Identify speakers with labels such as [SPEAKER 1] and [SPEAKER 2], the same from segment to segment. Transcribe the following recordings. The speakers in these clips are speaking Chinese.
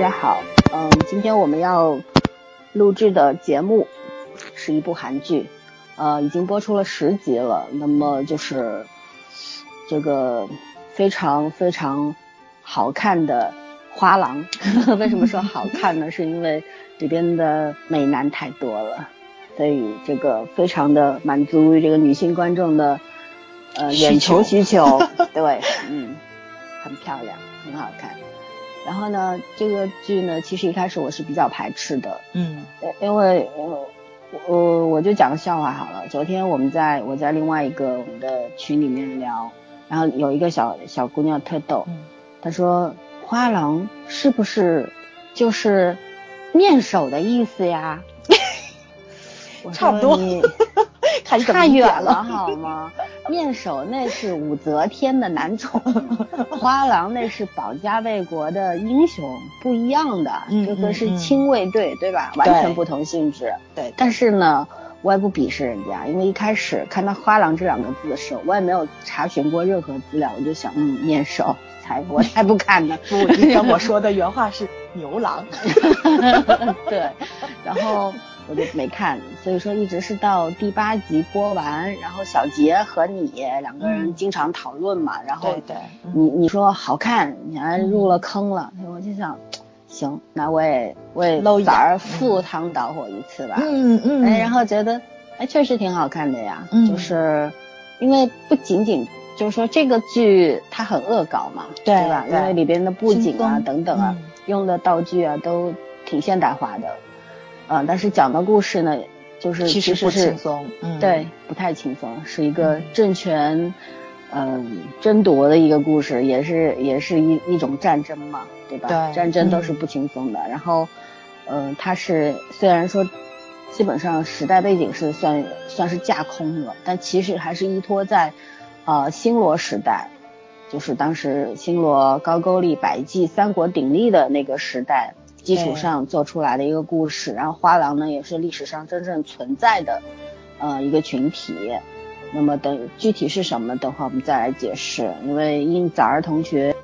[SPEAKER 1] 家好。今天我们要录制的节目是一部韩剧，已经播出了10集了。那么就是这个非常非常好看的花郎。为什么说好看呢？是因为里边的美男太多了，所以这个非常的满足于这个女性观众的眼球需求。对，很漂亮，很好看。然后呢，这个剧呢，其实一开始我是比较排斥的，因为我就讲个笑话好了。昨天我在另外一个我们的群里面聊，然后有一个小姑娘特逗，她说花郎是不是就是面首的意思呀？
[SPEAKER 2] 差不多，
[SPEAKER 1] 太远了好吗？面首那是武则天的男宠，花郎那是保家卫国的英雄，不一样的。这个是亲卫队，对吧？完全不同性质。
[SPEAKER 2] 对，
[SPEAKER 1] 但是呢，我也不鄙视人家，因为一开始看到花郎这2个字的时候，我也没有查询过任何资料，我就想，面首，我才不看呢。
[SPEAKER 2] 不，你跟我说的原话是牛郎。
[SPEAKER 1] 对，然后我就没看，所以说一直是到第8集播完，然后小杰和你2个人经常讨论嘛，然后你说好看，你还入了坑了，我就想，行，那我也早儿赴汤蹈火一次吧。然后觉得确实挺好看的呀，就是因为不仅仅就是说这个剧它很恶搞嘛，对吧？因为里边的布景啊等等啊，用的道具啊都挺现代化的。但是讲的故事呢，就是
[SPEAKER 2] 其实不轻松，
[SPEAKER 1] 对，不太轻松，是一个政权争夺的一个故事，也是一种战争嘛，对吧？对，战争都是不轻松的。然后它是虽然说基本上时代背景是算是架空了，但其实还是依托在新罗时代，就是当时新罗高句丽百济3国鼎立的那个时代基础上做出来的一个故事。然后花郎呢也是历史上真正存在的一个群体。那么具体是什么的话我们再来解释，因为因早儿同学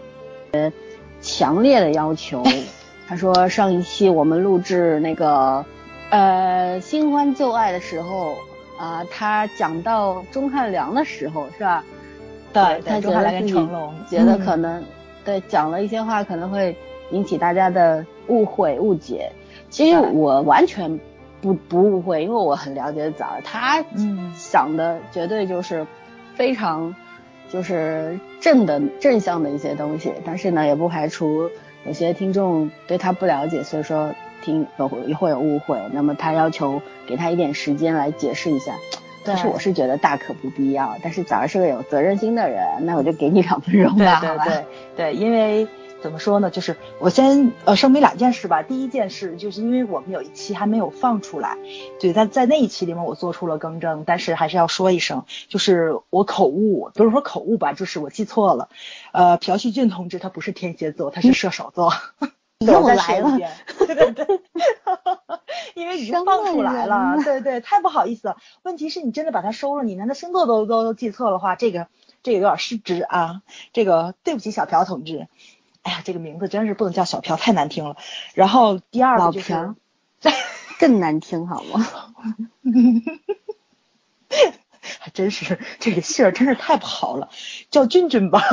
[SPEAKER 1] 强烈的要求，他说上一期我们录制那个新欢旧爱的时候他讲到钟汉良的时候是吧？
[SPEAKER 2] 对，
[SPEAKER 1] 他
[SPEAKER 2] 钟汉良跟成龙
[SPEAKER 1] 觉得可能对讲了一些话可能会引起大家的误会误解。其实我完全不误会，因为我很了解早儿，他想的绝对就是非常就是正向的一些东西，但是呢也不排除有些听众对他不了解，所以说会有误会。那么他要求给他一点时间来解释一下，但是我是觉得大可不必要。但是早儿是个有责任心的人，那我就给你2分钟吧。
[SPEAKER 2] 对，因为怎么说呢，就是我先声明2件事吧。第一件事就是因为我们有一期还没有放出来，对，在那一期里面我做出了更正，但是还是要说一声，就是我口误，不是说口误吧，就是我记错了。朴叙俊同志他不是天蝎座，他是射手座。
[SPEAKER 1] 又来了。
[SPEAKER 2] 对，因为已经放出来了，对，太不好意思了。问题是你真的把它收了，你连他星座都记错的话，这个有点失职啊。这个对不起小朴同志。哎呀，这个名字真是不能叫小朴，太难听了。然后第2个就是
[SPEAKER 1] 老朴更难听好吗？
[SPEAKER 2] 还真是这个姓儿真是太不好了，叫俊俊吧。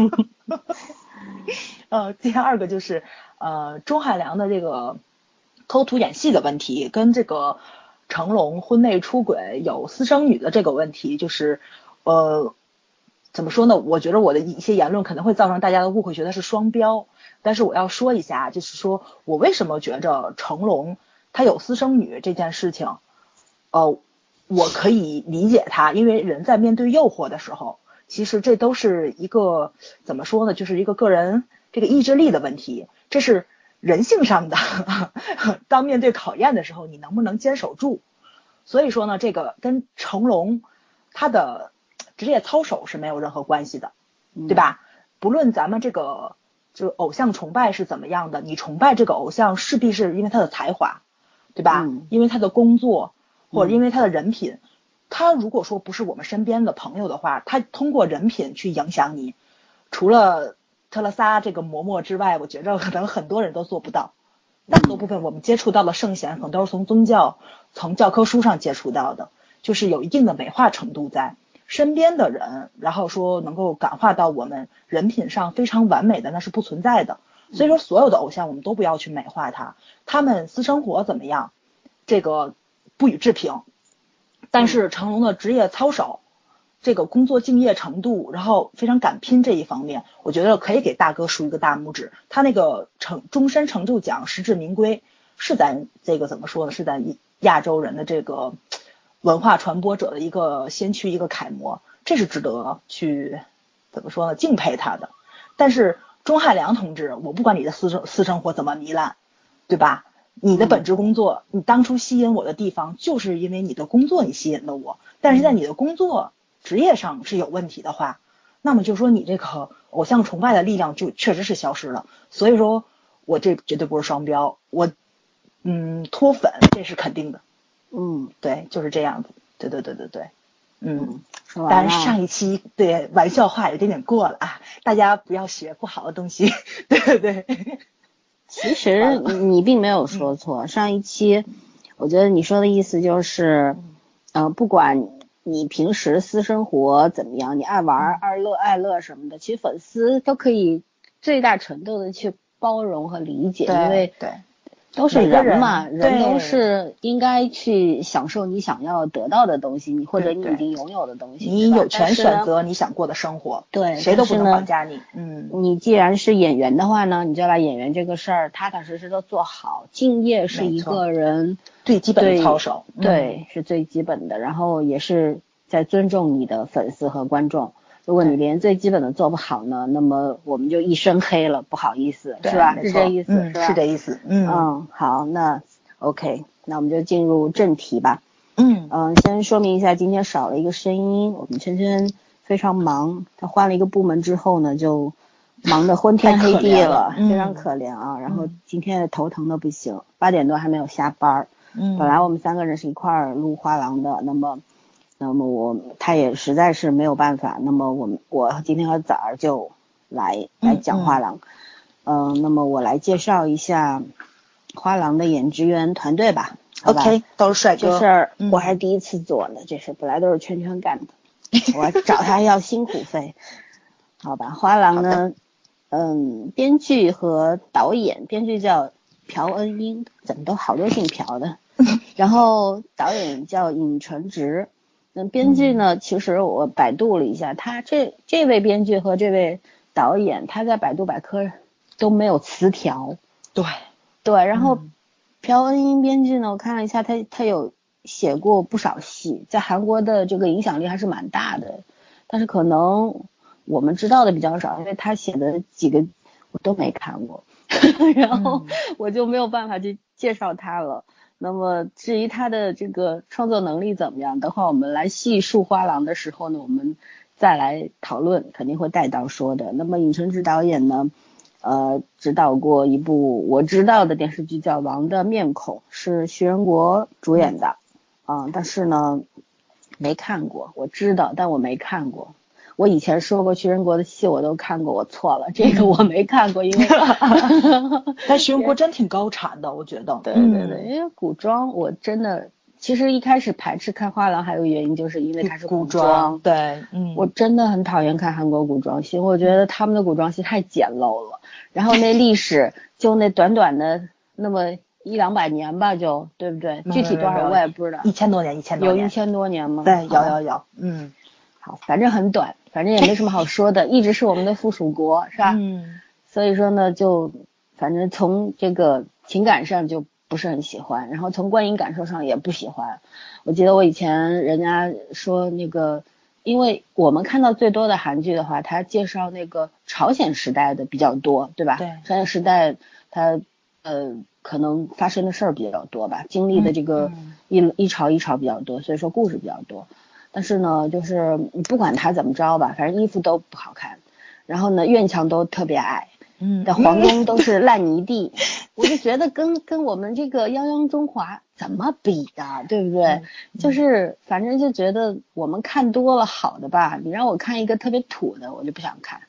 [SPEAKER 2] 第2个就是钟汉良的这个偷图演戏的问题，跟这个成龙婚内出轨有私生女的这个问题，就是怎么说呢？我觉得我的一些言论可能会造成大家的误会，觉得是双标。但是我要说一下，就是说我为什么觉着成龙他有私生女这件事情，我可以理解他，因为人在面对诱惑的时候，其实这都是一个怎么说呢？就是一个个人这个意志力的问题，这是人性上的。当面对考验的时候，你能不能坚守住？所以说呢，这个跟成龙他的职业操守是没有任何关系的，对吧？不论咱们这个就偶像崇拜是怎么样的，你崇拜这个偶像势必是因为他的才华，对吧？因为他的工作或者因为他的人品。他如果说不是我们身边的朋友的话，他通过人品去影响你，除了特勒萨这个嬷嬷之外，我觉着可能很多人都做不到。大多部分我们接触到的圣贤，可能都是从宗教、从教科书上接触到的，就是有一定的美化程度在。身边的人，然后说能够感化到我们人品上非常完美的，那是不存在的。所以说，所有的偶像我们都不要去美化他，他们私生活怎么样，这个不予置评。但是成龙的职业操守，这个工作敬业程度，然后非常敢拼这一方面，我觉得可以给大哥竖一个大拇指。他那个终身成就奖实至名归，是咱这个怎么说呢？是咱亚洲人的这个文化传播者的一个先驱，一个楷模，这是值得去怎么说呢？敬佩他的。但是钟汉良同志，我不管你的私生活怎么糜烂，对吧？你的本职工作，你当初吸引我的地方，就是因为你的工作你吸引了我。但是在你的工作职业上是有问题的话，那么就说你这个偶像崇拜的力量就确实是消失了。所以说我这绝对不是双标，我脱粉这是肯定的。对，就是这样子。对。但是上一期对玩笑话有点过了啊，大家不要学不好的东西。对。
[SPEAKER 1] 其实你并没有说错，上一期我觉得你说的意思就是，不管你平时私生活怎么样，你爱玩爱乐什么的，其实粉丝都可以最大程度的去包容和理解，因为
[SPEAKER 2] 对
[SPEAKER 1] 都是人嘛，人都是应该去享受你想要得到的东西，或者你已经拥有的东西，
[SPEAKER 2] 你有权选择你想过的生活，
[SPEAKER 1] 对，
[SPEAKER 2] 谁都不能绑架你。
[SPEAKER 1] 你既然是演员的话呢，你就把演员这个事儿踏踏实实的做好，敬业是一个人
[SPEAKER 2] 最基本的操守，
[SPEAKER 1] 对，是最基本的，然后也是在尊重你的粉丝和观众。如果你连最基本的做不好呢，那么我们就一身黑了，不好意思，是吧？是这意思，是吧？
[SPEAKER 2] 是这意思。
[SPEAKER 1] 好，那 OK， 那我们就进入正题吧。先说明一下，今天少了一个声音，我们圈圈非常忙，他换了一个部门之后呢，就忙得昏天黑地了，非常可怜啊。然后今天头疼的不行，8点多还没有下班。本来我们3个人是一块儿录画廊的，那么他也实在是没有办法，那么我今天和崽儿就来讲画廊。那么我来介绍一下画廊的演职员团队吧。
[SPEAKER 2] OK， 都是帅哥。
[SPEAKER 1] 这事儿我还是第一次做呢，这事本来都是圈圈干的，我找他要辛苦费。好吧，画廊呢，编剧和导演，编剧叫朴恩英，怎么都好多姓朴的，然后导演叫尹成植。编剧呢，其实我百度了一下，他这位编剧和这位导演，他在百度百科都没有词条。对，然后朴恩英编剧呢，我看了一下，他有写过不少戏，在韩国的这个影响力还是蛮大的，但是可能我们知道的比较少，因为他写的几个我都没看过，然后我就没有办法去介绍他了。那么至于他的这个创作能力怎么样，等会儿我们来细数画廊的时候呢，我们再来讨论，肯定会带到说的。那么尹成植导演呢，指导过一部我知道的电视剧叫《王的面孔》，是徐仁国主演的，但是呢没看过，我知道，但我没看过。我以前说过徐仁国的戏我都看过，我错了，这个我没看过，因为
[SPEAKER 2] 但徐仁国真挺高产的，我觉得。
[SPEAKER 1] 对，因为古装我真的其实一开始排斥看画廊还有原因就是因为它是古装。
[SPEAKER 2] 对，
[SPEAKER 1] 我真的很讨厌看韩国古装戏，我觉得他们的古装戏太简陋了，然后那历史就那短短的那么100-200年吧，就对不对？具体多少我也不知道。
[SPEAKER 2] 1000多年，
[SPEAKER 1] 有1000多年吗？
[SPEAKER 2] 对，有。
[SPEAKER 1] 好，反正很短，反正也没什么好说的，一直是我们的附属国，是吧？所以说呢，就反正从这个情感上就不是很喜欢，然后从观影感受上也不喜欢。我记得我以前人家说那个，因为我们看到最多的韩剧的话，它介绍那个朝鲜时代的比较多，对吧？
[SPEAKER 2] 对，
[SPEAKER 1] 朝鲜时代它可能发生的事儿比较多吧，经历的这个一朝一朝比较多，所以说故事比较多。但是呢，就是不管他怎么着吧，反正衣服都不好看，然后呢院墙都特别矮，的皇宫都是烂泥地，我就觉得跟我们这个泱泱中华怎么比啊，对不对？就是反正就觉得我们看多了好的吧，你让我看一个特别土的，我就不想看。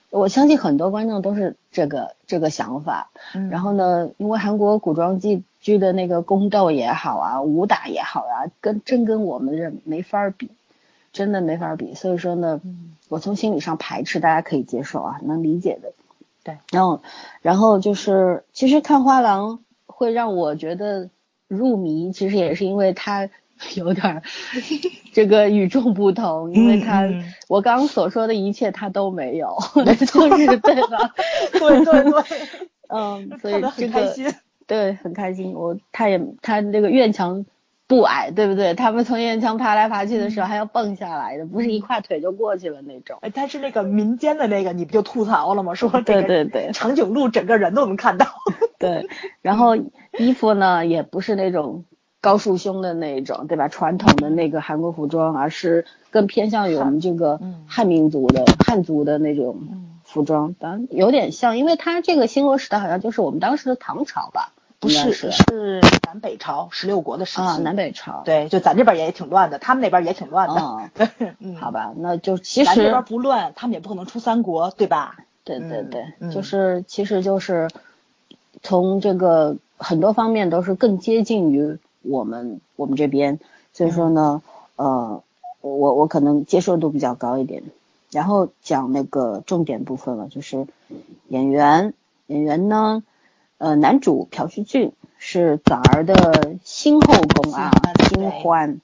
[SPEAKER 1] 我相信很多观众都是这个想法。然后呢，因为韩国古装剧的那个宫斗也好啊，武打也好啊，跟我们这没法比，真的没法比。所以说呢，我从心理上排斥，大家可以接受啊，能理解的。
[SPEAKER 2] 对。
[SPEAKER 1] 然后就是其实看花郎会让我觉得入迷，其实也是因为他有点这个与众不同，因为他我刚刚所说的一切他都没有，就是对吧？
[SPEAKER 2] 对，
[SPEAKER 1] 所以这个对很开心。他这个院墙不矮，对不对？他们从院墙爬来爬去的时候还要蹦下来的，不是一跨腿就过去了那种。
[SPEAKER 2] 他是那个民间的那个，你不就吐槽了吗？说
[SPEAKER 1] 对，
[SPEAKER 2] 长颈鹿整个人都能看到。
[SPEAKER 1] 对，然后衣服呢也不是那种高束胸的那种，对吧？传统的那个韩国服装，而是更偏向于我们这个汉族的那种服装，当然有点像，因为它这个新罗时代好像就是我们当时的唐朝吧。
[SPEAKER 2] 不是，是南北朝16国的时期
[SPEAKER 1] 啊，南北朝。
[SPEAKER 2] 对，就咱这边也挺乱的，他们那边也挺乱的。
[SPEAKER 1] 对，好吧，那就其实
[SPEAKER 2] 咱这边不乱，他们也不可能出3国，对吧？
[SPEAKER 1] 对，其实就是从这个很多方面都是更接近于我们这边，所以说呢，我可能接受度比较高一点。然后讲那个重点部分了，就是演员呢。男主朴叙俊是早儿的新后宫啊，新欢。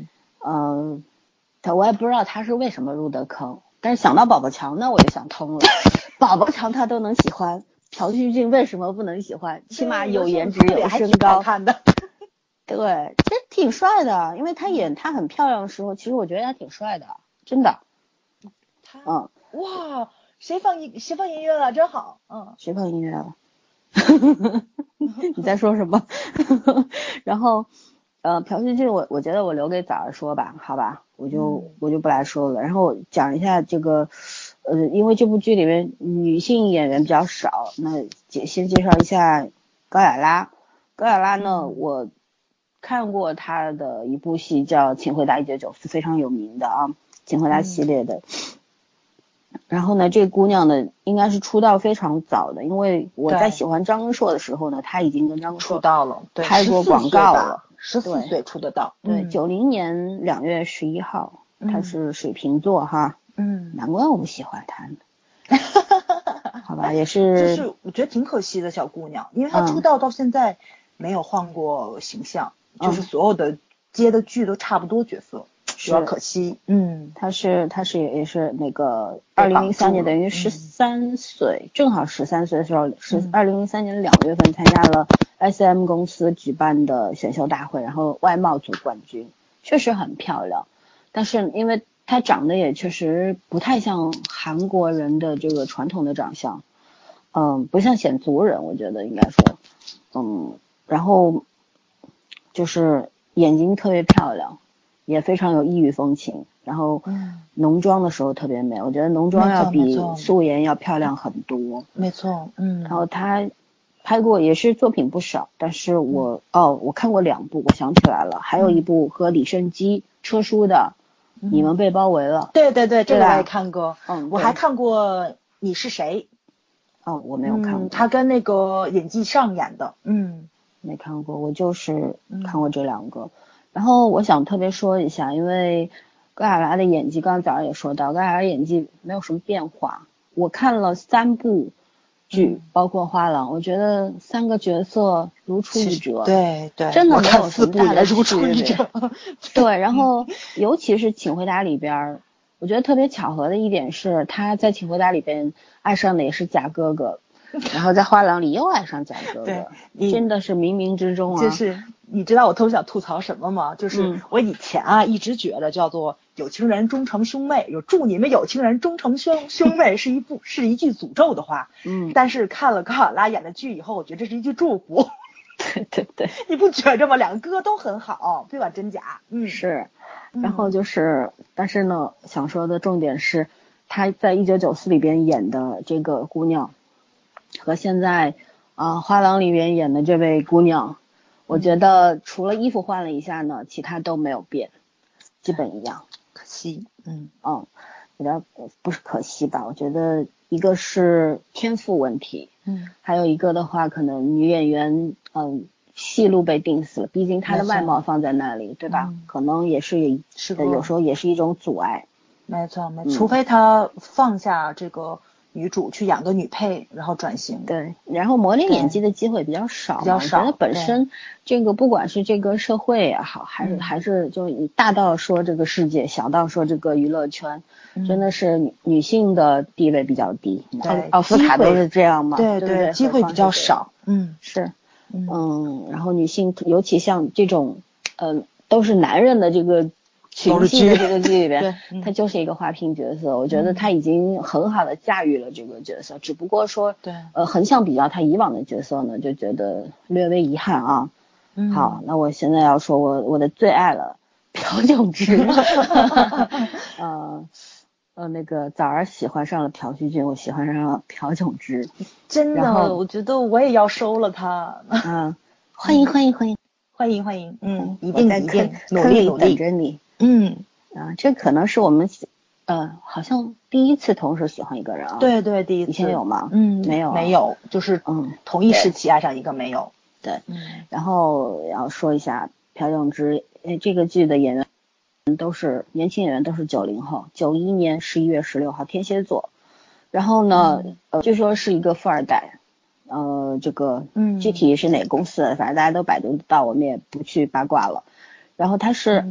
[SPEAKER 1] 我也不知道他是为什么入的坑，但是想到宝宝强呢，我就想通了。宝宝强他都能喜欢，朴叙俊为什么不能喜欢？起码有颜值有身高。
[SPEAKER 2] 看的。
[SPEAKER 1] 对，其实挺帅的，因为他很漂亮的时候，其实我觉得他挺帅的，真的。
[SPEAKER 2] 哇，谁放音乐了？真好。
[SPEAKER 1] 谁放音乐了？你在说什么？然后朴叙俊我觉得我留给早儿说吧，好吧，我就不来说了。然后讲一下这个因为这部剧里面女性演员比较少，那先介绍一下高雅拉。高雅拉呢，我看过她的一部戏叫《请回答1994》，非常有名的啊，请回答系列的。然后呢，这个姑娘呢，应该是出道非常早的，因为我在喜欢张根硕的时候呢，她已经跟张根硕
[SPEAKER 2] 出道了，
[SPEAKER 1] 拍过广告了
[SPEAKER 2] ，14岁出的道。
[SPEAKER 1] 对，90年2月11号，她是水瓶座哈，难怪我不喜欢她呢。好吧，也是，
[SPEAKER 2] 就是我觉得挺可惜的小姑娘，因为她出道到现在没有换过形象，就是所有的接的剧都差不多角色。有点可惜。
[SPEAKER 1] 他是也是那个2003年，等于13岁，正好13岁的时候，是2003年2月份参加了 SM 公司举办的选秀大会，然后外貌组冠军，确实很漂亮。但是因为她长得也确实不太像韩国人的这个传统的长相，不像显族人，我觉得应该说，然后就是眼睛特别漂亮。也非常有异域风情，然后浓妆的时候特别美，我觉得浓妆要比素颜要漂亮很多。
[SPEAKER 2] 没错，
[SPEAKER 1] 然后她拍过也是作品不少，但是我看过2部，我想起来了，还有一部和李胜基车书的你们被包围了。
[SPEAKER 2] 对，这个我也看过。我还看过你是谁。
[SPEAKER 1] 我没有看过。
[SPEAKER 2] 他跟那个尹继上演的。
[SPEAKER 1] 没看过，我就是看过这2个。然后我想特别说一下，因为高雅拉的演技，刚刚早上也说到，高雅拉演技没有什么变化。我看了3部剧，包括花郎，我觉得3个角色如出一辙。
[SPEAKER 2] 对，
[SPEAKER 1] 真的没有什么大的
[SPEAKER 2] 如出一辙。
[SPEAKER 1] 对，然后尤其是请回答里边，我觉得特别巧合的一点是，他在请回答里边爱上的也是贾哥哥，然后在花郎里又爱上贾哥哥，真的是冥冥之中啊。
[SPEAKER 2] 就是你知道我特别想吐槽什么吗？就是我以前一直觉得叫做有情人终成兄妹，祝你们有情人终成兄妹是一句诅咒的话。但是看了高雅拉演的剧以后，我觉得这是一句祝福。
[SPEAKER 1] 对，
[SPEAKER 2] 你不觉着吗？2个哥都很好，不管真假。
[SPEAKER 1] 是。然后就是，但是呢，想说的重点是，他在1994里边演的这个姑娘，和现在花郎里边演的这位姑娘，我觉得除了衣服换了一下呢，其他都没有变，基本一样。
[SPEAKER 2] 可惜。
[SPEAKER 1] 有点不是可惜吧，我觉得一个是天赋问题，还有一个的话可能女演员戏路被定死了，毕竟她的外貌放在那里，对吧？可能也是有时候也是一种阻碍。
[SPEAKER 2] 没错，除非她放下这个女主去演个女配，然后转型。
[SPEAKER 1] 对，然后磨练演技的机会比较少，我觉得本身这个不管是这个社会也好，还是就你大到说这个世界，小到说这个娱乐圈，真的是女性的地位比较低。奥斯卡都是这样嘛，对
[SPEAKER 2] 对，机会比较少。
[SPEAKER 1] 是。然后女性尤其像这种都是男人的这个群戏的这个剧里边，她就是一个花瓶角色，我觉得她已经很好的驾驭了这个角色，只不过说横向比较她以往的角色呢，就觉得略微遗憾啊。好，那我现在要说我的最爱了，朴炯植。那个早儿喜欢上了朴叙俊，我喜欢上了朴炯植，
[SPEAKER 2] 真的，我觉得我也要收了他。
[SPEAKER 1] 欢迎，
[SPEAKER 2] 一定努力
[SPEAKER 1] 等着你。这可能是我们好像第一次同时喜欢一个人啊。
[SPEAKER 2] 对，第一次。
[SPEAKER 1] 以前有吗？没有，
[SPEAKER 2] 就是同一时期爱上一个没有。
[SPEAKER 1] 对，然后要说一下朴炯植，这个剧的演员都是年轻演员，都是90后，91年11月16号，天蝎座。然后呢，据说是一个富二代，这个具体是哪个公司的，反正大家都百度得到，我们也不去八卦了。然后他是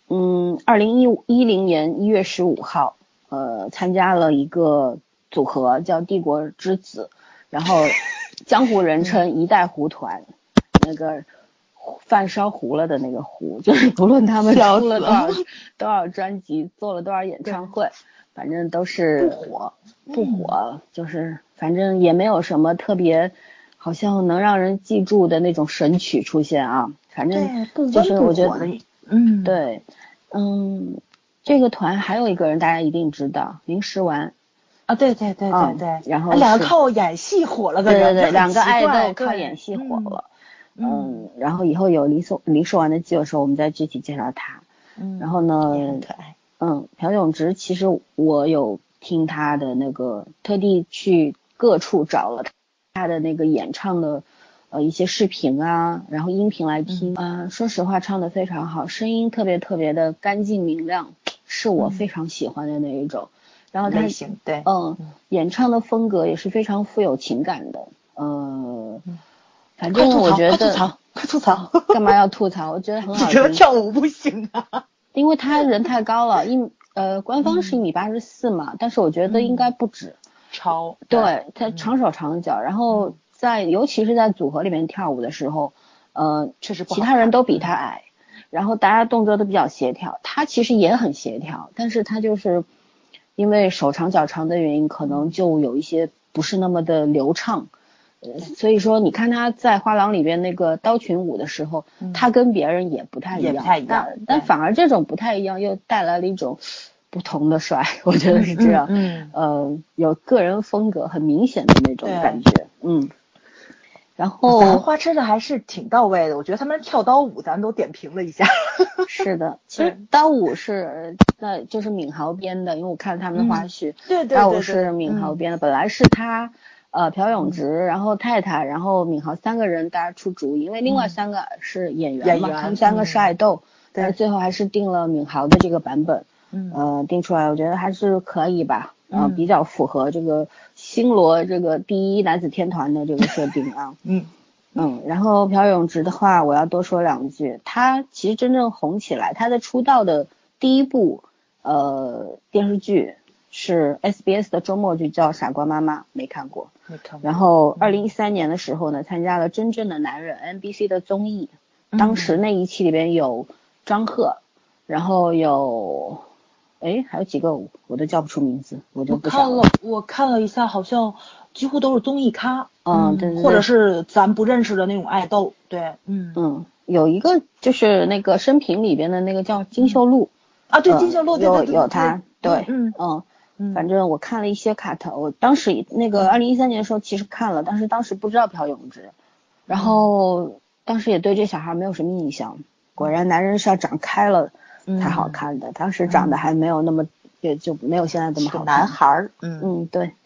[SPEAKER 1] 2010年1月15号，参加了一个组合叫帝国之子，然后江湖人称一代糊团，那个饭烧糊了的那个糊，就是不论他们出了多少专辑，做了多少演唱会，反正都是不火，就是反正也没有什么特别好像能让人记住的那种神曲出现啊。反正就是我觉得对，这个团还有一个人大家一定知道，林诗完
[SPEAKER 2] 啊，对，
[SPEAKER 1] 然后
[SPEAKER 2] 两个靠演戏火了的人，
[SPEAKER 1] 对，两个爱豆靠演戏火了。然后以后有林诗完的剧的时候，我们再具体介绍他。然后呢，
[SPEAKER 2] 也很可爱。
[SPEAKER 1] 朴炯植其实我有听他的那个，特地去各处找了他的那个演唱的一些视频啊，然后音频来听。说实话唱得非常好，声音特别的干净明亮，是我非常喜欢的那一种。然后他
[SPEAKER 2] 对，
[SPEAKER 1] 演唱的风格也是非常富有情感的。反正我觉得
[SPEAKER 2] 快吐槽，
[SPEAKER 1] 干嘛要吐槽？我觉得很好听。
[SPEAKER 2] 你觉得跳舞不行啊？
[SPEAKER 1] 因为他人太高了，官方是1.84米嘛，但是我觉得应该不止。
[SPEAKER 2] 超。
[SPEAKER 1] 对，他长手长脚，然后尤其是在组合里面跳舞的时候，
[SPEAKER 2] 确实不好看，
[SPEAKER 1] 其他人都比他矮，然后大家动作都比较协调，他其实也很协调，但是他就是因为手长脚长的原因，可能就有一些不是那么的流畅。所以说你看他在画廊里边那个刀群舞的时候，他跟别人也不太一样，但反而这种不太一样又带来了一种不同的帅，我觉得是这样。有个人风格很明显的那种感觉。然后
[SPEAKER 2] 咱花痴的还是挺到位的，我觉得他们跳刀舞咱都点评了一下。
[SPEAKER 1] 是的，其实刀舞是就是敏豪编的，因为我看了他们的花絮。
[SPEAKER 2] 对，
[SPEAKER 1] 刀舞是敏豪编的，本来是他朴炯植，然后太太，然后敏豪3个人大家出主意，因为另外3个是演员嘛，他们3个是爱豆，但是最后还是定了敏豪的这个版本。定出来我觉得还是可以吧，比较符合这个星罗这个第一男子天团的这个设定啊。然后朴炯植的话我要多说2句，他其实真正红起来，他的出道的第一部电视剧是 SBS 的周末剧，叫傻瓜妈妈，没看过。然后2013年的时候呢，参加了真正的男人 NBC 的综艺，当时那一期里边有张赫，然后有还有几个我都叫不出名字，我就不想了。
[SPEAKER 2] 我看了一下，好像几乎都是综艺咖，
[SPEAKER 1] 对，
[SPEAKER 2] 或者是咱不认识的那种爱豆。对，
[SPEAKER 1] 有一个就是那个生平里边的那个叫金秀露
[SPEAKER 2] 啊，对，金秀露
[SPEAKER 1] 有他，对，反正我看了一些 cut， 我当时那个2013年的时候其实看了，但是当时不知道朴炯植，然后当时也对这小孩没有什么印象，果然男人是要长开了才好看的，当时长得还没有那么也就没有现在这么好看。
[SPEAKER 2] 男孩。
[SPEAKER 1] 对，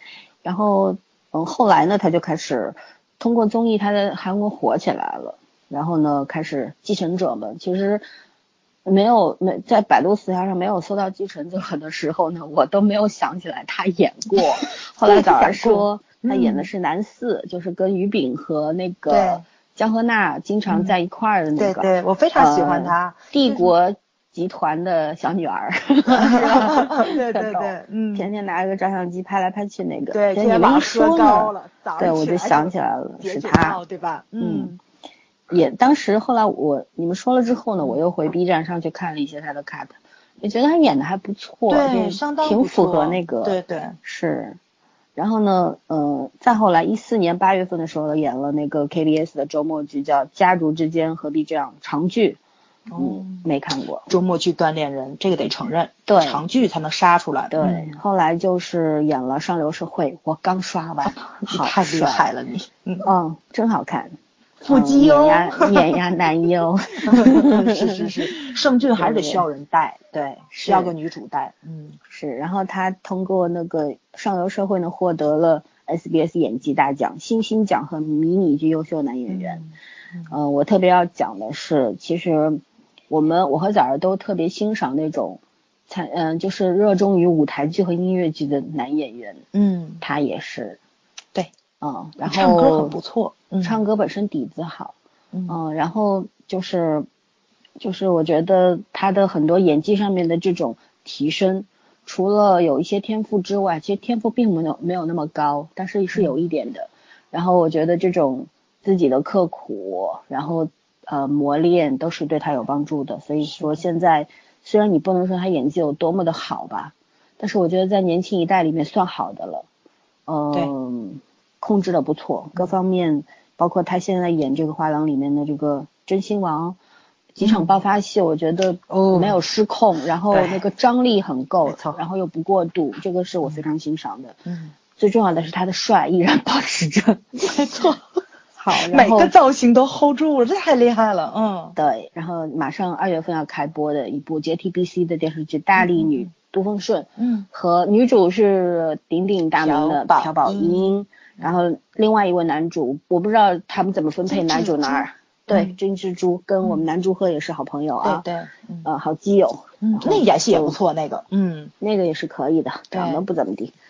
[SPEAKER 1] 然后后来呢，他就开始通过综艺，他在韩国火起来了。然后呢，开始继承者们，其实没在百度词条上没有搜到继承者的时候呢，我都没有想起来他演过。后来早上说他演的是男四，就是跟于炳和那个姜河娜经常在一块儿的那个。
[SPEAKER 2] 对，我非常喜欢他。
[SPEAKER 1] 帝国集团的小女儿。
[SPEAKER 2] 对，
[SPEAKER 1] 天天拿一个照相机拍来拍去那个。
[SPEAKER 2] 对，
[SPEAKER 1] 你们一说
[SPEAKER 2] 呢，
[SPEAKER 1] 对，我就想起来了，是他，
[SPEAKER 2] 对吧？
[SPEAKER 1] 也当时后来你们说了之后呢，我又回 B 站上去看了一些他的 cut， 也觉得他演的还不错，
[SPEAKER 2] 对，相当
[SPEAKER 1] 挺符合那个，
[SPEAKER 2] 对
[SPEAKER 1] 是。然后呢，再后来14年8月份的时候演了那个 KBS 的周末剧，叫《家族之间何必这样》长剧，没看过。
[SPEAKER 2] 周末剧锻炼人，这个得承认，
[SPEAKER 1] 对，
[SPEAKER 2] 长剧才能杀出来。
[SPEAKER 1] 对，后来就是演了《上流社会》，我刚刷完，
[SPEAKER 2] 太厉害了你，
[SPEAKER 1] 真好看。
[SPEAKER 2] 腹肌哦，
[SPEAKER 1] 碾压男优。
[SPEAKER 2] 是，盛俊还是得需要人带，对，需要个女主带，
[SPEAKER 1] 是。然后他通过那个上流社会呢，获得了 SBS 演技大奖、星星奖和迷你剧优秀男演员。我特别要讲的是，其实我和崽儿都特别欣赏那种就是热衷于舞台剧和音乐剧的男演员。他也是。
[SPEAKER 2] 对。
[SPEAKER 1] 然后
[SPEAKER 2] 唱歌很不错，
[SPEAKER 1] 唱歌本身底子好，然后就是我觉得他的很多演技上面的这种提升，除了有一些天赋之外，其实天赋并没有那么高，但是有一点的。然后我觉得这种自己的刻苦，然后磨练都是对他有帮助的。所以说现在虽然你不能说他演技有多么的好吧，但是我觉得在年轻一代里面算好的了。控制的不错，各方面包括他现在演这个画廊里面的这个真心王，几场爆发戏我觉得没有失控，然后那个张力很够，然后又不过度，这个是我非常欣赏的。最重要的是他的帅依然保持着。
[SPEAKER 2] 没错。
[SPEAKER 1] 好，
[SPEAKER 2] 每个造型都 hold 住了，这太厉害了。
[SPEAKER 1] 对，然后马上2月份要开播的一部 JTBC 的电视剧《大力女》，杜凤顺，和女主是鼎鼎大名的朴宝英。然后另外一位男主，我不知道他们怎么分配男主哪儿。对，金蜘蛛跟我们南柱赫也是好朋友啊。
[SPEAKER 2] 对，
[SPEAKER 1] 好基友。
[SPEAKER 2] 那演戏也不错，那个。
[SPEAKER 1] 那个也是可以的，长得不怎么地。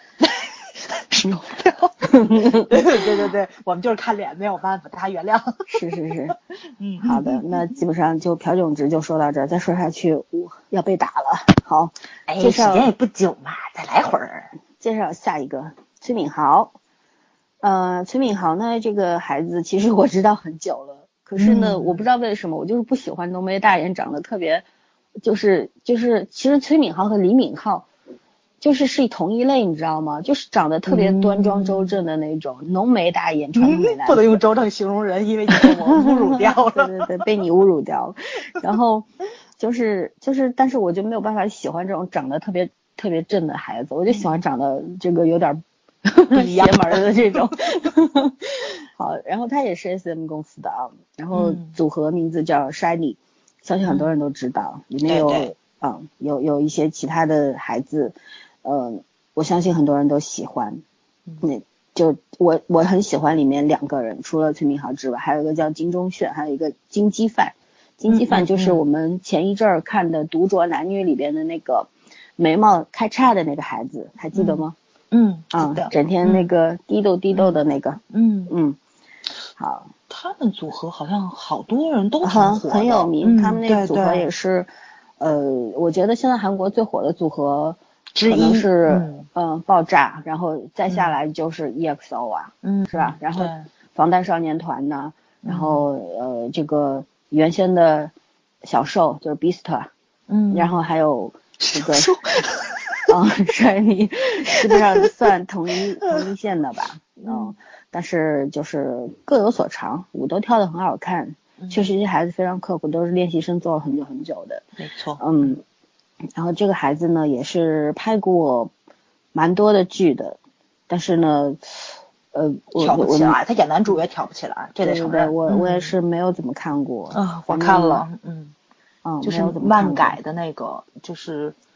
[SPEAKER 2] 对，我们就是看脸，没有办法，大家原谅。
[SPEAKER 1] 是。好的，那基本上就朴炯植就说到这儿，再说下去我要被打了。好，
[SPEAKER 2] 时间也不久嘛，再来会儿。
[SPEAKER 1] 介绍下一个崔敏豪。崔敏豪呢，这个孩子其实我知道很久了，可是呢，我不知道为什么，我就是不喜欢浓眉大眼，长得特别，就是其实崔敏豪和李敏镐是同一类，你知道吗？就是长得特别端庄周正的那种浓眉大眼传统美男。
[SPEAKER 2] 不能用周正形容人，因为你被我侮辱掉了。
[SPEAKER 1] 对，被你侮辱掉了。然后但是我就没有办法喜欢这种长得特别特别正的孩子，我就喜欢长得这个有点邪门的这种。好，然后他也是 SM 公司的啊，然后组合名字叫 Shiny， 相信很多人都知道，里面有一些其他的孩子，我相信很多人都喜欢。就我很喜欢里面2个人，除了崔敏豪之外，还有一个叫金钟铉，还有一个金基范。金基范就是我们前一阵儿看的《独酌男女》里边的那个眉毛开叉的那个孩子，还记得吗？整天那个滴豆的那个。好，
[SPEAKER 2] 他们组合好像好多人都很
[SPEAKER 1] 有名，他们那个组合也是我觉得现在韩国最火的组合可能是爆炸，然后再下来就是 EXO 啊，是吧？然后防弹少年团呢，然后这个原先的小受就是 Beast， 然后还有这个Shiny， 基本上算同一线的吧。但是就是各有所长，舞都跳得很好看，确实这些孩子非常刻苦，都是练习生做了很久很久的。
[SPEAKER 2] 没错。
[SPEAKER 1] 然后这个孩子呢也是拍过蛮多的剧的，但是呢
[SPEAKER 2] 挑不起来，他演男主也挑不起来，这得承认。
[SPEAKER 1] 我也是没有怎么看过。
[SPEAKER 2] 我看了，就是
[SPEAKER 1] 没有怎么
[SPEAKER 2] 漫改的那个，就是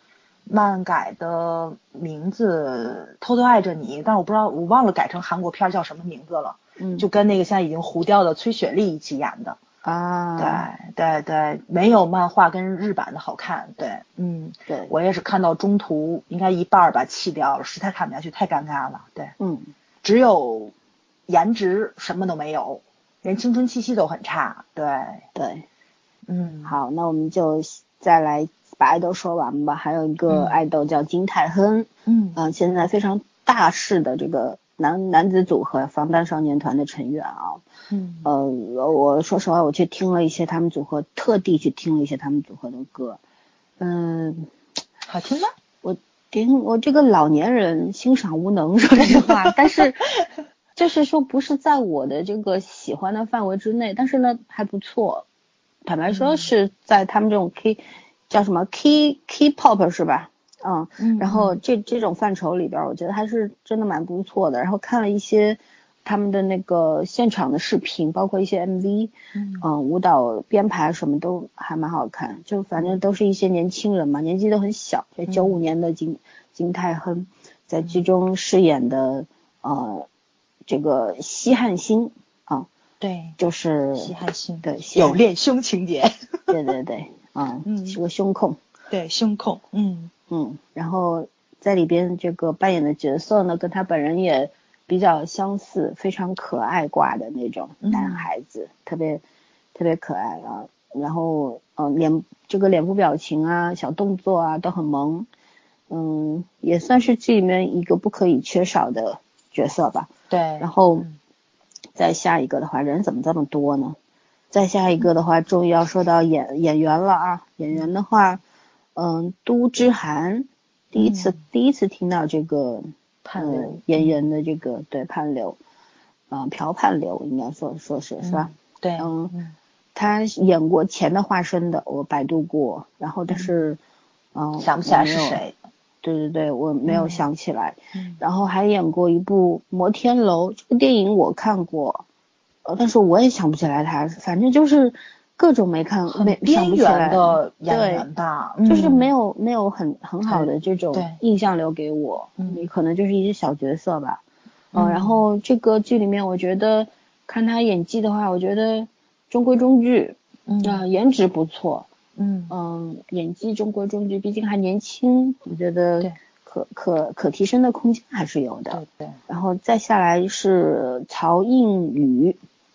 [SPEAKER 2] 漫改的名字偷偷爱着你，但是我忘了改成韩国片叫什么名字了。就跟那个现在已经糊掉的崔雪莉一起演的
[SPEAKER 1] 啊。
[SPEAKER 2] 对，没有漫画跟日版的好看。对，
[SPEAKER 1] 对，
[SPEAKER 2] 我也是看到中途应该一半吧弃掉了，实在看不下去，太尴尬了。对，只有颜值，什么都没有，连青春气息都很差。对，
[SPEAKER 1] 好，那我们就再来把爱豆说完吧。还有一个爱豆叫金泰亨，现在非常大势的这个男子组合防弹少年团的成员啊。我说实话，我去听了一些他们组合，特地去听了一些他们组合的歌。
[SPEAKER 2] 好听吗？
[SPEAKER 1] 我这个老年人欣赏无能，说实话，但是就是说不是在我的这个喜欢的范围之内，但是呢还不错。坦白说是在他们这种 叫什么 key pop 是吧？然后这种范畴里边，我觉得还是真的蛮不错的。然后看了一些他们的那个现场的视频，包括一些 MV，舞蹈编排什么都还蛮好看。就反正都是一些年轻人嘛，年纪都很小。95年的金泰亨在剧中饰演的这个西汉星
[SPEAKER 2] 对，
[SPEAKER 1] 就是
[SPEAKER 2] 西汉星，
[SPEAKER 1] 对，
[SPEAKER 2] 有恋胸情节。
[SPEAKER 1] 对，是个胸控。
[SPEAKER 2] 对，胸控。
[SPEAKER 1] 然后在里边这个扮演的角色呢，跟他本人也比较相似，非常可爱挂的那种男孩子，特别可爱啊。然后脸部表情啊、小动作啊都很萌，也算是剧里面一个不可以缺少的角色吧。
[SPEAKER 2] 对，
[SPEAKER 1] 然后再下一个的话，人怎么这么多呢？再下一个的话，终于要说到演员了啊。演员的话，都知涵，第一次听到这个演员的这个对潘柳，朴盼柳应该说是吧？
[SPEAKER 2] 对，
[SPEAKER 1] 他演过钱的化身的，我百度过，然后但是
[SPEAKER 2] 想不起来是谁。
[SPEAKER 1] 对，我没有想起来。然后还演过一部摩天楼，这个电影我看过，但是我也想不起来他，反正就是各种没看，想不起来
[SPEAKER 2] 的演员吧，
[SPEAKER 1] 就是没有很好的这种印象留给我，你可能就是一些小角色吧。然后这个剧里面，我觉得看他演技的话，我觉得中规中矩，颜值不错。演技中规中矩，毕竟还年轻，我觉得可提升的空间还是有的。
[SPEAKER 2] 对。
[SPEAKER 1] 然后再下来是曹映宇，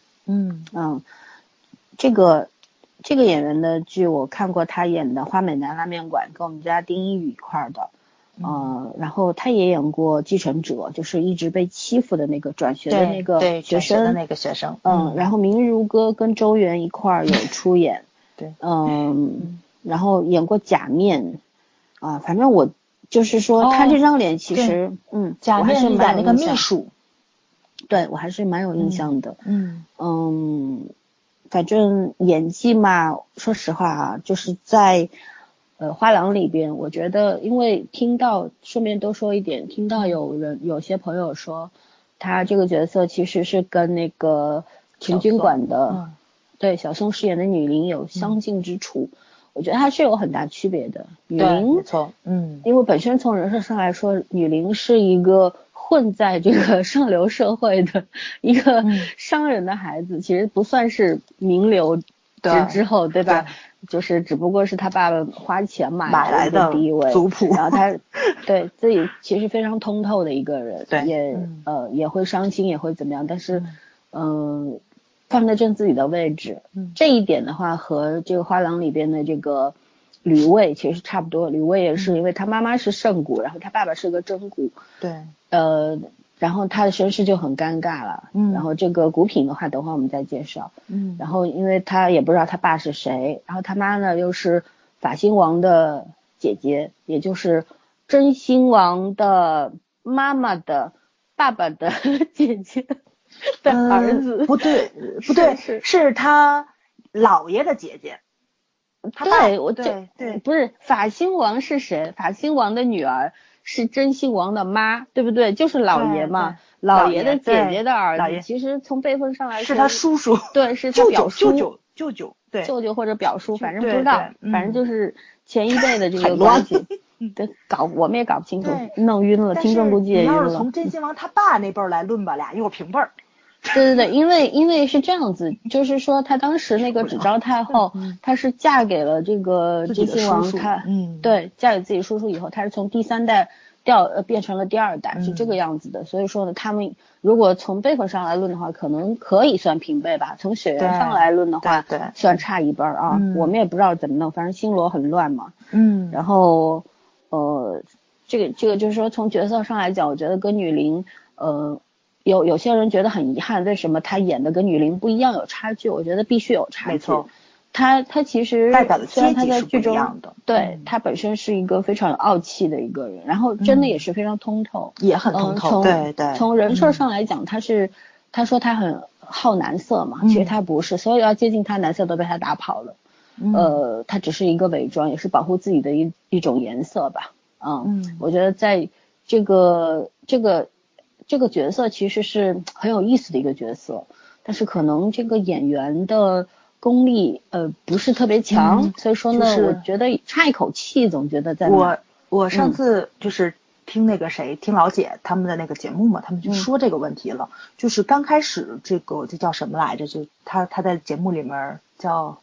[SPEAKER 1] 这个演员的剧我看过，他演的《花美男拉面馆》跟我们家丁一宇一块的，然后他也演过《继承者》，就是一直被欺负的那个转学的那个学生，然后《明日如歌》跟周元一块有出演。
[SPEAKER 2] 对，
[SPEAKER 1] 然后演过假面，反正我就是说他这张脸其实，
[SPEAKER 2] 假面是演那个秘书，
[SPEAKER 1] 对我还是蛮有印象的。反正演技嘛，说实话啊，就是在花郎里边，我觉得因为顺便多说一点，听到有些朋友说他这个角色其实是跟那个秦军馆的。对，小宋饰演的女伶有相近之处，我觉得她是有很大区别的。女伶
[SPEAKER 2] 没错，
[SPEAKER 1] 因为本身从人设上来说，女伶是一个混在这个上流社会的一个商人的孩子，其实不算是名流之后，对吧？就是只不过是他爸爸花钱买来的地位
[SPEAKER 2] 族谱，
[SPEAKER 1] 然后他对自己其实非常通透的一个人，
[SPEAKER 2] 对，
[SPEAKER 1] 也会伤心，也会怎么样，但是放得正自己的位置，这一点的话和这个花郎里边的这个吕卫其实差不多。吕卫也是因为他妈妈是圣骨，然后他爸爸是个真骨，
[SPEAKER 2] 对，
[SPEAKER 1] 然后他的身世就很尴尬了。然后这个古品的话，等会我们再介绍。然后因为他也不知道他爸是谁，然后他妈呢又是法兴王的姐姐，也就是真兴王的妈妈的爸爸的姐姐。的儿子，
[SPEAKER 2] 不对，是他姥爷的姐姐。
[SPEAKER 1] 对，不是法兴王是谁？法兴王的女儿是真兴王的妈，对不对？就是姥爷嘛，姥爷的姐姐的儿子，其实从辈分上来说
[SPEAKER 2] 是他叔叔，
[SPEAKER 1] 对，是他表叔，
[SPEAKER 2] 舅舅，对，
[SPEAKER 1] 舅舅或者表叔，反正不知道，反正就是前一辈的这个关系。 我们也搞不清楚，
[SPEAKER 2] 对，
[SPEAKER 1] 弄晕了，听众估计也晕了。
[SPEAKER 2] 你要是从真心王他爸那辈儿来论吧，俩一会儿平辈儿。
[SPEAKER 1] 对对对，因为是这样子，就是说他当时那个只昭太后，她是嫁给了这个真心王，她对，嫁给自己叔叔以后，她是从第3代变成了第2代，是这个样子的。所以说呢，他们如果从辈分上来论的话，可能可以算平辈吧。从血缘上来论的话，
[SPEAKER 2] 对，
[SPEAKER 1] 算差一辈啊。我们也不知道怎么弄，反正新罗很乱嘛。然后这个就是说从角色上来讲，我觉得跟女伶有些人觉得很遗憾，为什么她演的跟女伶不一样，有差距？我觉得必须有差距。
[SPEAKER 2] 没错，
[SPEAKER 1] 她其实
[SPEAKER 2] 代表的
[SPEAKER 1] 虽然她在剧中
[SPEAKER 2] 是不一样的，
[SPEAKER 1] 对，她本身是一个非常有傲气的一个人，然后真的也是非常通透，
[SPEAKER 2] 也很通透。对对，
[SPEAKER 1] 从人设上来讲，她说她很好男色嘛，其实她不是，所有要接近她男色都被她打跑了。她只是一个伪装，也是保护自己的一种颜色吧。我觉得在这个角色其实是很有意思的一个角色，但是可能这个演员的功力不是特别强，所以说呢，我觉得差一口气，总觉得在
[SPEAKER 2] 我上次就是听那个听老姐他们的那个节目嘛，他们就说这个问题了，就是刚开始这叫什么来着？就他在节目里面叫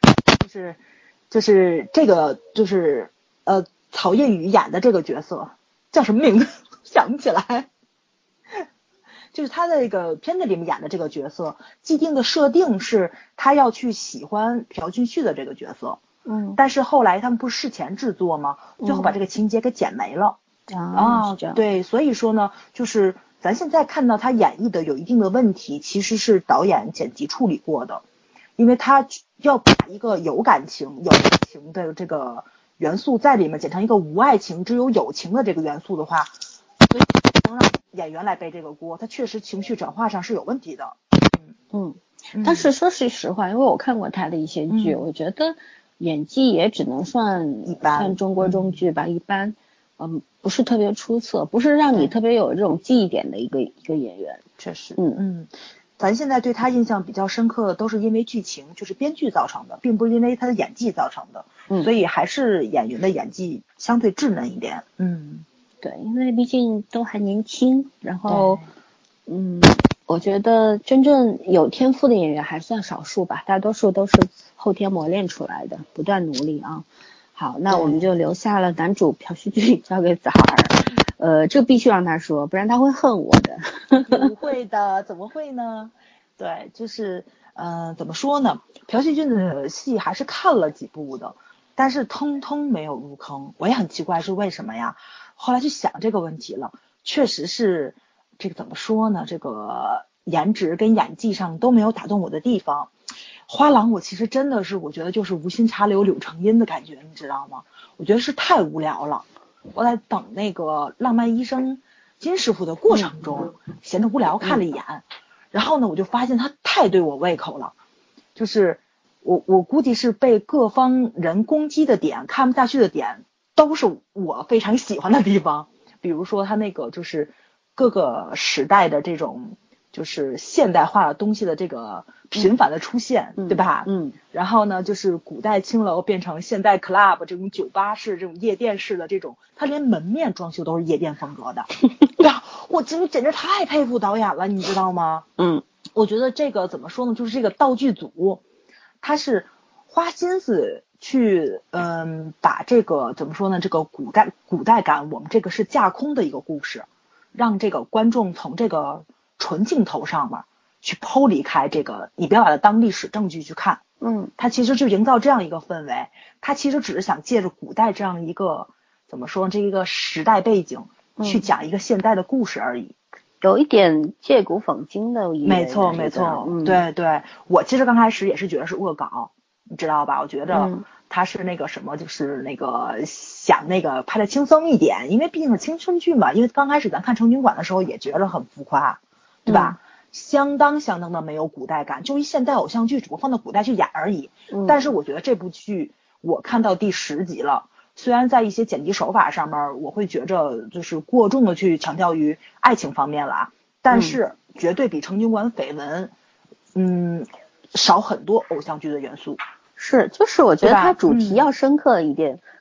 [SPEAKER 2] 就是这个就是曹烨宇演的这个角色叫什么名字？想不起来。就是他的这个片子里面演的这个角色，既定的设定是他要去喜欢朴俊旭的这个角色，但是后来他们不是事前制作吗？最后把这个情节给剪没了。对，所以说呢，就是咱现在看到他演绎的有一定的问题，其实是导演剪辑处理过的，因为他要把一个有感情的这个元素在里面剪成一个无爱情只有友情的这个元素的话，所以不能让演员来背这个锅，他确实情绪转化上是有问题的。
[SPEAKER 1] 但是说实话，因为我看过他的一些剧，我觉得演技也只能算
[SPEAKER 2] 一般，
[SPEAKER 1] 算中国中剧吧，一般，不是特别出色，不是让你特别有这种记忆点的一个演员。
[SPEAKER 2] 确实，咱现在对他印象比较深刻的都是因为剧情，就是编剧造成的，并不是因为他的演技造成的。所以还是演员的演技相对稚嫩一点。
[SPEAKER 1] 对，因为毕竟都还年轻，然后我觉得真正有天赋的演员还算少数吧，大多数都是后天磨练出来的，不断努力啊。好，那我们就留下了男主朴叙俊交给子豪。这必须让他说，不然他会恨我的。
[SPEAKER 2] 不会的，怎么会呢？对，就是怎么说呢？朴叙俊的戏还是看了几部的，但是通通没有入坑，我也很奇怪是为什么呀？后来去想这个问题了，确实是这个怎么说呢？这个颜值跟演技上都没有打动我的地方。花郎我其实真的是我觉得就是无心插柳柳成荫的感觉，你知道吗？我觉得是太无聊了。我在等那个浪漫医生金师傅的过程中，闲着无聊看了一眼，然后呢我就发现他太对我胃口了，就是我估计是被各方人攻击的点看不下去的点都是我非常喜欢的地方，比如说他那个就是各个时代的这种就是现代化的东西的这个频繁的出现，对吧？然后呢就是古代青楼变成现代 club 这种酒吧式这种夜店式的这种，他连门面装修都是夜店风格的。对啊，我简直太佩服导演了，你知道吗？我觉得这个怎么说呢，就是这个道具组他是花心思去把这个怎么说呢，这个古代感，我们这个是架空的一个故事，让这个观众从这个纯镜头上面去剖离开这个，你不要把它当历史证据去看。他其实就营造这样一个氛围，他其实只是想借着古代这样一个怎么说这一个时代背景去讲一个现代的故事而已。
[SPEAKER 1] 有一点借古讽今的意味。
[SPEAKER 2] 没错，对对，我其实刚开始也是觉得是恶搞，你知道吧？我觉得他是那个什么，就是那个想那个拍的轻松一点，因为毕竟是青春剧嘛。因为刚开始咱看成均馆的时候也觉得很浮夸，对吧？相当的没有古代感，就一现代偶像剧只不过放到古代去演而已。但是我觉得这部剧我看到第10集了。虽然在一些剪辑手法上面我会觉着就是过重的去强调于爱情方面了，但是绝对比成均馆绯闻少很多偶像剧的元素。
[SPEAKER 1] 是，就是我觉得它主题要深刻一点，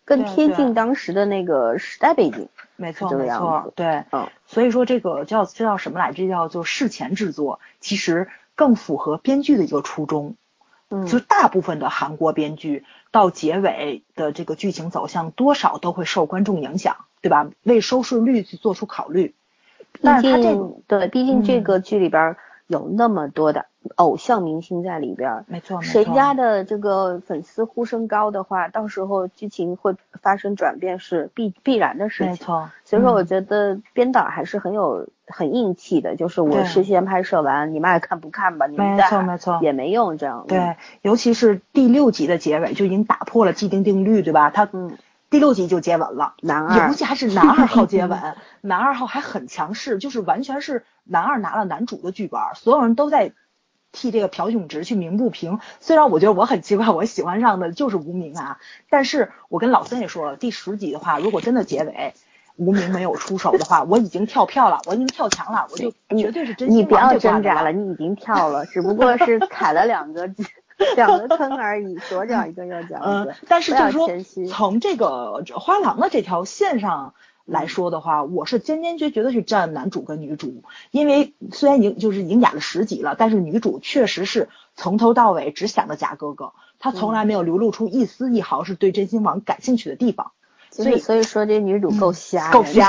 [SPEAKER 1] 更贴近当时的那个时代背景。
[SPEAKER 2] 没错没错，对，所以说这叫什么来着？叫做事前制作，其实更符合编剧的一个初衷。就大部分的韩国编剧到结尾的这个剧情走向多少都会受观众影响，对吧？为收视率去做出考虑。但是他
[SPEAKER 1] 毕竟这个剧里边有那么多的偶像明星在里边，
[SPEAKER 2] 没错，
[SPEAKER 1] 谁家的这个粉丝呼声高的话，到时候剧情会发生转变是必然的事情。
[SPEAKER 2] 没错，
[SPEAKER 1] 所以说我觉得编导还是很硬气的，就是我事先拍摄完，你们爱看不看吧，你们
[SPEAKER 2] 没错
[SPEAKER 1] 也没用这样。
[SPEAKER 2] 对，尤其是第6集的结尾就已经打破了既定定律，对吧？他第6集就接吻了，
[SPEAKER 1] 男二，
[SPEAKER 2] 尤其还是男2号接吻，男2号还很强势，就是完全是男2拿了男主的剧本，所有人都在替这个朴炯植去鸣不平。虽然我觉得我很奇怪，我喜欢上的就是无名啊，但是我跟老森也说了，第10集的话，如果真的结尾无名没有出手的话，我已经跳票了，我已经跳墙了，我就绝对是真心。
[SPEAKER 1] 你不要挣扎了，你已经跳了，只不过是踩了两个坑而已，左脚一个右脚一个。
[SPEAKER 2] 但是就是说从这个花郎的这条线上来说的话，我是坚决的去站男主跟女主，因为虽然已经演了10集了，但是女主确实是从头到尾只想着嫁哥哥，她从来没有流露出一丝一毫是对真心王感兴趣的地方。
[SPEAKER 1] 所以说这女主够瞎，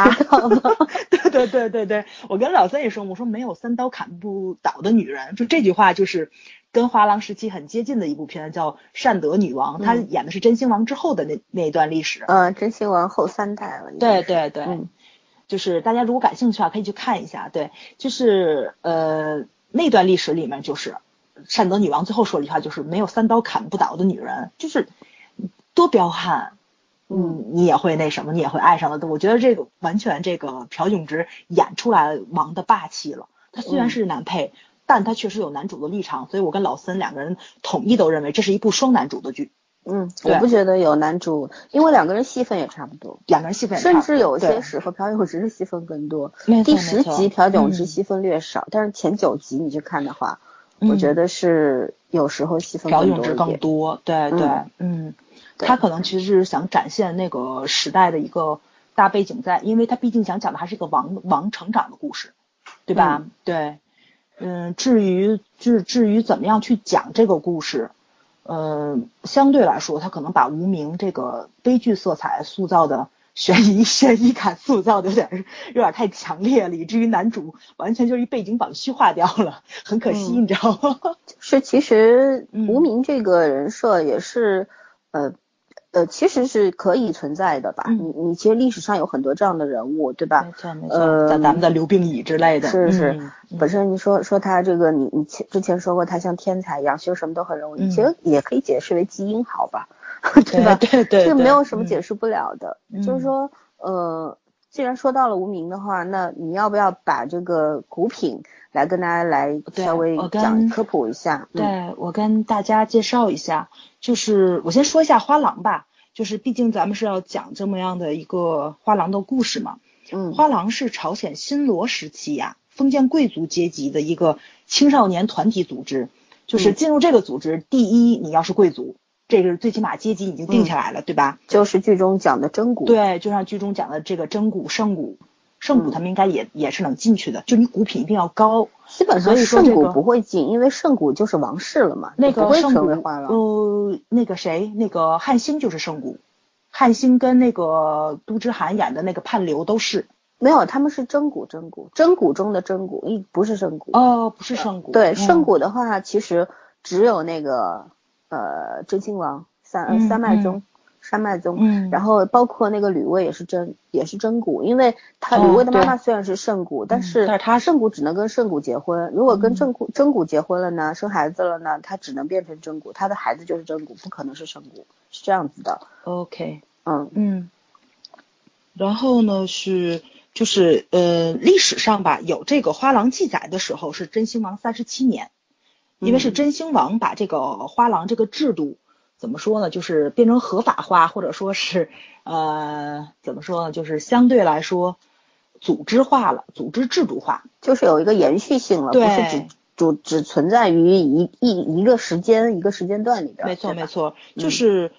[SPEAKER 2] 对，我跟老三也说，我说没有3刀砍不倒的女人，就这句话就是跟花郎时期很接近的一部片叫《善德女王》，她演的是真心王之后的那一段历史。
[SPEAKER 1] 真心王后3代了。
[SPEAKER 2] 对，就是大家如果感兴趣的话可以去看一下。对，就是那段历史里面，就是善德女王最后说了一句话，就是没有3刀砍不倒的女人，就是多彪悍。你也会那什么，你也会爱上的。我觉得这个完全这个朴炯植演出来王的霸气了。他虽然是男配，但他确实有男主的立场，所以我跟老森2个人统一都认为这是一部双男主的剧。
[SPEAKER 1] 我不觉得有男主，因为2个人戏份也差不多，甚至有些时候朴炯植的戏份更多。第10集朴炯植戏份略少，但是前9集你去看的话，我觉得是有时候戏份
[SPEAKER 2] 朴炯植更多。对，他可能其实是想展现那个时代的一个大背景在，因为他毕竟想讲的还是一个王成长的故事，对吧？对，至于怎么样去讲这个故事，相对来说，他可能把无名这个悲剧色彩塑造的悬疑感塑造的有点太强烈了，以至于男主完全就是一背景板虚化掉了，很可惜，你知道吗？
[SPEAKER 1] 是，其实无名这个人设也是其实是可以存在的吧。你其实历史上有很多这样的人物，对吧？
[SPEAKER 2] 没错，像咱们的刘病已之类的。
[SPEAKER 1] 是，本身你说他这个，你之前说过他像天才一样，学什么都很容易，其实也可以解释为基因好吧，对吧？
[SPEAKER 2] 对，
[SPEAKER 1] 这没有什么解释不了的。就是说，既然说到了无名的话，那你要不要把这个古品来跟大家来稍微科普一下？
[SPEAKER 2] 对，我跟大家介绍一下，就是我先说一下花郎吧，就是毕竟咱们是要讲这么样的一个花郎的故事嘛。花郎是朝鲜新罗时期呀，封建贵族阶级的一个青少年团体组织，就是进入这个组织，第一你要是贵族。这个最起码阶级已经定下来了，对吧？
[SPEAKER 1] 就是剧中讲的真古。
[SPEAKER 2] 对，就像剧中讲的这个真古、圣古他们应该也是能进去的，就你古品一定要高。
[SPEAKER 1] 基本上圣古不会进，因为圣古就是王室了嘛，
[SPEAKER 2] 那个
[SPEAKER 1] 不会成为花郎。
[SPEAKER 2] 那个谁，那个汉星就是圣古，汉星跟那个都知涵演的那个叛流都是。
[SPEAKER 1] 没有，他们是真古中的真古，不是圣古。
[SPEAKER 2] 不是圣古。
[SPEAKER 1] 对，圣古的话其实只有那个。真心王山脉宗，然后包括那个吕卫也是真古，因为他吕卫的妈妈虽然是圣古，但是他圣古只能跟圣古结婚，如果跟真古结婚了呢，生孩子了呢，他只能变成真古，他的孩子就是真古，不可能是圣古，是这样子的。
[SPEAKER 2] OK， 然后呢就是历史上吧有这个花郎记载的时候是真兴王37年。因为是真兴王把这个花郎这个制度怎么说呢，就是变成合法化，或者说是怎么说呢，就是相对来说组织化了，组织制度化，
[SPEAKER 1] 就是有一个延续性了，不是只存在于一个时间段里边。
[SPEAKER 2] 没错，就是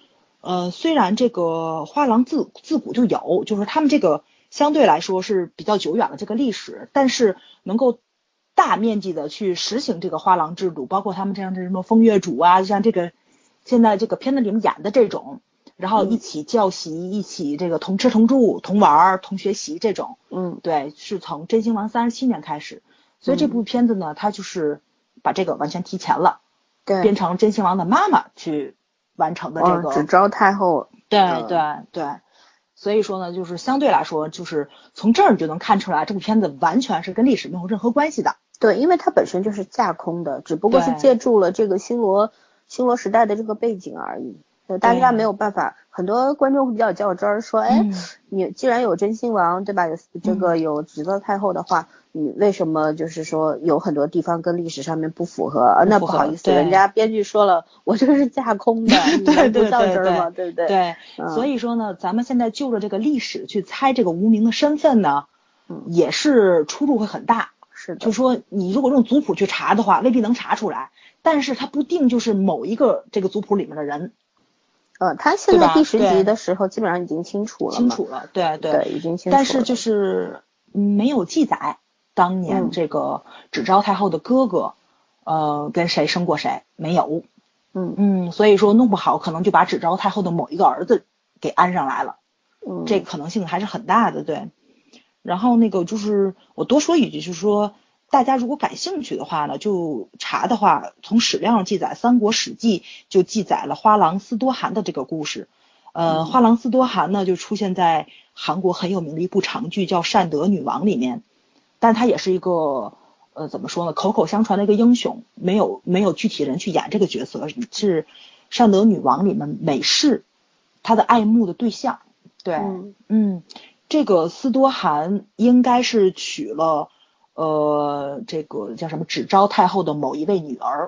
[SPEAKER 2] 虽然这个花郎自古就有，就是他们这个相对来说是比较久远的这个历史，但是能够大面积的去实行这个花郎制度，包括他们这样的什么风月主啊，像这个现在这个片子里面演的这种，然后一起教习，一起这个同吃同住同玩同学习这种，对，是从真兴王37年开始，所以这部片子呢，它就是把这个完全提前了，
[SPEAKER 1] 对，
[SPEAKER 2] 变成真兴王的妈妈去完成的这个
[SPEAKER 1] 只招太后，
[SPEAKER 2] 对，所以说呢，就是相对来说，就是从这儿你就能看出来，这部片子完全是跟历史没有任何关系的。
[SPEAKER 1] 对，因为它本身就是架空的，只不过是借助了这个新罗时代的这个背景而已。大家没有办法，很多观众比较较真儿，说，你既然有真兴王，对吧？有这个有只招太后的话，你为什么就是说有很多地方跟历史上面不符合？那不好意思，人家编剧说了，我这个是架空的，你能不较真吗？对不对？
[SPEAKER 2] 对，所以说呢，咱们现在就着这个历史去猜这个无名的身份呢，也是出入会很大。
[SPEAKER 1] 是的，
[SPEAKER 2] 就是说你如果用族谱去查的话，未必能查出来，但是它不定就是某一个这个族谱里面的人。
[SPEAKER 1] 他现在第10集的时候基本上已经清楚了，
[SPEAKER 2] 对，
[SPEAKER 1] 已经清楚了。
[SPEAKER 2] 但是就是没有记载当年这个只招太后的哥哥，跟谁生过谁没有，所以说弄不好可能就把只招太后的某一个儿子给安上来了，这个可能性还是很大的，对。然后那个就是我多说一句，就是说大家如果感兴趣的话呢，就查的话，从史料上记载，《三国史记》就记载了花郎司多汗的这个故事。花郎司多汗呢，就出现在韩国很有名的一部长剧叫《善德女王》里面，但他也是一个怎么说呢，口口相传的一个英雄，没有具体人去演这个角色，是《善德女王》里面美氏她的爱慕的对象。对，这个司多汗应该是娶了这个叫什么只招太后的某一位女儿。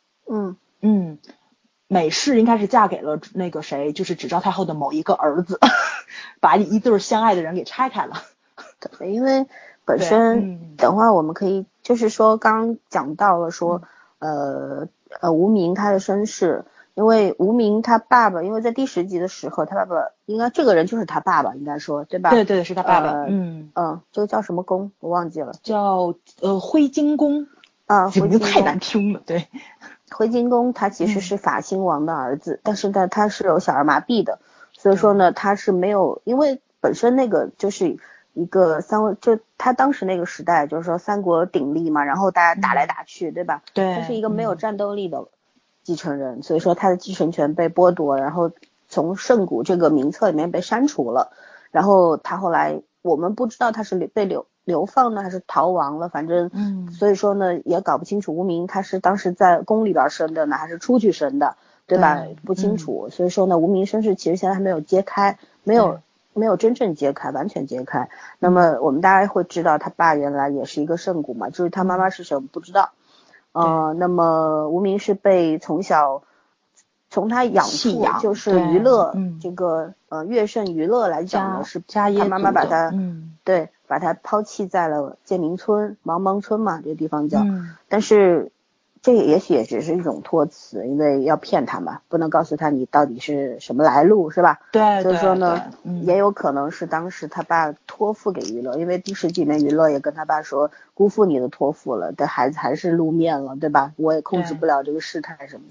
[SPEAKER 2] 美氏应该是嫁给了那个谁，就是只招太后的某一个儿子，把一对相爱的人给拆开了。
[SPEAKER 1] 对，因为本身等会儿我们可以就是说刚讲到了说无名他的身世。因为无名他爸爸，因为在第10集的时候，他爸爸应该这个人就是他爸爸，应该说对吧？
[SPEAKER 2] 对，是他爸爸。
[SPEAKER 1] 这个叫什么宫我忘记了，
[SPEAKER 2] 叫灰金宫啊，名字太难听了。对，
[SPEAKER 1] 灰金宫他其实是法兴王的儿子，但是呢他是有小儿麻痹的，所以说呢他是没有，因为本身那个就是一个就他当时那个时代就是说三国鼎立嘛，然后大家打来打去，对吧？
[SPEAKER 2] 对，
[SPEAKER 1] 他是一个没有战斗力的继承人，所以说他的继承权被剥夺，然后从圣谷这个名册里面被删除了，然后他后来我们不知道他是被流放呢还是逃亡了，反正所以说呢也搞不清楚无名他是当时在宫里边生的呢还是出去生的，对吧？不清楚，所以说呢无名身世其实现在还没有揭开，没有真正揭开，完全揭开。那么我们大家会知道他爸原来也是一个圣谷嘛，至于他妈妈是谁我们不知道。那么无名是被从小从他养父就是娱乐这个乐圣娱乐来讲呢，是他妈妈把他对把他抛弃在了建民村茫茫村嘛，这个地方叫，但是这也许也只是一种托词，因为要骗他嘛，不能告诉他你到底是什么来路，是吧？
[SPEAKER 2] 对，
[SPEAKER 1] 所以说呢也有可能是当时他爸托付给娱乐，因为第10集里面娱乐也跟他爸说辜负你的托付了，但孩子还是露面了，对吧？我也控制不了这个事态什么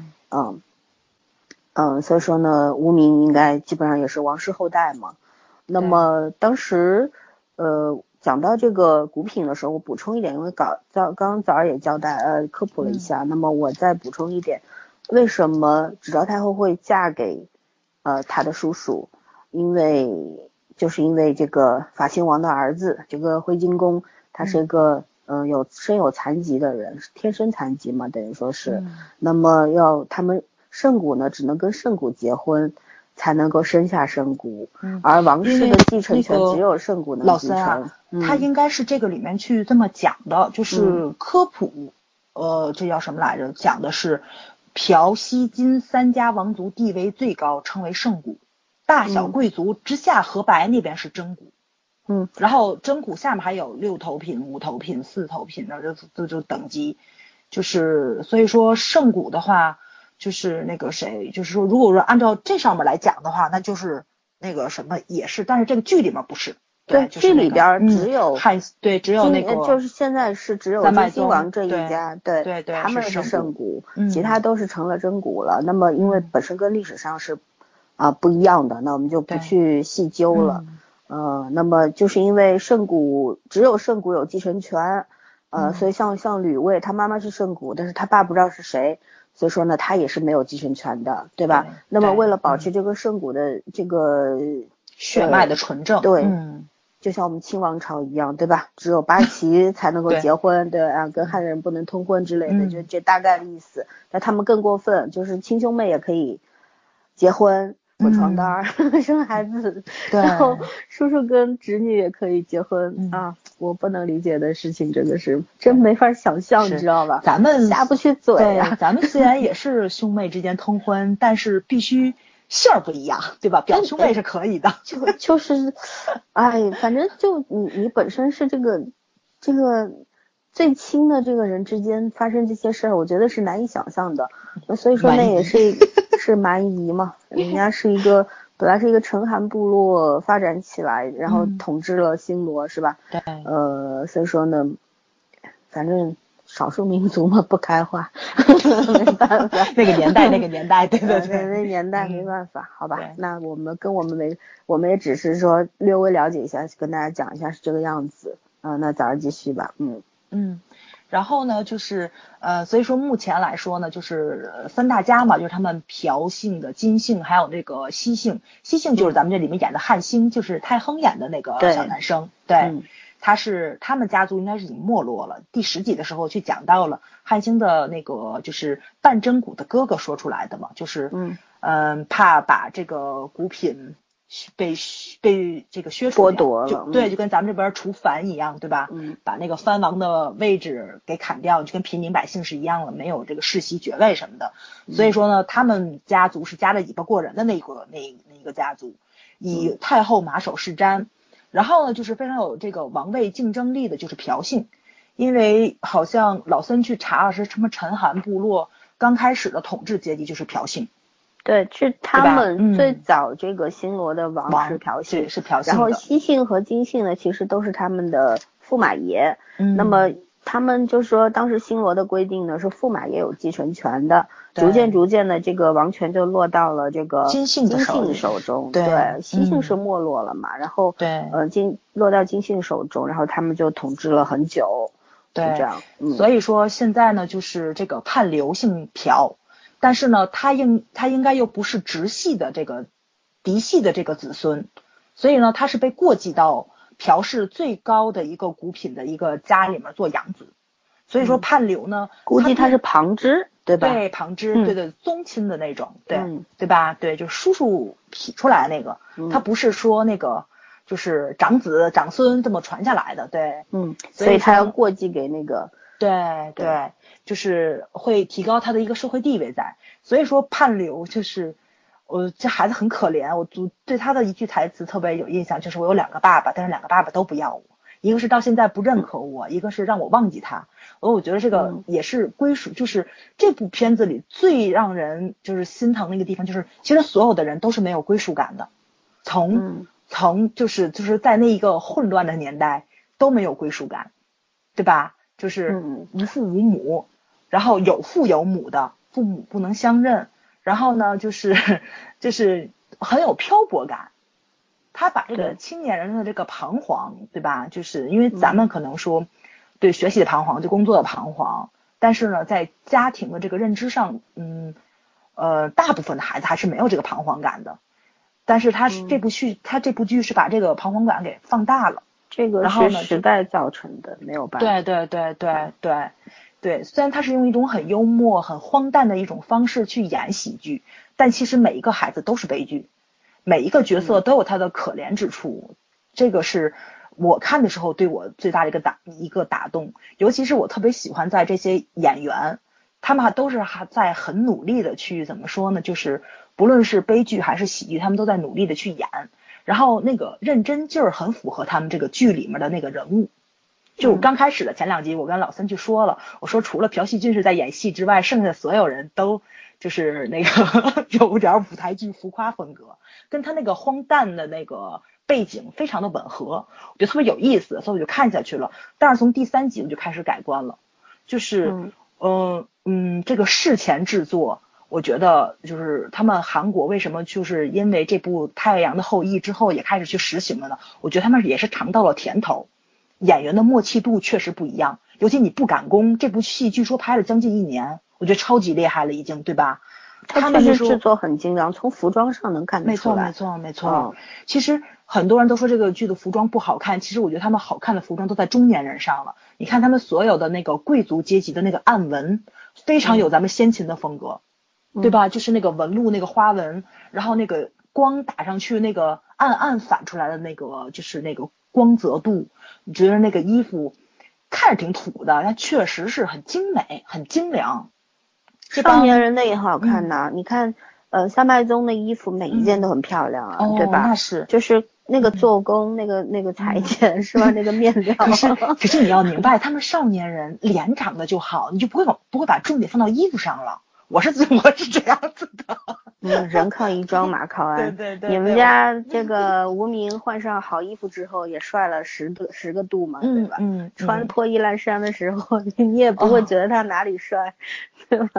[SPEAKER 1] 的。所以说呢无名应该基本上也是王室后代嘛。那么当时讲到这个古品的时候，我补充一点，因为刚刚早儿也交代科普了一下，那么我再补充一点，为什么只招太后会嫁给他的叔叔，因为这个法兴王的儿子，这个灰金公他是一个身有残疾的人，天生残疾嘛，等于说是，那么他们圣谷呢只能跟圣谷结婚才能够生下圣谷，而王室的继承权只有圣谷能继承。
[SPEAKER 2] 他应该是这个里面去这么讲的，就是科普，这叫什么来着？讲的是朴西金3家王族地位最高，称为圣谷，大小贵族之下河白那边是真谷，然后真谷下面还有6头品、5头品、4头品的，就等级，就是所以说圣谷的话， 就是那个谁，就是说如果说按照这上面来讲的话，那就是那个什么也是，但是这个剧里面不是。
[SPEAKER 1] 对，
[SPEAKER 2] 就是
[SPEAKER 1] 剧里边只有
[SPEAKER 2] 对，只有那个
[SPEAKER 1] 就是现在是只有金星王这一家，
[SPEAKER 2] 对，
[SPEAKER 1] 他们是圣骨，其他都是成了真骨了。那么因为本身跟历史上是不一样的，那我们就不去细究了。那么就是因为圣骨只有圣骨有继承权，所以像吕卫他妈妈是圣骨，但是他爸不知道是谁，所以说呢他也是没有继承权的，对吧？那么为了保持这个圣骨的这个
[SPEAKER 2] 血脉的纯正，
[SPEAKER 1] 对，就像我们清王朝一样，对吧？只有八旗才能够结婚，对啊，跟汉人不能通婚之类的，就这大概的意思。但他们更过分，就是亲兄妹也可以结婚、滚床单、生孩子，然后叔叔跟侄女也可以结婚啊！我不能理解的事情，真的是真没法想象，你知道吧？
[SPEAKER 2] 咱们
[SPEAKER 1] 下不去嘴啊！
[SPEAKER 2] 咱们虽然也是兄妹之间通婚，但是必须姓儿不一样，对吧？表兄妹是可以的，
[SPEAKER 1] 就是，哎，反正就你本身是这个最亲的这个人之间发生这些事儿，我觉得是难以想象的。所以说那也是蛮夷嘛，人家是本来是一个陈韩部落发展起来，然后统治了新罗，是吧？
[SPEAKER 2] 对。
[SPEAKER 1] 所以说呢，反正少数民族嘛不开化，没办法。
[SPEAKER 2] 那个年代，对，
[SPEAKER 1] 那年代没办法，好吧？那我们也只是说略微了解一下，跟大家讲一下是这个样子。那早上继续吧。
[SPEAKER 2] 然后呢，就是所以说目前来说呢，就是三大家嘛，就是他们朴姓的、金姓还有那个西姓。西姓就是咱们这里面演的汉星，就是太亨演的那个小男生。对，他们家族应该是已经没落了。第10集的时候去讲到了汉星的那个就是半真骨的哥哥说出来的嘛，就是怕把这个骨品被这个削除
[SPEAKER 1] 剥夺了，
[SPEAKER 2] 对，就跟咱们这边除藩一样，对吧？把那个藩王的位置给砍掉，就跟平民百姓是一样了，没有这个世袭爵位什么的。所以说呢，他们家族是夹着尾巴过人的那个家族，以太后马首是瞻。然后呢，就是非常有这个王位竞争力的，就是朴姓，因为好像老森去查了是什么陈韩部落刚开始的统治阶级就是朴姓。
[SPEAKER 1] 对，是他们最早这个新罗的王是朴姓，
[SPEAKER 2] 是朴姓。
[SPEAKER 1] 然后西姓和金姓呢，其实都是他们的驸马爷。那么他们就说，当时新罗的规定呢，是驸马爷有继承权的。逐渐的，这个王权就落到了这个
[SPEAKER 2] 金姓
[SPEAKER 1] 手中。对，西姓是没落了嘛，然后落到金姓手中，然后他们就统治了很久。
[SPEAKER 2] 对，
[SPEAKER 1] 这样。
[SPEAKER 2] 所以说现在呢，就是这个叛刘姓朴。但是呢，他应该又不是直系的这个嫡系的这个子孙，所以呢，他是被过继到朴氏最高的一个骨品的一个家里面做养子。所以说叛刘呢，
[SPEAKER 1] 估计他是旁支，对吧？
[SPEAKER 2] 对，旁支，对，宗亲的那种，对吧？对，就是叔叔劈出来的那个，他不是说那个就是长子长孙这么传下来的，对，
[SPEAKER 1] 所以他要过继给那个，
[SPEAKER 2] 对。就是会提高他的一个社会地位在，所以说叛刘就是这孩子很可怜，我对他的一句台词特别有印象，就是我有2个爸爸，但是2个爸爸都不要我，一个是到现在不认可我，一个是让我忘记他。我觉得这个也是归属，就是这部片子里最让人就是心疼的一个地方，就是其实所有的人都是没有归属感的，从就是在那一个混乱的年代都没有归属感，对吧？就是无父无母。然后有父有母的，父母不能相认，然后呢就是很有漂泊感。他把这个青年人的这个彷徨，对吧？就是因为咱们可能说对学习的彷徨，对工作的彷徨，但是呢在家庭的这个认知上，大部分的孩子还是没有这个彷徨感的。但是他这部剧是把这个彷徨感给放大了，
[SPEAKER 1] 这个是时代造成的，没有办法。
[SPEAKER 2] 对，虽然他是用一种很幽默、很荒诞的一种方式去演喜剧，但其实每一个孩子都是悲剧，每一个角色都有他的可怜之处。这个是我看的时候对我最大的一个打动，尤其是我特别喜欢在这些演员，他们都是还在很努力的去怎么说呢？就是不论是悲剧还是喜剧，他们都在努力的去演，然后那个认真劲儿很符合他们这个剧里面的那个人物。就刚开始的前2集，我跟老三去说了，我说除了朴叙俊是在演戏之外，剩下的所有人都就是那个有点舞台剧浮夸风格，跟他那个荒诞的那个背景非常的吻合，我觉得特别有意思，所以我就看下去了。但是从第3集我就开始改观了，就是这个事前制作，我觉得就是他们韩国为什么就是因为这部《太阳的后裔》之后也开始去实行了呢？我觉得他们也是尝到了甜头，演员的默契度确实不一样。尤其你不赶工，这部戏据说拍了将近1年，我觉得超级厉害了已经，对吧？
[SPEAKER 1] 他们确实制作很精良，从服装上能看得出来。
[SPEAKER 2] 没错。其实很多人都说这个剧的服装不好看，其实我觉得他们好看的服装都在中年人上了。你看他们所有的那个贵族阶级的那个暗纹，非常有咱们先秦的风格，对吧？就是那个纹路那个花纹，然后那个光打上去那个暗反出来的那个就是那个光泽度，你觉得那个衣服看着挺土的，但确实是很精美很精良。
[SPEAKER 1] 少年人的也好看呐，你看三麦宗的衣服每一件都很漂亮啊，对吧？
[SPEAKER 2] 那是，
[SPEAKER 1] 就是那个做工，那个裁剪是吧？那个面料。
[SPEAKER 2] 可是你要明白，他们少年人脸长得就好，你就不会把重点放到衣服上了。我是这样子的。
[SPEAKER 1] 人靠衣装，马靠鞍。
[SPEAKER 2] 对。
[SPEAKER 1] 你们家这个无名换上好衣服之后，也帅了10个度嘛，对吧？穿破衣烂衫的时候，你也不会觉得他哪里帅，对吧？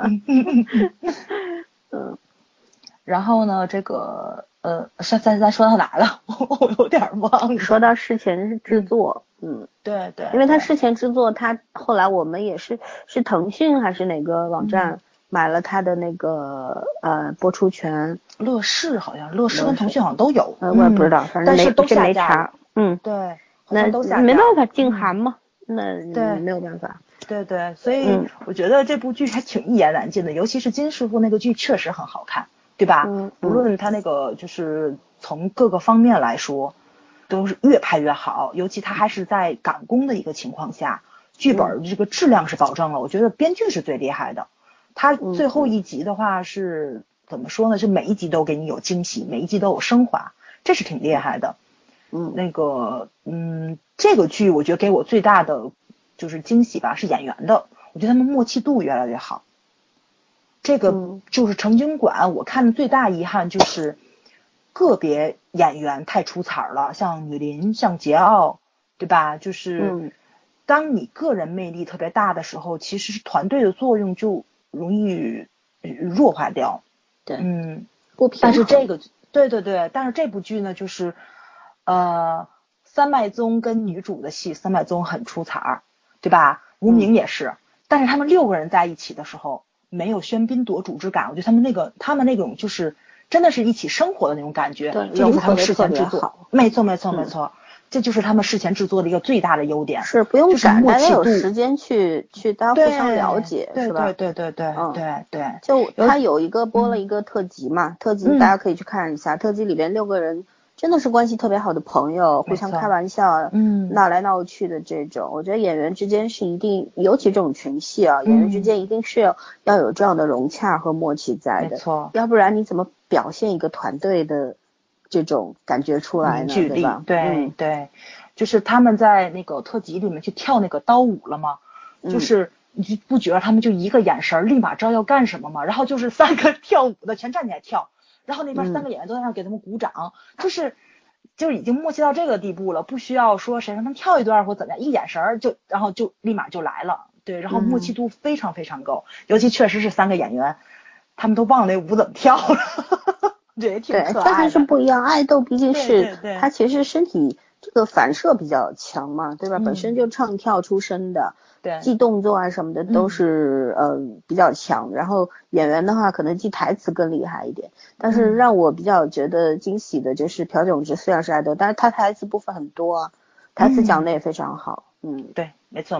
[SPEAKER 2] 然后呢，这个咱说到哪了？我有点忘了。
[SPEAKER 1] 说到事前制作，
[SPEAKER 2] 对，
[SPEAKER 1] 因为他事前制作，他后来我们也是腾讯还是哪个网站买了他的那个播出权。
[SPEAKER 2] 乐视好像，乐视跟腾讯好像都有，
[SPEAKER 1] 我也不知道，反正
[SPEAKER 2] 都
[SPEAKER 1] 没查。
[SPEAKER 2] 对，
[SPEAKER 1] 那没办法禁韩嘛，那
[SPEAKER 2] 对
[SPEAKER 1] 没有办法。
[SPEAKER 2] 对，所以我觉得这部剧还挺一言难尽的，尤其是金师傅那个剧确实很好看，对吧？无论他那个就是从各个方面来说，都是越拍越好，尤其他还是在赶工的一个情况下，剧本这个质量是保证了，我觉得编剧是最厉害的。他最后一集的话是怎么说呢？是每一集都给你有惊喜，每一集都有升华，这是挺厉害的。这个剧我觉得给我最大的就是惊喜吧，是演员的，我觉得他们默契度越来越好。这个就是成经馆，我看的最大遗憾就是个别演员太出彩了，像女林，像桀骜，对吧？就是当你个人魅力特别大的时候，其实是团队的作用就容易弱化掉。
[SPEAKER 1] 对，
[SPEAKER 2] 不平衡。但是这个对，但是这部剧呢，就是三麦宗跟女主的戏，三麦宗很出彩，对吧？无名也是，但是他们6个人在一起的时候，没有喧宾夺主之感。我觉得他们那种就是真的是一起生活的那种感觉，这就是他们事前制作。没错，这就是他们事前制作的一个最大的优点。
[SPEAKER 1] 是不用赶，大家有时间去大家互相了解，是吧？
[SPEAKER 2] 对。
[SPEAKER 1] 就他有一个播了一个特辑嘛，特辑大家可以去看一下，特辑里边6个人真的是关系特别好的朋友，互相开玩笑，闹来闹去的这种。我觉得演员之间是一定，尤其这种群戏啊，演员之间一定是要有这样的融洽和默契在的，
[SPEAKER 2] 没错，
[SPEAKER 1] 要不然你怎么表现一个团队的这种感觉出来呢？对吧？
[SPEAKER 2] 对，就是他们在那个特辑里面去跳那个刀舞了嘛，就是你就不觉得他们就一个眼神立马知道要干什么吗？然后就是3个跳舞的全站起来跳。然后那边3个演员都在那给他们鼓掌，就是已经默契到这个地步了，不需要说谁让他们跳一段或怎么样，一眼神然后就立马就来了，对，然后默契度非常非常高，尤其确实是3个演员，他们都忘了那舞怎么跳了，这也挺可爱的。
[SPEAKER 1] 对，但是不一样，爱豆毕竟是他其实身体这个反射比较强嘛，对吧？本身就唱跳出身的。
[SPEAKER 2] 对，
[SPEAKER 1] 记动作啊什么的都是比较强，然后演员的话可能记台词更厉害一点。但是让我比较觉得惊喜的就是朴炯植，虽然是爱豆，但是他台词部分很多啊，台词讲的也非常好。
[SPEAKER 2] 对，没错。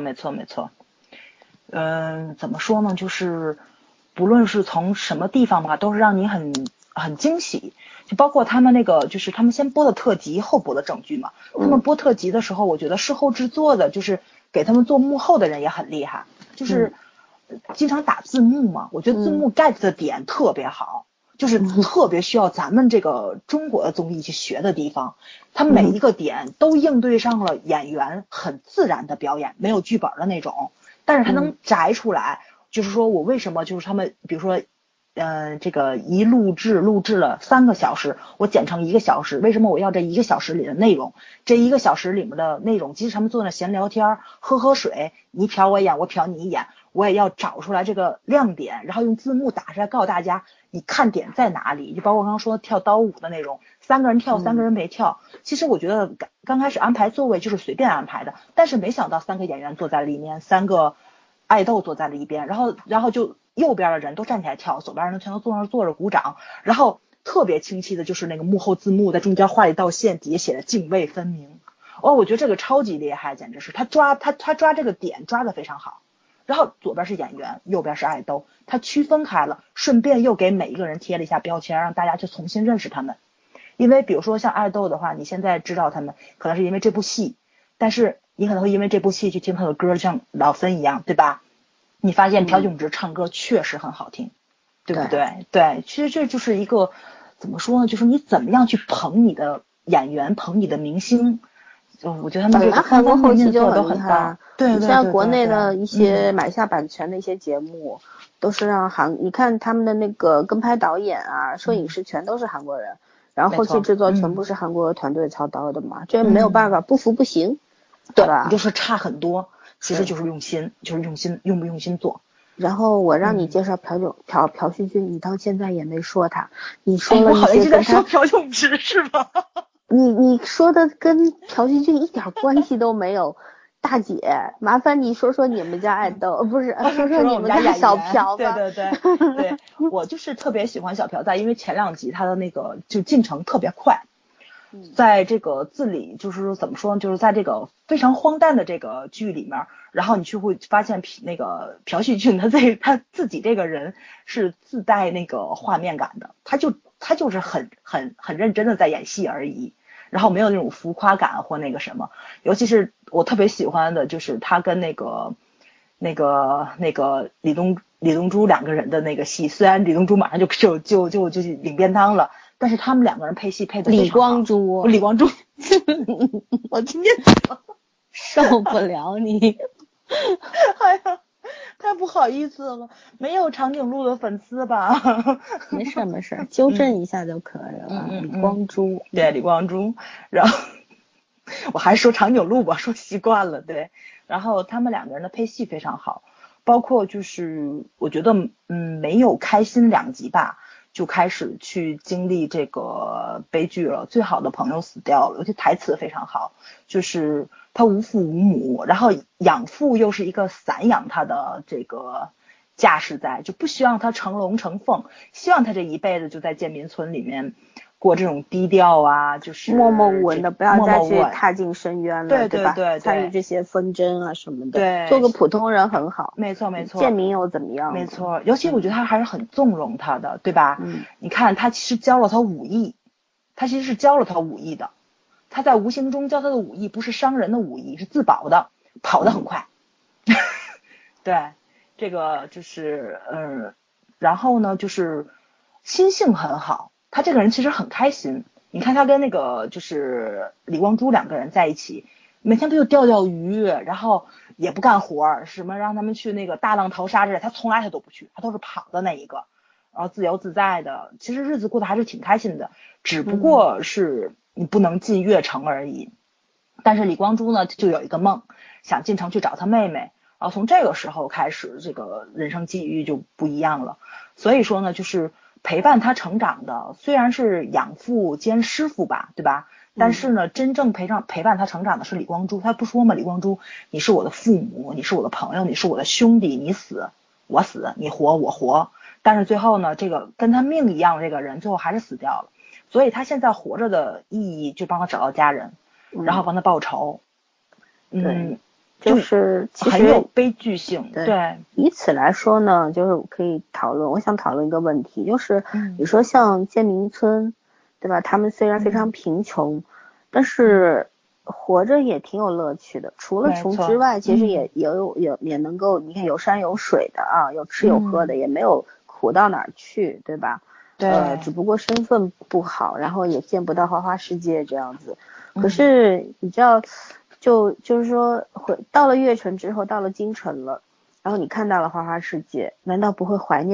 [SPEAKER 2] 怎么说呢？就是不论是从什么地方吧，都是让你很惊喜。就包括他们那个，就是他们先播的特辑，后播的正剧嘛。他们播特辑的时候，我觉得事后制作的就是给他们做幕后的人也很厉害，就是经常打字幕嘛，我觉得字幕 get 的点特别好，就是特别需要咱们这个中国的综艺去学的地方，他每一个点都应对上了演员很自然的表演，没有剧本的那种，但是他能摘出来，就是说我为什么就是他们比如说这个录制了3个小时，我剪成1个小时。为什么我要这1个小时里的内容？这1个小时里面的内容，即使他们坐那闲聊天，喝水，你瞟我一眼，我瞟你一眼，我也要找出来这个亮点，然后用字幕打出来，告诉大家你看点在哪里。就包括刚刚说跳刀舞的内容，3个人跳，3个人没跳。其实我觉得刚开始安排座位就是随便安排的，但是没想到3个演员坐在里面，3个爱豆坐在了一边，然后就右边的人都站起来跳，左边的人全都坐着鼓掌，然后特别清晰的就是那个幕后字幕在中间画了一道线，底下写的泾渭分明。我觉得这个超级厉害，简直是他抓这个点抓得非常好。然后左边是演员，右边是爱豆，他区分开了，顺便又给每一个人贴了一下标签，让大家去重新认识他们。因为比如说像爱豆的话，你现在知道他们可能是因为这部戏，但是你可能会因为这部戏去听他的歌，像老森一样，对吧？你发现朴炯植唱歌确实很好听，对不对？对，其实这就是一个怎么说呢，就是你怎么样去捧你的演员，捧你的明星。我觉得他们这个
[SPEAKER 1] 韩国后期就很厉害，
[SPEAKER 2] 对，
[SPEAKER 1] 像国内的一些买下版权的一些节目，都是让你看他们的那个跟拍导演啊、摄影师全都是韩国人，然后后期制作全部是韩国团队操刀的嘛，这没有办法，不服不行，对吧？
[SPEAKER 2] 你就是差很多，其实就是用心，用不用心做。
[SPEAKER 1] 然后我让你介绍朴叙俊，你到现在也没说他，你说了
[SPEAKER 2] 一些跟他说朴炯植是吗？
[SPEAKER 1] 你说的跟朴叙俊一点关系都没有，大姐，麻烦你说说你们家爱豆，不是说说你们家小朴吧？
[SPEAKER 2] 对，我就是特别喜欢小朴在，因为前2集他的那个就进程特别快，在这个字里就是说怎么说呢，就是在这个非常荒诞的这个剧里面，然后你就会发现那个朴叙俊他自己这个人是自带那个画面感的，他就是很认真的在演戏而已，然后没有那种浮夸感或那个什么。尤其是我特别喜欢的就是他跟那个李东珠2个人的那个戏，虽然李东珠马上就领便当了，但是他们2个人配戏配的非常好。李光洙我今天
[SPEAKER 1] 受不了你
[SPEAKER 2] 哎呀，太不好意思了，没有长颈鹿的粉丝吧？
[SPEAKER 1] 没事，纠正一下就可以了。李光洙，
[SPEAKER 2] 对，李光洙，然后我还说长颈鹿吧，说习惯了，对。然后他们2个人的配戏非常好，包括就是我觉得没有开心2集吧，就开始去经历这个悲剧了。最好的朋友死掉了，尤其台词非常好，就是他无父无母，然后养父又是一个散养他的这个架势在，就不希望他成龙成凤，希望他这一辈子就在建民村里面过这种低调啊，就是
[SPEAKER 1] 默默无闻的，不要再去踏进深渊了，
[SPEAKER 2] 对
[SPEAKER 1] 吧？
[SPEAKER 2] 对，
[SPEAKER 1] 参与这些纷争啊什么的，
[SPEAKER 2] 对，
[SPEAKER 1] 做个普通人很好。
[SPEAKER 2] 没错，
[SPEAKER 1] 建民又怎么样？
[SPEAKER 2] 没错，尤其我觉得他还是很纵容他的，对吧？你看他其实教了他武艺，他其实是教了他武艺的，他在无形中教他的武艺不是伤人的武艺，是自保的，跑得很快。对，这个就是然后呢就是心性很好，他这个人其实很开心。你看他跟那个就是李光洙2个人在一起，每天都就钓鱼，然后也不干活，什么让他们去那个大浪淘沙之类，他从来都不去，他都是跑的那一个，然后自由自在的，其实日子过得还是挺开心的，只不过是你不能进悦城而已。但是李光洙呢就有一个梦，想进城去找他妹妹，然后从这个时候开始，这个人生际遇就不一样了。所以说呢，就是陪伴他成长的虽然是养父兼师傅吧，对吧？但是呢，真正陪伴他成长的是李光洙。他不说嘛，李光洙，你是我的父母，你是我的朋友，你是我的兄弟，你死我死，你活我活。但是最后呢，这个跟他命一样的这个人最后还是死掉了。所以他现在活着的意义就帮他找到家人，然后帮他报仇。
[SPEAKER 1] 就是其实
[SPEAKER 2] 很有悲剧性。对，
[SPEAKER 1] 以此来说呢，就是可以讨论，我想讨论一个问题，就是你说像建民村，对吧？他们虽然非常贫穷，但是活着也挺有乐趣的。除了穷之外，其实也能够，你看有山有水的啊，有吃有喝的，也没有苦到哪儿去，对吧？
[SPEAKER 2] 对，
[SPEAKER 1] 只不过身份不好，然后也见不到花花世界这样子。可是你知道，就是说到了悦城之后，到了京城了，然后你看到了花花世界，难道不会怀念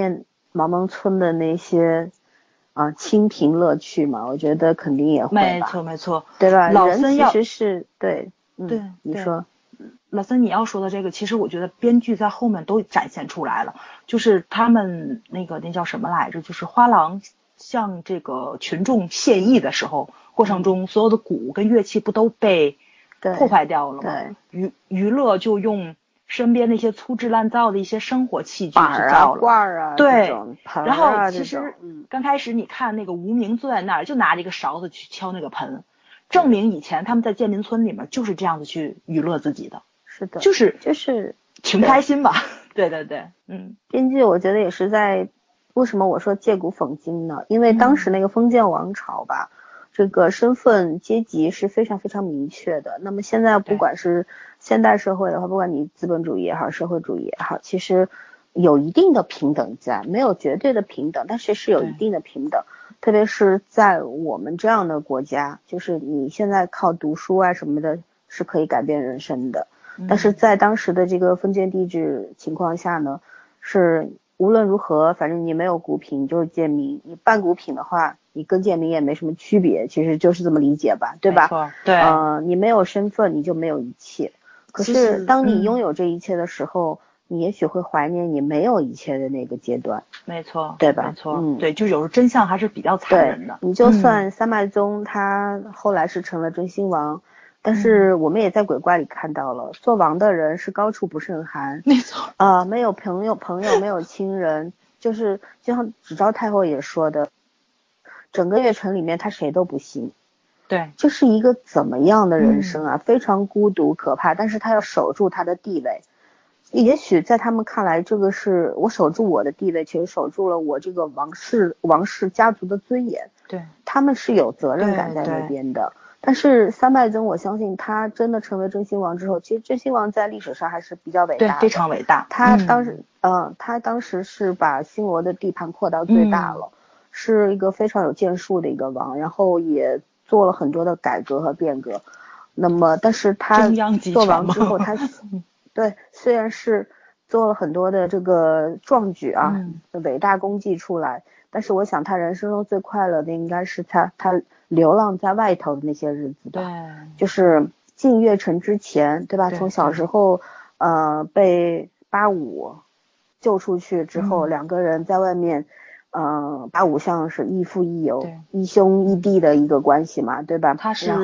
[SPEAKER 1] 毛蒙村的那些清贫乐趣嘛，我觉得肯定也会吧。
[SPEAKER 2] 没错没错，
[SPEAKER 1] 对吧？
[SPEAKER 2] 老森
[SPEAKER 1] 人其实是对，
[SPEAKER 2] 对，
[SPEAKER 1] 你说。
[SPEAKER 2] 老森你要说的这个，其实我觉得编剧在后面都展现出来了，就是他们那叫什么来着，就是花郎向这个群众献艺的时候，过程中所有的鼓跟乐器不都被破坏掉了吗？娱乐就用身边那些粗制滥造的一些生活器具制造了，
[SPEAKER 1] 罐啊，
[SPEAKER 2] 对，
[SPEAKER 1] 盆
[SPEAKER 2] 然后其实刚开始你看那个无名坐在那儿，就拿着一个勺子去敲那个盆，证明以前他们在建民村里面就是这样子去娱乐自己的。
[SPEAKER 1] 是的，
[SPEAKER 2] 就是挺开心吧。对，
[SPEAKER 1] 编剧我觉得也是在，为什么我说借古讽今呢？因为当时那个封建王朝吧，这个身份阶级是非常非常明确的。那么现在不管是现代社会的话，不管你资本主义也好，社会主义也好，其实有一定的平等在，没有绝对的平等，但是是有一定的平等。特别是在我们这样的国家，就是你现在靠读书啊什么的是可以改变人生的。但是在当时的这个封建帝制情况下呢，是无论如何，反正你没有古品就是贱民，你半古品的话，你跟贱民也没什么区别，其实就是这么理解吧，对吧？
[SPEAKER 2] 没错，对，
[SPEAKER 1] 你没有身份，你就没有一切。可是当你拥有这一切的时候，你也许会怀念你没有一切的那个阶段。
[SPEAKER 2] 没错，
[SPEAKER 1] 对吧？
[SPEAKER 2] 没错，对，就有时候真相还是比较残忍的。
[SPEAKER 1] 你就算三脉宗他后来是成了真心王。但是我们也在鬼怪里看到了，做王的人是高处不胜寒，
[SPEAKER 2] 没错，
[SPEAKER 1] 没有朋友没有亲人，就像只昭太后也说的，整个月城里面他谁都不信。
[SPEAKER 2] 对，
[SPEAKER 1] 这是一个怎么样的人生啊？非常孤独可怕，但是他要守住他的地位。也许在他们看来，这个是我守住我的地位，其实守住了我这个王室家族的尊严。
[SPEAKER 2] 对，
[SPEAKER 1] 他们是有责任感在那边的。但是三脉宗，我相信他真的成为真心王之后，其实真心王在历史上还是比较伟大的，
[SPEAKER 2] 对，非常伟大。
[SPEAKER 1] 他当时是把新罗的地盘扩到最大了，是一个非常有建树的一个王，然后也做了很多的改革和变革。那么，但是他做王之后，他对虽然是做了很多的这个壮举啊，伟大功绩出来，但是我想他人生中最快乐的应该是他流浪在外头的那些日子吧。
[SPEAKER 2] 对，
[SPEAKER 1] 就是进月城之前，对吧？从小时候被八五救出去之后，两个人在外面八五像是亦父亦友，亦兄亦弟的一个关系嘛，对吧？
[SPEAKER 2] 他是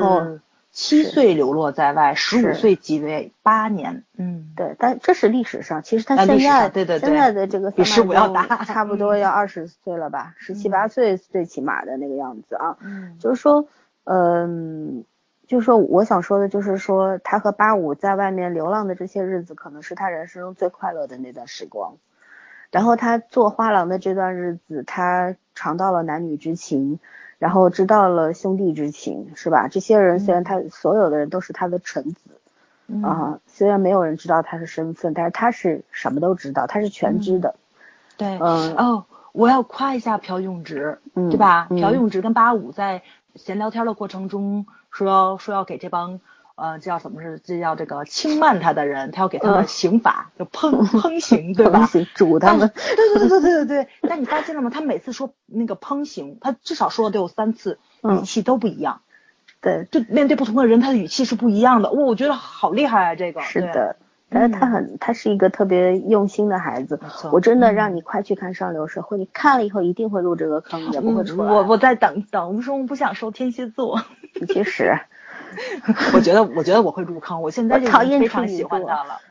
[SPEAKER 2] 7岁流落在外，15岁即位8年。
[SPEAKER 1] 对，但这是历史上，其实他现在现在的这个
[SPEAKER 2] 比15要大，
[SPEAKER 1] 差不多要20岁了吧，17、18岁最起码的那个样子啊。就是说，就是说我想说的就是说，他和八五在外面流浪的这些日子，可能是他人生中最快乐的那段时光。然后他做花郎的这段日子，他尝到了男女之情，然后知道了兄弟之情，是吧？这些人虽然他所有的人都是他的臣子。虽然没有人知道他的身份，但是他是什么都知道，他是全知的。
[SPEAKER 2] 对，我要夸一下朴永植，对吧？朴永植跟八五在闲聊天的过程中说要给这帮这叫什么是这叫这个轻慢他的人，他要给他们刑法，就烹刑，对吧？
[SPEAKER 1] 煮他们。
[SPEAKER 2] 对。但你发现了吗？他每次说那个烹刑，他至少说了得有3次，语气都不一样。
[SPEAKER 1] 对，
[SPEAKER 2] 就面对不同的人，他的语气是不一样的。我觉得好厉害啊，这个。
[SPEAKER 1] 是的，但是他是一个特别用心的孩子。我真的让你快去看上流社会，你看了以后一定会入这个坑，也不会出来。
[SPEAKER 2] 我在等，我不想受天蝎座。
[SPEAKER 1] 你去死！
[SPEAKER 2] 我觉得我会入坑，我现在就非常喜欢他了。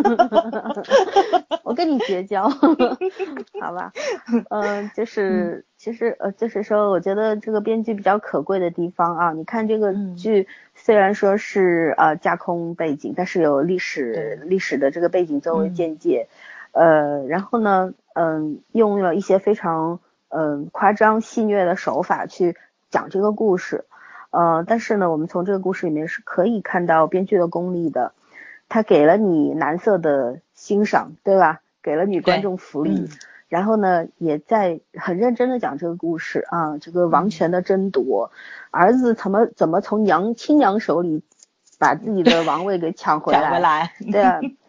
[SPEAKER 1] 我跟你绝交，好吧？就是其实就是说，我觉得这个编剧比较可贵的地方啊，你看这个剧虽然说是架空背景，但是有历史的这个背景作为简介，然后呢，用了一些非常夸张戏谑的手法去讲这个故事。但是呢，我们从这个故事里面是可以看到编剧的功力的，他给了你男色的欣赏，对吧？给了女观众福利，然后呢，也在很认真的讲这个故事啊，这个王权的争夺，儿子怎么从亲娘手里把自己的王位给抢回来，对啊，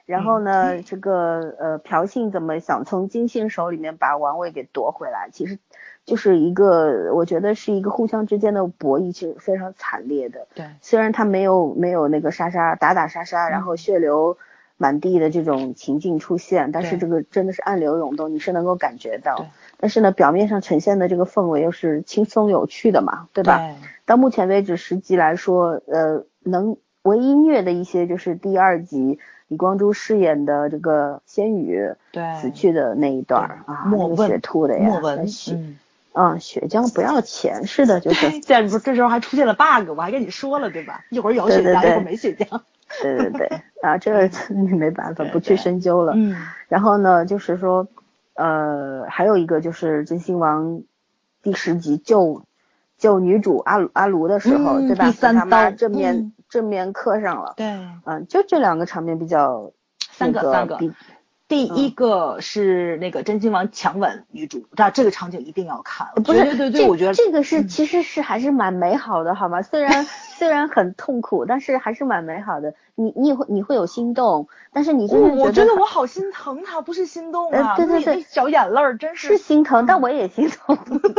[SPEAKER 1] 然后呢，这个朴信怎么想从金信手里面把王位给夺回来，其实就是一个，我觉得是一个互相之间的博弈，其实非常惨烈的。
[SPEAKER 2] 对，
[SPEAKER 1] 虽然他没有那个打杀，然后血流满地的这种情境出现，但是这个真的是暗流涌动，你是能够感觉到。但是呢，表面上呈现的这个氛围又是轻松有趣的嘛，对吧？到目前为止10集来说，唯一虐的一些就是第2集李光洙饰演的这个仙羽死去的那一段啊，那个血吐的呀，
[SPEAKER 2] 莫文，
[SPEAKER 1] 血浆不要钱，是的，就是
[SPEAKER 2] 这时候还出现了 bug， 我还跟你说了对吧？一会儿有血浆，一会儿没血浆。
[SPEAKER 1] 对啊，这个你没办法不去深究了。然后呢，就是说还有一个就是真心王第10集救女主阿卢的时候，对吧？
[SPEAKER 2] 第3刀
[SPEAKER 1] 他妈正面磕上了。
[SPEAKER 2] 对，
[SPEAKER 1] 就这2个场面比较
[SPEAKER 2] 三个。第一个是那个真心王强吻女主，这个场景一定要看。
[SPEAKER 1] 不是，
[SPEAKER 2] 对，我觉得
[SPEAKER 1] 这个是其实是还是蛮美好的，好吗？虽然很痛苦，但是还是蛮美好的。你会有心动，但是你真的
[SPEAKER 2] 我觉得我好心疼他，不是心动啊。
[SPEAKER 1] 对，
[SPEAKER 2] 小眼泪真
[SPEAKER 1] 是心疼，但我也心痛。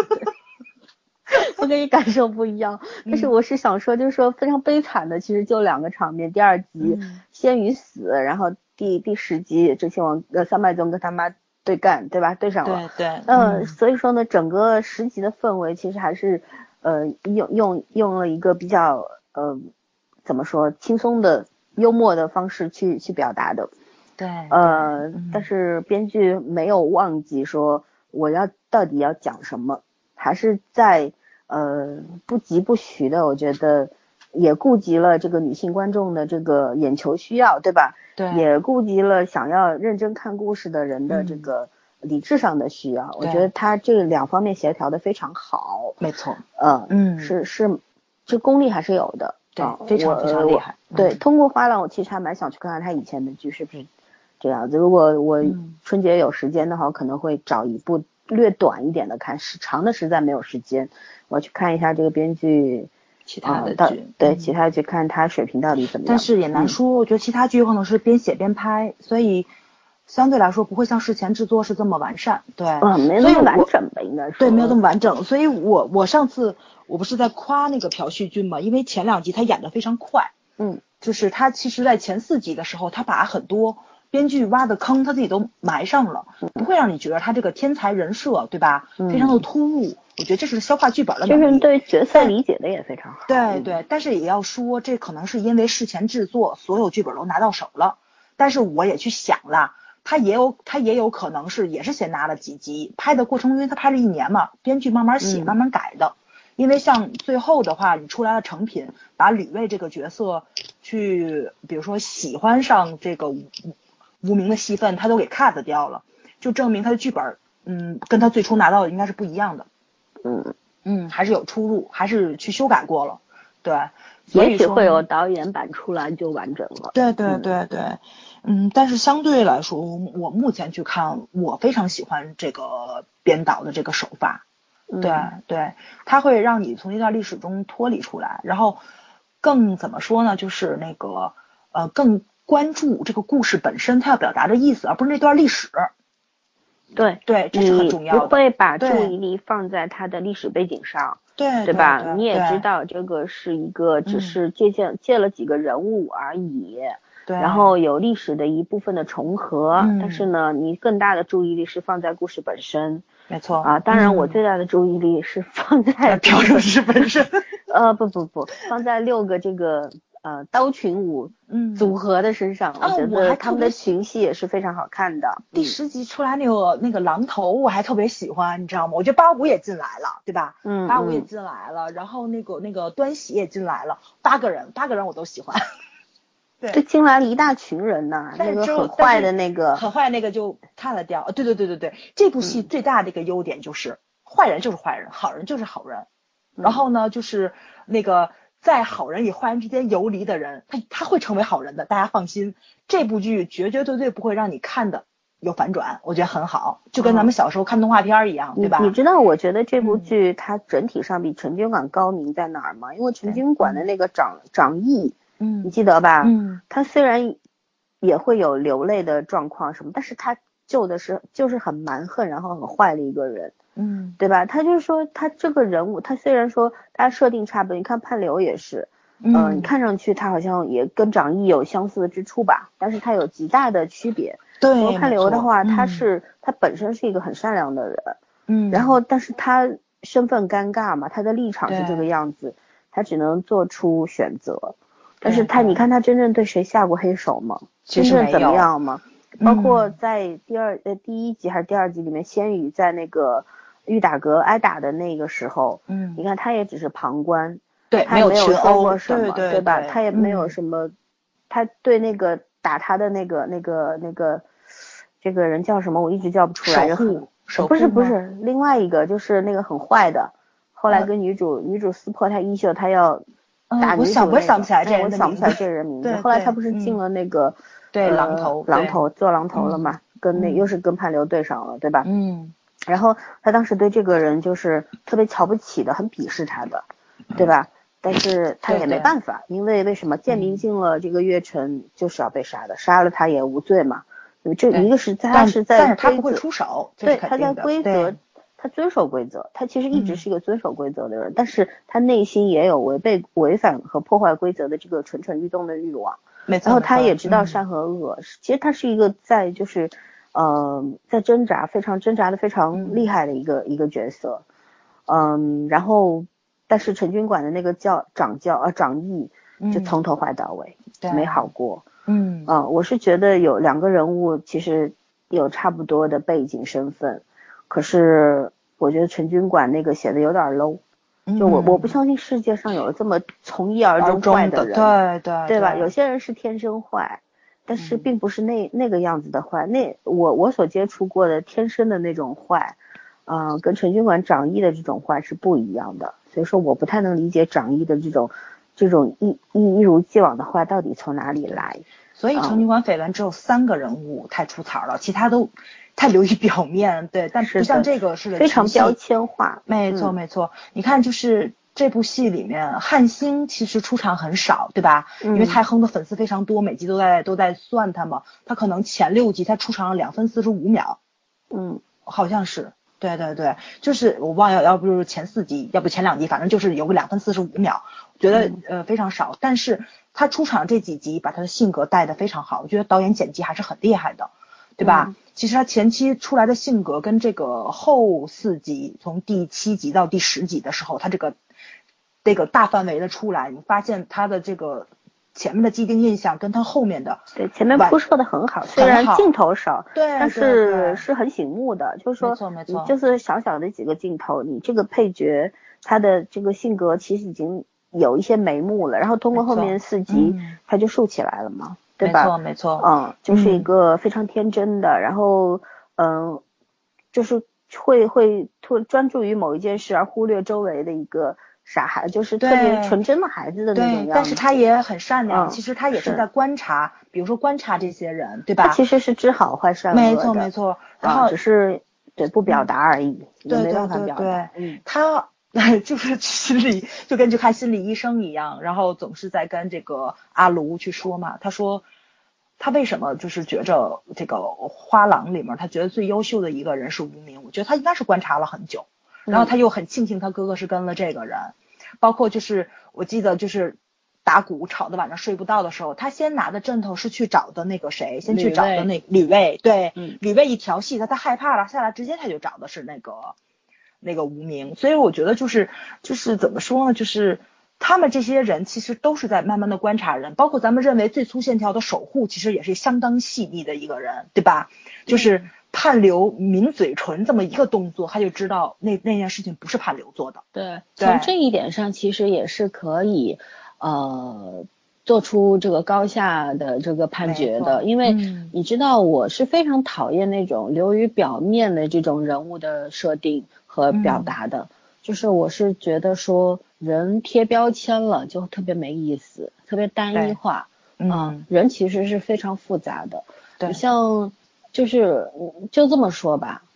[SPEAKER 1] 我跟你感受不一样，但是我是想说，就是说非常悲惨的，其实就2个场面。第2集仙羽死，然后第10集真心王三脉宗跟他妈对干，对吧？对上了。
[SPEAKER 2] 对。
[SPEAKER 1] 所以说呢，整个10集的氛围其实还是用了一个比较怎么说轻松的幽默的方式去表达的。
[SPEAKER 2] 对。
[SPEAKER 1] 但是编剧没有忘记说我到底要讲什么，还是在不疾不徐的，我觉得也顾及了这个女性观众的这个眼球需要，对吧？
[SPEAKER 2] 对。
[SPEAKER 1] 也顾及了想要认真看故事的人的这个理智上的需要。我觉得他这2方面协调的非常好。
[SPEAKER 2] 没错。
[SPEAKER 1] 是这功力还是有的。
[SPEAKER 2] 对，非常非常厉害。
[SPEAKER 1] 对，通过花浪我其实还蛮想去看看他以前的剧是不是这样子。如果我春节有时间的话，我可能会找一部略短一点的看，长的实在没有时间。我要去看一下这个编剧
[SPEAKER 2] 其他的剧，
[SPEAKER 1] 对其他剧看他水平到底怎么样。
[SPEAKER 2] 但是也难说，我觉得其他剧有可能是边写边拍，所以相对来说不会像事前制作是这么完善。对，
[SPEAKER 1] 没那么完整吧，应该说。
[SPEAKER 2] 对，没有那么完整。所以我上次我不是在夸那个朴叙俊嘛，因为前2集他演得非常快。就是他其实在前4集的时候，他把很多编剧挖的坑他自己都埋上了，不会让你觉得他这个天才人设，对吧？非常的突兀。我觉得这是消化剧本的能力，
[SPEAKER 1] 就是对角色理解的也非常好。
[SPEAKER 2] 对，但是也要说，这可能是因为事前制作所有剧本都拿到手了。但是我也去想了，他也有可能是也是先拿了几集，拍的过程中，因为他拍了1年嘛，编剧慢慢写慢慢改的。因为像最后的话，你出来的成品，把吕卫这个角色去，比如说喜欢上这个无名的戏份，他都给 cut 掉了，就证明他的剧本，跟他最初拿到的应该是不一样的。还是有出入，还是去修改过了。对，
[SPEAKER 1] 也许会有导演版出来就完整了。
[SPEAKER 2] 对。但是相对来说，我目前去看，我非常喜欢这个编导的这个手法。对，它会让你从一段历史中脱离出来，然后更怎么说呢，就是那个更关注这个故事本身它要表达的意思，而不是那段历史。对，这是很重要的。
[SPEAKER 1] 你会把注意力放在它的历史背景上，对吧？你也知道这个是一个只是借了几个人物而已，然后有历史的一部分的重合，但是呢，你更大的注意力是放在故事本身。
[SPEAKER 2] 没错
[SPEAKER 1] 啊，当然我最大的注意力是放在
[SPEAKER 2] 朴正实本身。
[SPEAKER 1] 不，放在6个这个刀群舞组合的身上。我觉得他们的群戏也是非常好看的。
[SPEAKER 2] 第10集出来那个狼头我还特别喜欢，你知道吗？我觉得85也进来了，对吧？85也进来了，然后那个端喜也进来了，8个人我都喜欢。对，
[SPEAKER 1] 这进来了一大群人呐，那个很坏的那个
[SPEAKER 2] 就看了掉。对，这部戏最大的一个优点就是坏人就是坏人，好人就是好人。然后呢，就是那个在好人与坏人之间游离的人，他会成为好人的，大家放心。这部剧绝对不会让你看的有反转，我觉得很好，就跟咱们小时候看动画片一样，对吧？
[SPEAKER 1] 你知道我觉得这部剧它整体上比陈军馆高明在哪儿吗？因为陈军馆的那个长义，你记得吧？他虽然也会有流泪的状况什么，但是他救的就是很蛮横然后很坏的一个人，对吧？他就是说他这个人物，他虽然说他设定差不多，你看叛流也是，你看上去他好像也跟长义有相似之处吧，但是他有极大的区别。
[SPEAKER 2] 对，
[SPEAKER 1] 叛流的话，他本身是一个很善良的人，然后但是他身份尴尬嘛，他的立场是这个样子，他只能做出选择。但是你看他真正对谁下过黑手吗？真正怎么样吗？包括在第一集还是第二集里面，仙羽在那个玉打阁挨打的那个时候，你看他也只是旁观，
[SPEAKER 2] 对，
[SPEAKER 1] 他也没有说过什么，
[SPEAKER 2] 对
[SPEAKER 1] 吧？他也没有什么，他对那个打他的那个这个人叫什么？我一直叫不出来。不是，另外一个就是那个很坏的，后来跟女主撕破他衣袖，他要打女主，
[SPEAKER 2] 我想不起来这
[SPEAKER 1] 人名字。后来他不是进了那个
[SPEAKER 2] 狼头
[SPEAKER 1] 做狼头了嘛？又是跟叛流对上了，对吧？然后他当时对这个人就是特别瞧不起的，很鄙视他的，对吧？但是他也没办法，因为为什么建明进了这个月城就是要被杀的，杀了他也无罪嘛。这一个是他是在，
[SPEAKER 2] 但是他不会出手，
[SPEAKER 1] 对，他在规则，他遵守规则，他其实一直是一个遵守规则的人，但是他内心也有违反和破坏规则的这个蠢蠢欲动的欲望。然后他也知道善和恶，其实他是一个在在非常挣扎的非常厉害的一个角色。然后但是陈军馆的那个长义就从头坏到尾，没好过。我是觉得有两个人物其实有差不多的背景身份，可是我觉得陈军馆那个写的有点 low，就我不相信世界上有这么从一而终坏的
[SPEAKER 2] 人，
[SPEAKER 1] 对吧？有些人是天生坏，但是并不是那个样子的坏。我所接触过的天生的那种坏，跟陈军馆长义的这种坏是不一样的，所以说我不太能理解长义的这种一如既往的坏到底从哪里来。
[SPEAKER 2] 所以陈军馆绯闻只有3个人物太出彩了，其他都太流于表面，对，但不像这个似的
[SPEAKER 1] 非常标签化。
[SPEAKER 2] 没错，你看就是这部戏里面汉星其实出场很少，对吧？因为太亨的粉丝非常多，每集都在算他嘛，他可能前6集他出场了2分45秒，好像是。对，就是我忘了，要不就是前4集，要不前2集，反正就是有个2分45秒，我觉得非常少。但是他出场这几集把他的性格带得非常好，我觉得导演剪辑还是很厉害的，对吧？其实他前期出来的性格跟这个后4集，从第7集到第10集的时候，他这个大范围的出来，你发现他的这个前面的既定印象跟他后面的，
[SPEAKER 1] 对，前面铺设的很好，虽然镜头少，
[SPEAKER 2] 对，
[SPEAKER 1] 但是是很醒目的，就是说
[SPEAKER 2] 没错，
[SPEAKER 1] 就是小小的几个镜头，你这个配角他的这个性格其实已经有一些眉目了，然后通过后面4集他就竖起来了嘛，对吧？
[SPEAKER 2] 没错，
[SPEAKER 1] 就是一个非常天真的，然后就是会专注于某一件事而忽略周围的一个傻孩，就是特别纯真的孩子的那种样子。
[SPEAKER 2] 但是他也很善良，其实他也是在观察，比如说观察这些人，对吧？
[SPEAKER 1] 他其实是知好坏善恶的，
[SPEAKER 2] 没错，然后
[SPEAKER 1] 只是不表达而已，没办法表
[SPEAKER 2] 达。他就是心理就跟去看心理医生一样，然后总是在跟这个阿卢去说嘛，他说他为什么就是觉着这个花郎里面他觉得最优秀的一个人是无名，我觉得他应该是观察了很久，然后他又很庆幸他哥哥是跟了这个人，包括就是我记得就是打鼓吵得晚上睡不到的时候，他先拿的阵头是去找的那个谁，先去找的那吕卫，对，吕卫一调戏他害怕了下来，直接他就找的是那个无名。所以我觉得就是怎么说呢，就是他们这些人其实都是在慢慢的观察人，包括咱们认为最粗线条的守护其实也是相当细腻的一个人，对吧？就是叛流抿嘴唇这么一个动作，他就知道那件事情不是叛流做的。
[SPEAKER 1] 对，从这一点上其实也是可以做出这个高下的这个判决的，因为你知道我是非常讨厌那种流于表面的这种人物的设定和表达的，就是我是觉得说人贴标签了就特别没意思，特别单一化。人其实是非常复杂的，你像就这么说吧，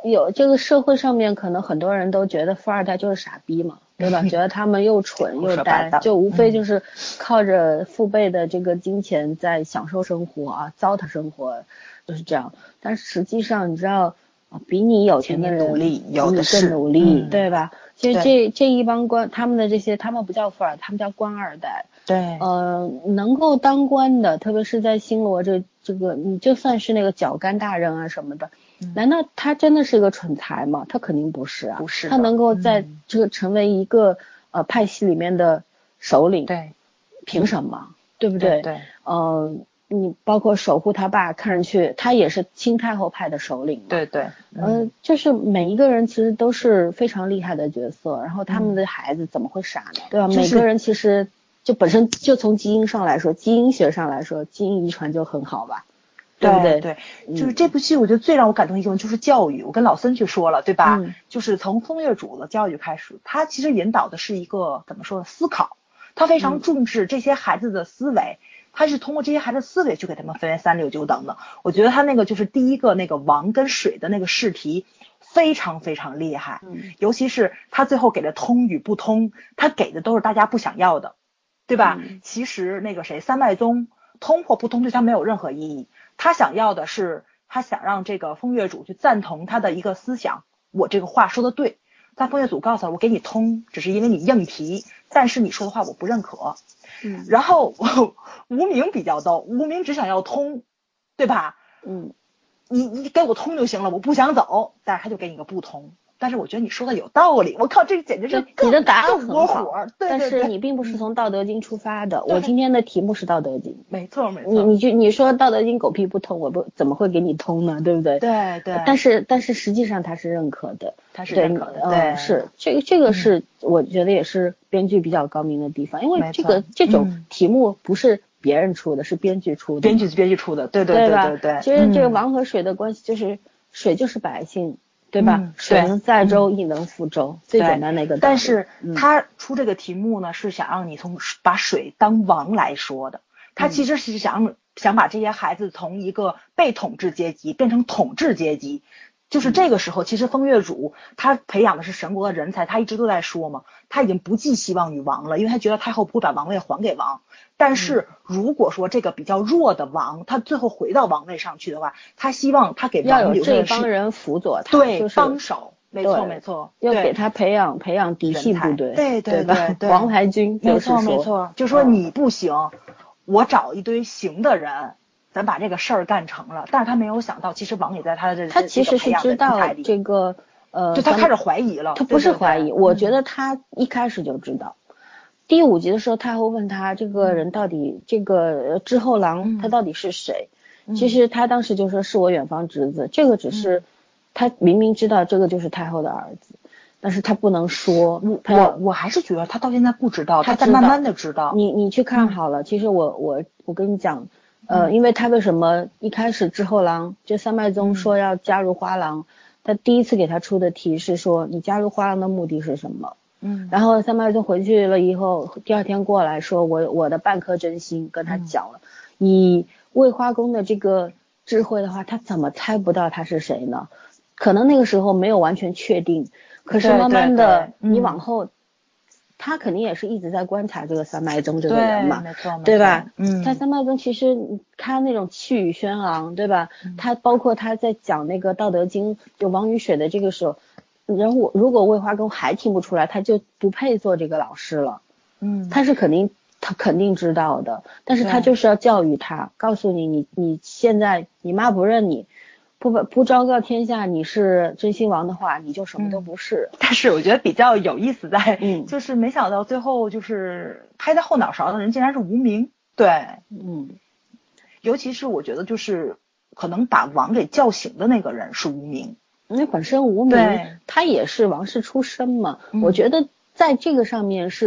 [SPEAKER 1] 有这个社会上面可能很多人都觉得富二代就是傻逼嘛，对吧？觉得他们又蠢又呆，就无非就是靠着父辈的这个金钱在享受生活啊，糟蹋生活，就是这样。但是实际上你知道比你有钱的人
[SPEAKER 2] 努力有的是
[SPEAKER 1] 更努力，对吧？其实这一帮他们的这些，他们不叫富二代，他们叫官二代。
[SPEAKER 2] 对，
[SPEAKER 1] 能够当官的，特别是在新罗这个，你就算是那个脚干大人啊什么的，难道他真的是个蠢材吗？他肯定不是啊，
[SPEAKER 2] 不是，
[SPEAKER 1] 他能够在这个成为一个派系里面的首领，
[SPEAKER 2] 对，
[SPEAKER 1] 凭什么？对不对？
[SPEAKER 2] 对，
[SPEAKER 1] 你包括守护他爸，看上去他也是清太后派的首领嘛，
[SPEAKER 2] 对对，
[SPEAKER 1] 就是每一个人其实都是非常厉害的角色，然后他们的孩子怎么会傻呢？对吧？每个人其实就本身就从基因上来说，基因学上来说，基因遗传就很好吧，对不对？
[SPEAKER 2] 对，就是这部戏我觉得最让我感动的一种就是教育，我跟老森去说了，对吧？就是从风月主的教育开始，他其实引导的是一个怎么说思考，他非常重视这些孩子的思维。他是通过这些孩子思维去给他们分为3、6、9等的。我觉得他那个就是第一个那个王跟水的那个试题非常非常厉害，尤其是他最后给的通与不通，他给的都是大家不想要的，对吧？其实那个谁三脉宗通或不通对他没有任何意义，他想要的是他想让这个风月主去赞同他的一个思想，我这个话说的对。但风月主告诉他，我给你通只是因为你硬皮，但是你说的话我不认可。然后无名比较逗，无名只想要通，对吧？你给我通就行了，我不想走，但是他就给你个不通。但是我觉得你说的有道理，我靠，这简直是
[SPEAKER 1] 你的答案很
[SPEAKER 2] 好，对，
[SPEAKER 1] 但是你并不是从《道德经》出发的。我今天的题目是《道德经》，
[SPEAKER 2] 没错。
[SPEAKER 1] 你说《道德经》狗屁不通，我不怎么会给你通呢？对不对？
[SPEAKER 2] 对。
[SPEAKER 1] 但是实际上他是认可的，
[SPEAKER 2] 他是认可的，对，
[SPEAKER 1] 是这个是我觉得也是编剧比较高明的地方，因为这种题目不是别人出的，是编剧出的，
[SPEAKER 2] 编剧出的，对
[SPEAKER 1] 吧？其实这个王和水的关系就是水就是百姓。对吧？水能载舟，亦能覆舟，最简单的一个道理。
[SPEAKER 2] 但是他出这个题目呢，是想让你把水当王来说的。他其实是想把这些孩子从一个被统治阶级变成统治阶级。就是这个时候，其实风月主他培养的是神国的人才，他一直都在说嘛，他已经不寄希望于王了，因为他觉得太后不会把王位还给王。但是如果说这个比较弱的王，他最后回到王位上去的话，他希望他给王留
[SPEAKER 1] 下的是这帮人辅佐他，
[SPEAKER 2] 对，帮手，没错，
[SPEAKER 1] 要给他培养底细部队，
[SPEAKER 2] 对
[SPEAKER 1] 吧？王牌军，
[SPEAKER 2] 没错，就说你不行，我找一堆行的人。咱把这个事儿干成了，但是他没有想到，其实王也在他的
[SPEAKER 1] 他其实是知道这个
[SPEAKER 2] 就他开始怀疑了。
[SPEAKER 1] 他不是怀疑，我觉得他一开始就知道。第5集的时候，太后问他这个人到底这个之后郎他到底是谁？其实他当时就说是我远方侄子，这个只是他明明知道这个就是太后的儿子，但是他不能说。
[SPEAKER 2] 我还是觉得他到现在不知道，他在慢慢的知道。
[SPEAKER 1] 你去看好了，其实我跟你讲。因为他为什么一开始之后郎就三脉宗说要加入花郎，他第一次给他出的题是说你加入花郎的目的是什么？然后三脉宗回去了以后，第2天过来说我的半颗真心跟他讲了，以卫花宫的这个智慧的话，他怎么猜不到他是谁呢？可能那个时候没有完全确定，可是慢慢的你往后。他肯定也是一直在观察这个三脉宗这个人嘛，
[SPEAKER 2] 没错，
[SPEAKER 1] 对吧？他三脉宗其实他那种气宇轩昂，对吧？他包括他在讲那个《道德经》就王与水的这个时候，如果卫花宫还听不出来，他就不配做这个老师了。他肯定知道的，但是他就是要教育他，告诉你现在你妈不认你。不昭告天下你是真心王的话，你就什么都不是。
[SPEAKER 2] 但是我觉得比较有意思在，就是没想到最后就是拍在后脑勺的人竟然是无名。对，尤其是我觉得就是可能把王给叫醒的那个人是无名，
[SPEAKER 1] 因为本身无名他也是王室出身嘛。我觉得在这个上面是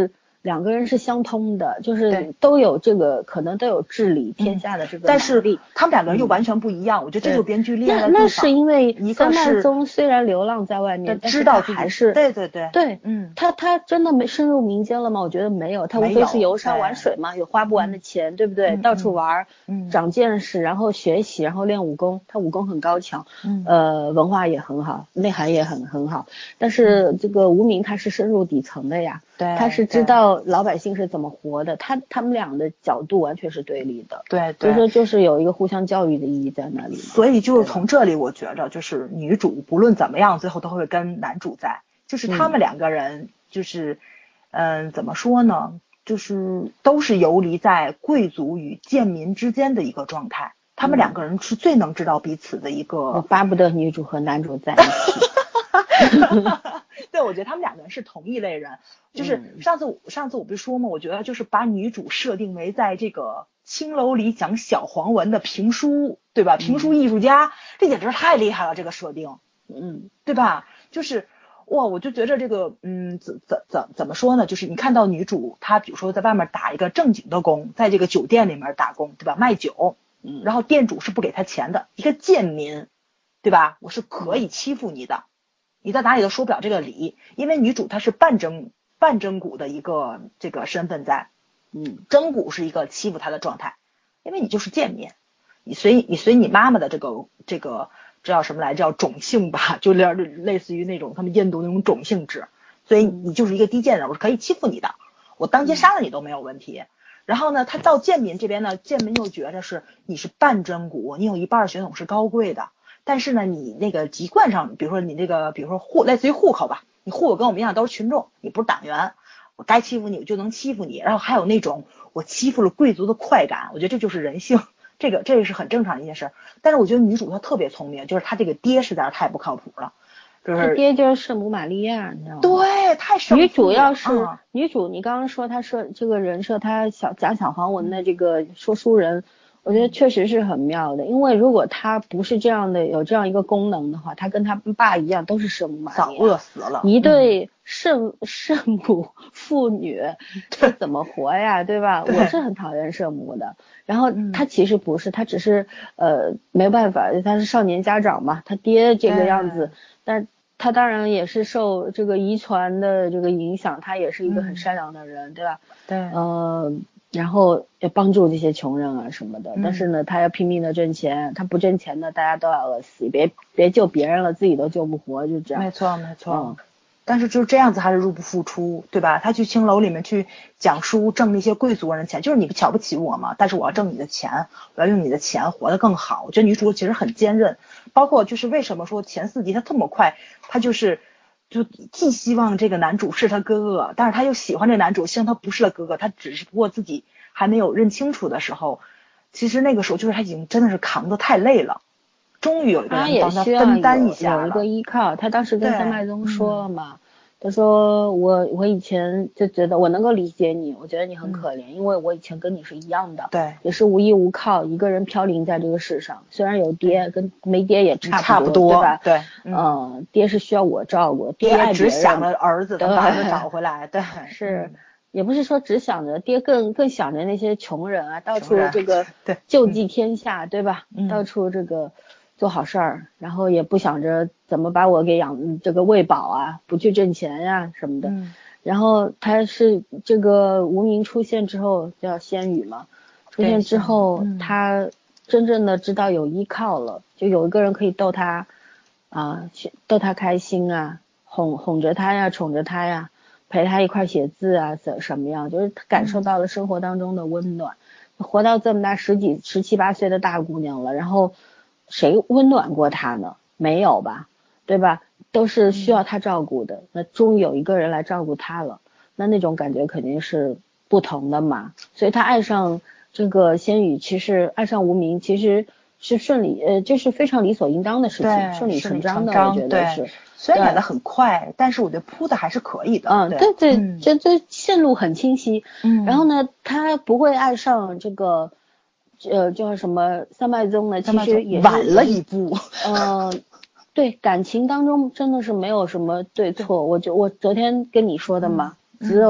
[SPEAKER 1] 两个人是相通的，就是
[SPEAKER 2] 对
[SPEAKER 1] 都有这个可能都有治理天下的这个能力，
[SPEAKER 2] 但是他们两个人又完全不一样，我觉得这就是编剧厉害的地方。
[SPEAKER 1] 那是因为三脉
[SPEAKER 2] 一个是
[SPEAKER 1] 宗虽然流浪在外面，但是
[SPEAKER 2] 知道
[SPEAKER 1] 他还是
[SPEAKER 2] 对，
[SPEAKER 1] 他真的没深入民间了吗？我觉得没有，他无非是游山玩水嘛，有花不完的钱，对不对？到处玩，长见识，然后学习，然后练武功，他武功很高强，文化也很好，内涵也很好，但是这个无名他是深入底层的呀。
[SPEAKER 2] 对，
[SPEAKER 1] 他是知道老百姓是怎么活的，他们俩的角度完全是对立的，
[SPEAKER 2] 对，
[SPEAKER 1] 所以说就是有一个互相教育的意义在那里。
[SPEAKER 2] 所以就是从这里，我觉着就是女主不论怎么样，最后都会跟男主在，就是他们两个人就是，怎么说呢，就是都是游离在贵族与贱民之间的一个状态，他们两个人是最能知道彼此的一个。
[SPEAKER 1] 我巴不得女主和男主在一起。
[SPEAKER 2] 对，我觉得他们两个人是同一类人，就是上次我不是说吗？我觉得就是把女主设定为在这个青楼里讲小黄文的评书，对吧？评书艺术家，这简直太厉害了，这个设定，对吧？就是哇，我就觉得这个，怎么说呢？就是你看到女主她比如说在外面打一个正经的工，在这个酒店里面打工，对吧？卖酒，然后店主是不给她钱的，一个贱民，对吧？我是可以欺负你的。你在哪里都说不了这个理，因为女主她是半真蛊的一个这个身份在，真蛊是一个欺负她的状态，因为你就是贱民，你随你妈妈的这个这叫什么来着？叫种姓吧，就类似于那种他们印度那种种姓制，所以你就是一个低贱人，我是可以欺负你的，我当街杀了你都没有问题。然后呢，他到贱民这边呢，贱民又觉着是你是半真蛊，你有一半血统是高贵的。但是呢，你那个籍贯上，比如说你这个，比如说类似于户口吧，你户口跟我们一样都是群众，你不是党员，我该欺负你我就能欺负你。然后还有那种我欺负了贵族的快感，我觉得这就是人性，这个是很正常的一件事。但是我觉得女主她特别聪明，就是她这个爹实在是太不靠谱了，就是
[SPEAKER 1] 爹就是圣母玛利亚，你知道吗？
[SPEAKER 2] 对，太圣母。
[SPEAKER 1] 女主要是女主，你刚刚说她设这个人设，她讲小黄文的这个说书人。我觉得确实是很妙的，因为如果他不是这样的，有这样一个功能的话，他跟他爸一样都是圣母玛利亚，
[SPEAKER 2] 早饿死了。
[SPEAKER 1] 一对圣母父女，他怎么活呀，对吧？我是很讨厌圣母的。然后他其实不是，他只是没办法，他是少年家长嘛，他爹这个样子，但他当然也是受这个遗传的这个影响，他也是一个很善良的人，对吧？
[SPEAKER 2] 对，
[SPEAKER 1] 然后要帮助这些穷人啊什么的，但是呢，他要拼命的挣钱，他不挣钱呢，大家都要饿死，别救别人了，自己都救不活，就这样。
[SPEAKER 2] 没错。但是就是这样子还是入不敷出，对吧？他去青楼里面去讲书，挣那些贵族人的钱，就是你瞧不起我嘛，但是我要挣你的钱，我要用你的钱活得更好。我觉得女主其实很坚韧，包括就是为什么说前4集她这么快，她就既希望这个男主是他哥哥，但是他又喜欢这男主，希望他不是他哥哥，他只是不过自己还没有认清楚的时候，其实那个时候就是他已经真的是扛得太累了，终于有一个人帮他分担一下了，
[SPEAKER 1] 有一个依靠。他当时跟三脉宗说了嘛，他说我以前就觉得我能够理解你，我觉得你很可怜，因为我以前跟你是一样的，
[SPEAKER 2] 对，
[SPEAKER 1] 也是无依无靠，一个人飘零在这个世上，虽然有爹跟没爹也差不
[SPEAKER 2] 多，
[SPEAKER 1] 对吧？
[SPEAKER 2] 对，
[SPEAKER 1] 爹是需要我照顾，
[SPEAKER 2] 爹只想着儿子，把儿子找回来，对，
[SPEAKER 1] 是。也不是说只想着爹，更想着那些穷人啊，到处这个救济天下，对吧？到处这个做好事儿，然后也不想着怎么把我给这个喂饱啊，不去挣钱呀什么的。然后他是这个无名出现之后叫仙羽嘛，出现之后他真正的知道有依靠了，就有一个人可以逗他逗他开心啊，哄着他呀，宠着他呀。陪他一块写字啊，什么样？就是他感受到了生活当中的温暖。活到这么大17、18岁的大姑娘了，然后谁温暖过她呢？没有吧，对吧？都是需要她照顾的。那终于有一个人来照顾她了，那种感觉肯定是不同的嘛。所以她爱上这个仙羽，其实爱上无名，其实是就是非常理所应当的事情，顺理成章的，我觉得是。
[SPEAKER 2] 虽然演得很快，但是我觉得铺的还是可以的。
[SPEAKER 1] 对，这线路很清晰。然后呢，他不会爱上这个叫什么三脉宗呢？其实也是
[SPEAKER 2] 晚了一步。
[SPEAKER 1] 对，感情当中真的是没有什么对错。我昨天跟你说的嘛，只有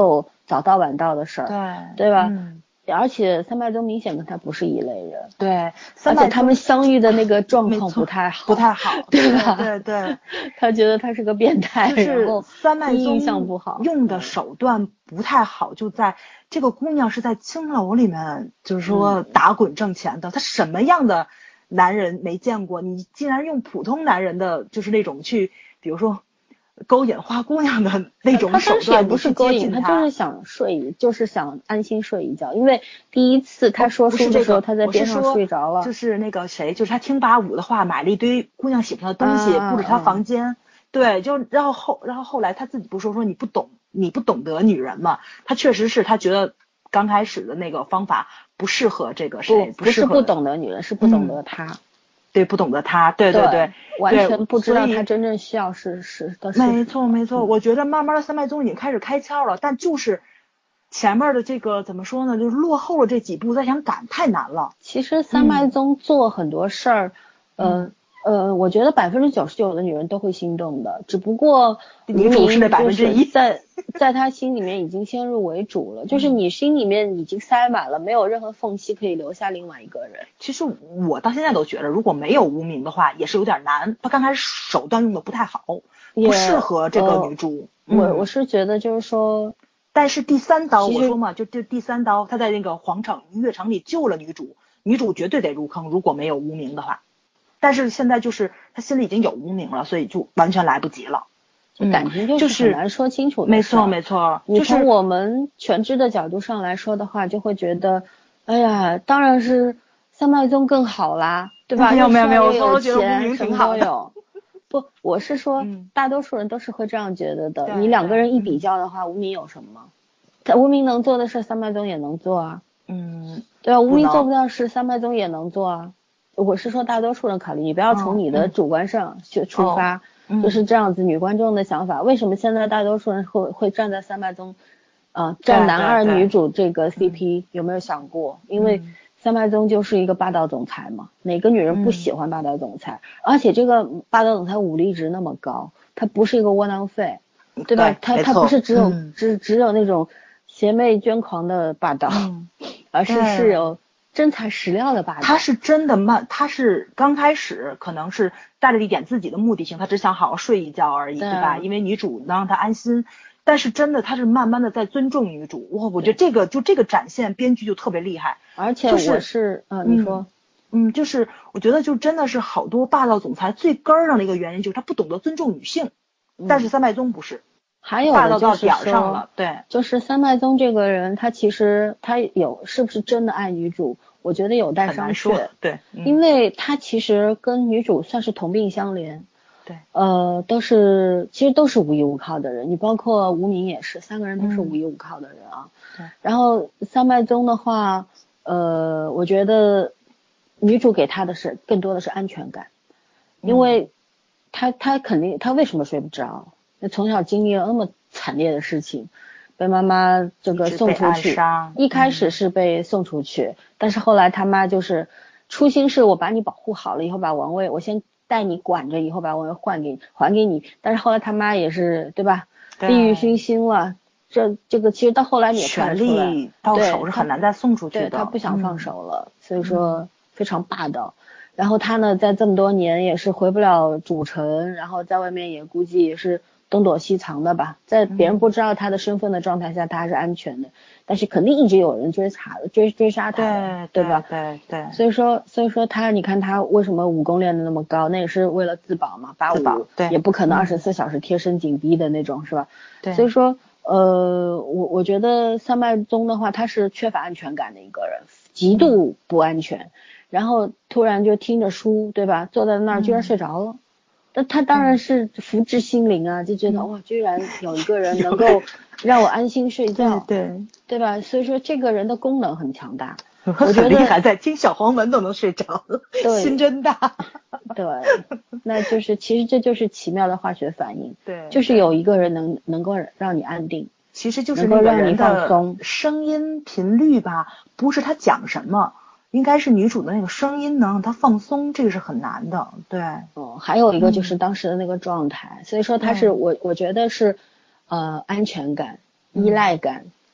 [SPEAKER 1] 早到晚到的事儿，对吧？而且三脉宗明显跟他不是一类人，
[SPEAKER 2] 对，
[SPEAKER 1] 而且他们相遇的那个状况不太好，对吧？
[SPEAKER 2] 对，
[SPEAKER 1] 他觉得他是个变态，
[SPEAKER 2] 就是
[SPEAKER 1] 然后
[SPEAKER 2] 三脉宗
[SPEAKER 1] 印象不好，
[SPEAKER 2] 用的手段不太好，就在这个姑娘是在青楼里面，就是说打滚挣钱的，她什么样的男人没见过？你竟然用普通男人的就是那种去，比如说勾引花姑娘的那种手段，
[SPEAKER 1] 也不是勾引，他就是想睡，就是想安心睡一觉。因为第一次他说书的时候，他在边上睡着了。
[SPEAKER 2] 就是那个谁，就是他听八五的话，买了一堆姑娘喜欢的东西，布置他房间。对，就然后后来他自己不是说你不懂得女人嘛？他确实是他觉得刚开始的那个方法不适合这个谁，
[SPEAKER 1] 不是不懂得女人，是不懂得他。
[SPEAKER 2] 对，不懂得他，对，
[SPEAKER 1] 完全不知道他真正需要是的是。
[SPEAKER 2] 没错，我觉得慢慢的三脉宗已经开始开窍了，但就是前面的这个怎么说呢，就是落后了这几步，再想赶太难了。
[SPEAKER 1] 其实三脉宗做很多事儿，我觉得99%的女人都会心动的，只不过
[SPEAKER 2] 女主是那1%，
[SPEAKER 1] 在他心里面已经先入为主了，就是你心里面已经塞满了，没有任何缝隙可以留下另外一个人。
[SPEAKER 2] 其实我到现在都觉得，如果没有无名的话，也是有点难。他刚开始手段用的不太好，不适合这个女主。
[SPEAKER 1] 我是觉得就是说，
[SPEAKER 2] 但是第三刀我说嘛，就第三刀，他在那个皇城愉悦城里救了女主，女主绝对得入坑，如果没有无名的话。但是现在就是他心里已经有无名了，所以就完全来不及了。
[SPEAKER 1] 感情就是很难说清楚的。
[SPEAKER 2] 没错，
[SPEAKER 1] 你从我们全知的角度上来说的话，就会觉得，哎呀，当然是三脉宗更好啦，对吧？
[SPEAKER 2] 没有，
[SPEAKER 1] 有
[SPEAKER 2] 觉得无名挺好的。
[SPEAKER 1] 不，我是说，大多数人都是会这样觉得的。你两个人一比较的话，无名有什么？无名能做的事，三脉宗也能做啊。对吧？无名做不到事，三脉宗也能做啊。我是说大多数人考虑，你不要从你的主观上去出发，就是这样子。女观众的想法，为什么现在大多数人会站在三脉宗，站男二女主这个 CP，有没有想过？因为三脉宗就是一个霸道总裁嘛，哪个女人不喜欢霸道总裁？而且这个霸道总裁武力值那么高，他不是一个窝囊废，对吧？他不是只有那种邪魅捐狂的霸道，而是有真材实料的霸道。
[SPEAKER 2] 他是真的慢，他是刚开始可能是带着一点自己的目的性，他只想好好睡一觉而已，对吧？因为女主能让他安心，但是真的他是慢慢的在尊重女主。我觉得这个展现编剧就特别厉害。
[SPEAKER 1] 而且我是你说
[SPEAKER 2] 就是我觉得就真的是好多霸道总裁最根儿上的一个原因就是他不懂得尊重女性，但是三脉宗不是。
[SPEAKER 1] 还有
[SPEAKER 2] 霸道到点上了，对，
[SPEAKER 1] 就是三脉宗这个人，他其实他是不是真的爱女主？我觉得有待商榷。
[SPEAKER 2] 对，
[SPEAKER 1] 因为他其实跟女主算是同病相怜，
[SPEAKER 2] 对，
[SPEAKER 1] 其实都是无依无靠的人。你包括无名也是，3个人都是无依无靠的人啊。
[SPEAKER 2] 对。
[SPEAKER 1] 然后三脉宗的话，我觉得女主给他的是更多的是安全感，因为他肯定他为什么睡不着？从小经历了那么惨烈的事情，被妈妈这个送出去，一开始是被送出去，但是后来他妈就是初心是我把你保护好了以后把王位我先带你管着，以后把王位还给你，但是后来他妈也是对吧，利欲熏心了，这个其实到后来你也看得出来，
[SPEAKER 2] 权力到手是很难再送出去的，
[SPEAKER 1] 对，他不想放手了，所以说非常霸道。然后他呢在这么多年也是回不了主城，然后在外面也估计也是东躲西藏的吧，在别人不知道他的身份的状态下，他还是安全的，但是肯定一直有人追杀他，对吧？
[SPEAKER 2] 对。
[SPEAKER 1] 所以说他，你看他为什么武功练得那么高，那也是为了自保嘛，85也不可能24小时贴身紧逼的那种，是吧？
[SPEAKER 2] 对。
[SPEAKER 1] 所以说，我觉得三脉宗的话，他是缺乏安全感的一个人，极度不安全，然后突然就听着书，对吧？坐在那儿居然睡着了。那他当然是福至心灵啊，就觉得哇，居然有一个人能够让我安心睡觉，对吧？所以说这个人的功能很强大，我觉得
[SPEAKER 2] 厉害，在听小黄文都能睡着，心真大。
[SPEAKER 1] 对，那就是其实这就是奇妙的化学反应，
[SPEAKER 2] 对，
[SPEAKER 1] 就是有一个人能够让你安定，
[SPEAKER 2] 其实就是那个人的声音频率吧，不是他讲什么。应该是女主的那个声音能让她放松，这个是很难的，对。
[SPEAKER 1] 还有一个就是当时的那个状态，所以说他是我觉得是安全感、依赖感，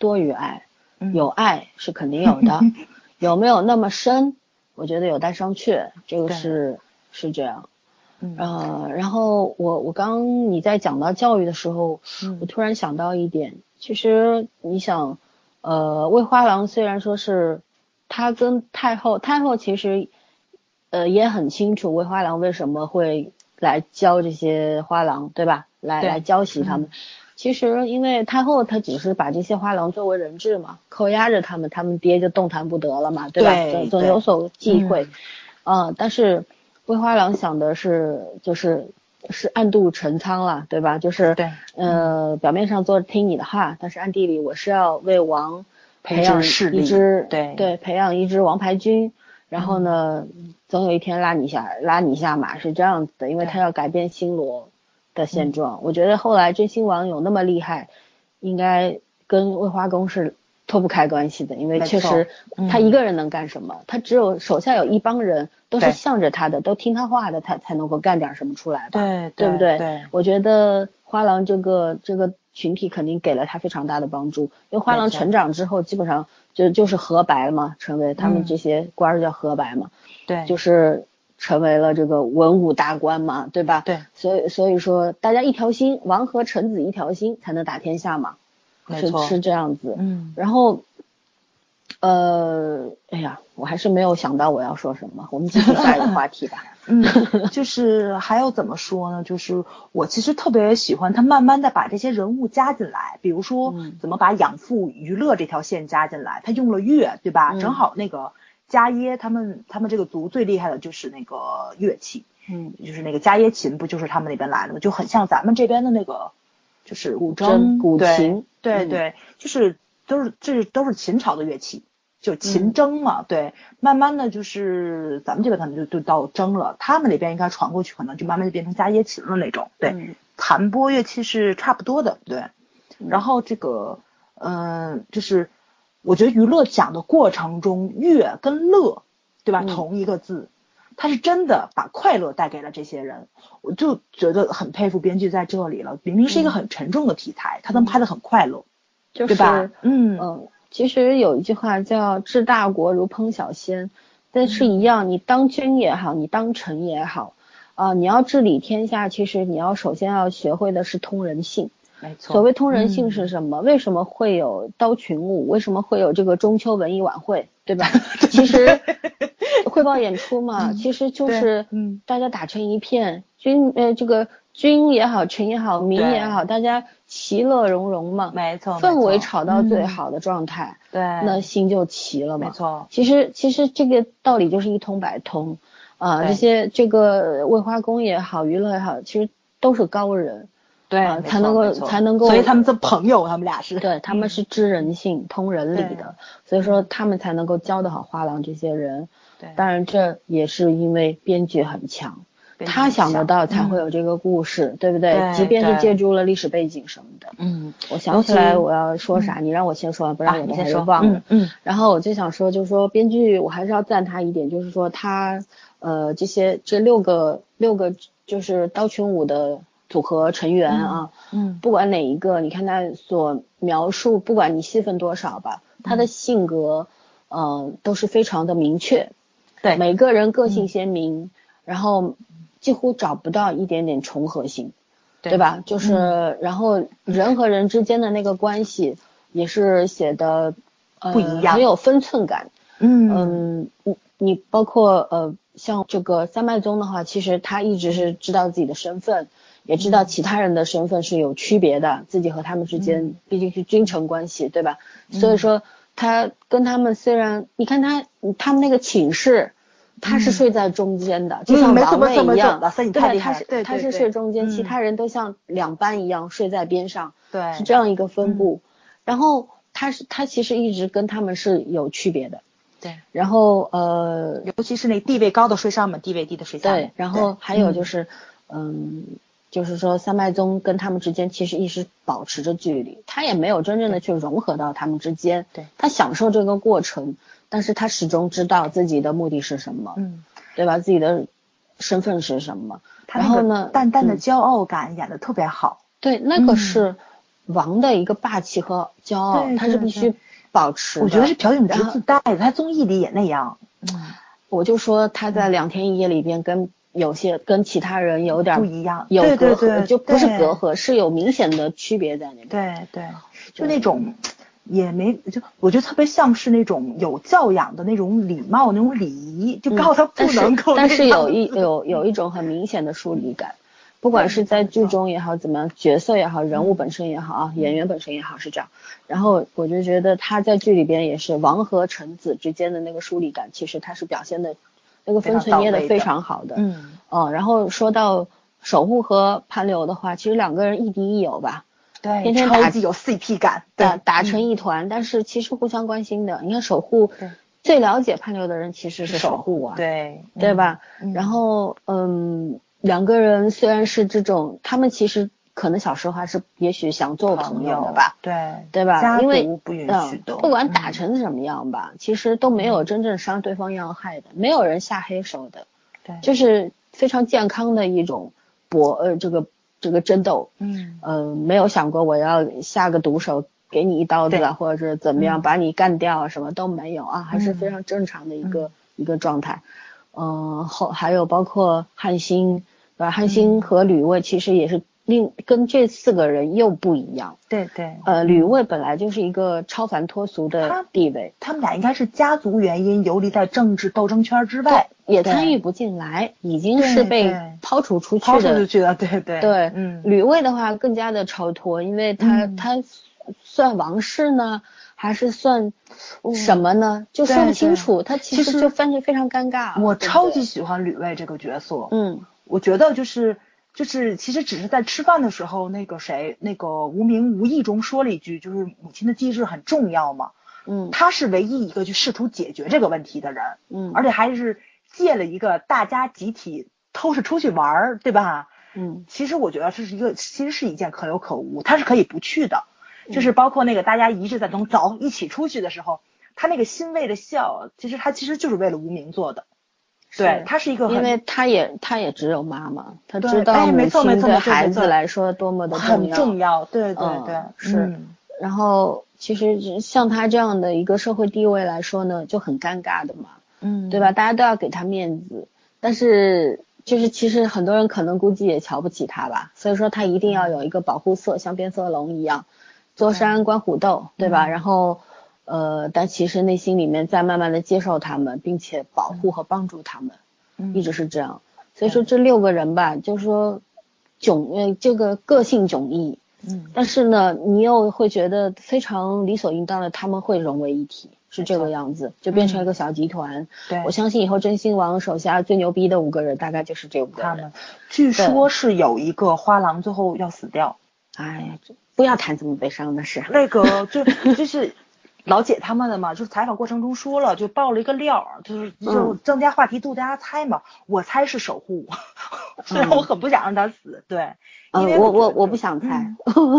[SPEAKER 1] 多于爱，有爱是肯定有的，有没有那么深，我觉得有待商榷，这个是这样。然后我刚你在讲到教育的时候，我突然想到一点，其实你想，魏花郎虽然说是他跟太后其实也很清楚魏花郎为什么会来教这些花郎，对吧？来教习他们。其实因为太后她只是把这些花郎作为人质嘛，扣押着他们爹就动弹不得了嘛，对吧？总有所忌讳。但是魏花郎想的是就是暗度陈仓了，对吧？就是表面上听你的话，但是暗地里我是要为王培养一支培养一支王牌军，然后呢总有一天拉你下马，是这样子的，因为他要改变新罗的现状。我觉得后来真兴王有那么厉害，应该跟魏花公是脱不开关系的，因为确实他一个人能干什么？他只有手下有一帮人都是向着他的，都听他话的，他才能够干点什么出来吧？对不对？对，我觉得花郎这个群体肯定给了他非常大的帮助，因为花郎成长之后基本上就是和白了嘛，成为他们这些官叫和白嘛，对，就是成为了这个文武大官嘛，对吧？对，所以说大家一条心，王和臣子一条心才能打天下嘛。是这样子。然后哎呀，我还是没有想到我要说什么，我们继续下一个话题吧。
[SPEAKER 2] 就是还有怎么说呢，就是我其实特别喜欢他慢慢的把这些人物加进来，比如说怎么把养父娱乐这条线加进来，他用了乐，对吧？正好那个迦耶他们这个族最厉害的就是那个乐器，就是那个迦耶琴，不就是他们那边来的吗？就很像咱们这边的那个就是古筝、
[SPEAKER 1] 古琴，
[SPEAKER 2] 对，就是这都是秦朝的乐器，就秦筝嘛，对，慢慢的就是咱们这边可能就到筝了，他们那边应该传过去，可能就慢慢就变成迦耶琴了那种，对，弹拨乐器是差不多的，对，然后这个就是我觉得娱乐讲的过程中，乐跟乐，对吧？同一个字。他是真的把快乐带给了这些人，我就觉得很佩服编剧在这里了。明明是一个很沉重的题材，他能拍得很快乐，
[SPEAKER 1] 就是
[SPEAKER 2] 对吧？
[SPEAKER 1] 其实有一句话叫“治大国如烹小鲜”，但是一样，你当君也好，你当臣也好，你要治理天下，其实你要首先要学会的是通人性。
[SPEAKER 2] 没错。
[SPEAKER 1] 所谓通人性是什么？为什么会有刀群舞？为什么会有这个中秋文艺晚会？对吧？其实汇报演出嘛，其实就是大家打成一片，这个君也好，臣也好，民也好，大家其乐融融嘛，
[SPEAKER 2] 没错，
[SPEAKER 1] 氛围炒到最好的状态，
[SPEAKER 2] 对，
[SPEAKER 1] 那心就齐了嘛。
[SPEAKER 2] 没错，
[SPEAKER 1] 其实这个道理就是一通百通这些这个魏花公也好，娱乐也好，其实都是高人。
[SPEAKER 2] 对，
[SPEAKER 1] 才能够，
[SPEAKER 2] 所以他们是朋友，他们俩是，
[SPEAKER 1] 对，他们是知人性、通人理的，所以说他们才能够教得好花郎这些人。对，当然这也是因为编剧很强，他想得到才会有这个故事，对不对？即便是借助了历史背景什么的。我想起来我要说啥，你让我先说完，不然我等会就忘了。然后我就想说，就是说编剧我还是要赞他一点，就是说他这六个就是刀群舞的组合成员啊，不管哪一个，你看他所描述，不管你戏份多少吧，他的性格都是非常的明确，对，每个人个性鲜明，然后几乎找不到一点点重合性，对吧？就是然后人和人之间的那个关系也是写的
[SPEAKER 2] 不一样，
[SPEAKER 1] 很有分寸感。你包括像这个三脉宗的话，其实他一直是知道自己的身份，也知道其他人的身份是有区别的，自己和他们之间毕竟是君臣关系，对吧？所以说他跟他们虽然你看他们那个寝室，他是睡在中间的，就像王位一样，对，他是睡中间，其他人都像两班一样睡在边上，对，是这样一个分布。然后他其实一直跟他们是有区别的。对，然后
[SPEAKER 2] 尤其是那地位高的睡上面，地位低的睡下面。
[SPEAKER 1] 对，然后还有就是就是说三脉宗跟他们之间其实一直保持着距离，他也没有真正的去融合到他们之间。对，他享受这个过程，但是他始终知道自己的目的是什么，对吧？自己的身份是什么？然后呢，
[SPEAKER 2] 淡淡的骄傲感演得特别好。
[SPEAKER 1] 对，那个是王的一个霸气和骄傲，他是必须保持的。
[SPEAKER 2] 我觉得是朴炯植自带的，他综艺里也那样。
[SPEAKER 1] 我就说他在2天1夜里边跟其他人有点
[SPEAKER 2] 不一样，
[SPEAKER 1] 有隔阂，就不是隔阂，
[SPEAKER 2] 对
[SPEAKER 1] 是有明显的区别在那边。
[SPEAKER 2] 对对，就那种也没就我觉得特别像是那种有教养的那种礼貌那种礼仪，就告诉他不能够
[SPEAKER 1] 但是有一种很明显的疏离感。不管是在剧中也好怎么样，角色也好，人物本身也好啊，演员本身也好是这样。然后我就觉得他在剧里边也是王和臣子之间的那个疏离感，其实他是表现的那个分寸捏的非常好的。然后说到守护和潘刘的话，其实2个人亦敌亦友吧。
[SPEAKER 2] 对，
[SPEAKER 1] 天天
[SPEAKER 2] 超级有 CP 感，对，
[SPEAKER 1] 打成一团，但是其实互相关心的。你看守护最了解潘刘的人其实是守护啊，对吧？然后2个人虽然是这种，他们其实可能小时候还是也许想做朋友的吧，对吧？因为
[SPEAKER 2] 不允许的，
[SPEAKER 1] 不管打成怎么样吧，其实都没有真正伤对方要害的，没有人下黑手的，
[SPEAKER 2] 对，
[SPEAKER 1] 就是非常健康的一种这个争斗，没有想过我要下个毒手给你一刀子啊，或者是怎么样把你干掉啊，什么都没有啊，还是非常正常的一个状态。还有包括汉兴，对吧？汉兴和吕卫其实也是跟这4个人又不一样。
[SPEAKER 2] 对，
[SPEAKER 1] 吕卫本来就是一个超凡脱俗的地位，
[SPEAKER 2] 他们俩应该是家族原因游离在政治斗争圈之外，
[SPEAKER 1] 也参与不进来，已经是被抛除出去
[SPEAKER 2] 的。对，
[SPEAKER 1] 吕卫的话更加的超脱，因为他算王室呢，还是算什么呢？就说不清楚，他其实就非常尴尬。
[SPEAKER 2] 我超级喜欢吕卫这个角色，我觉得就是其实只是在吃饭的时候，那个无名无意中说了一句，就是母亲的机智很重要嘛。他是唯一一个去试图解决这个问题的人，而且还是借了一个大家集体偷着出去玩，对吧？其实我觉得其实是一件可有可无，他是可以不去的。就是包括那个大家一致在等走一起出去的时候，他那个欣慰的笑，其实就是为了无名做的。对，他是一个
[SPEAKER 1] 因为他也只有妈妈，他知道母亲对孩子来说多么的
[SPEAKER 2] 很重要。对，
[SPEAKER 1] 是。然后其实像他这样的一个社会地位来说呢，就很尴尬的嘛，对吧？大家都要给他面子，但是就是其实很多人可能估计也瞧不起他吧，所以说他一定要有一个保护色，像变色龙一样，坐山观虎斗，对吧？然后但其实内心里面在慢慢的接受他们，并且保护和帮助他们，一直是这样。所以说这6个人吧，就是说这个个性迥异，但是呢，你又会觉得非常理所应当的，他们会融为一体，是这个样子，就变成一个小集团。
[SPEAKER 2] 对，
[SPEAKER 1] 我相信以后真心王手下最牛逼的5个人，大概就是这5个人。
[SPEAKER 2] 据说是有一个花郎最后要死掉。
[SPEAKER 1] 哎呀，不要谈这么悲伤的事。
[SPEAKER 2] 那个就是老姐他们的嘛，就是采访过程中说了，就爆了一个料，就增加话题度，大家猜嘛，我猜是守护，虽然我很不想让他死，对，因为
[SPEAKER 1] 我不想猜，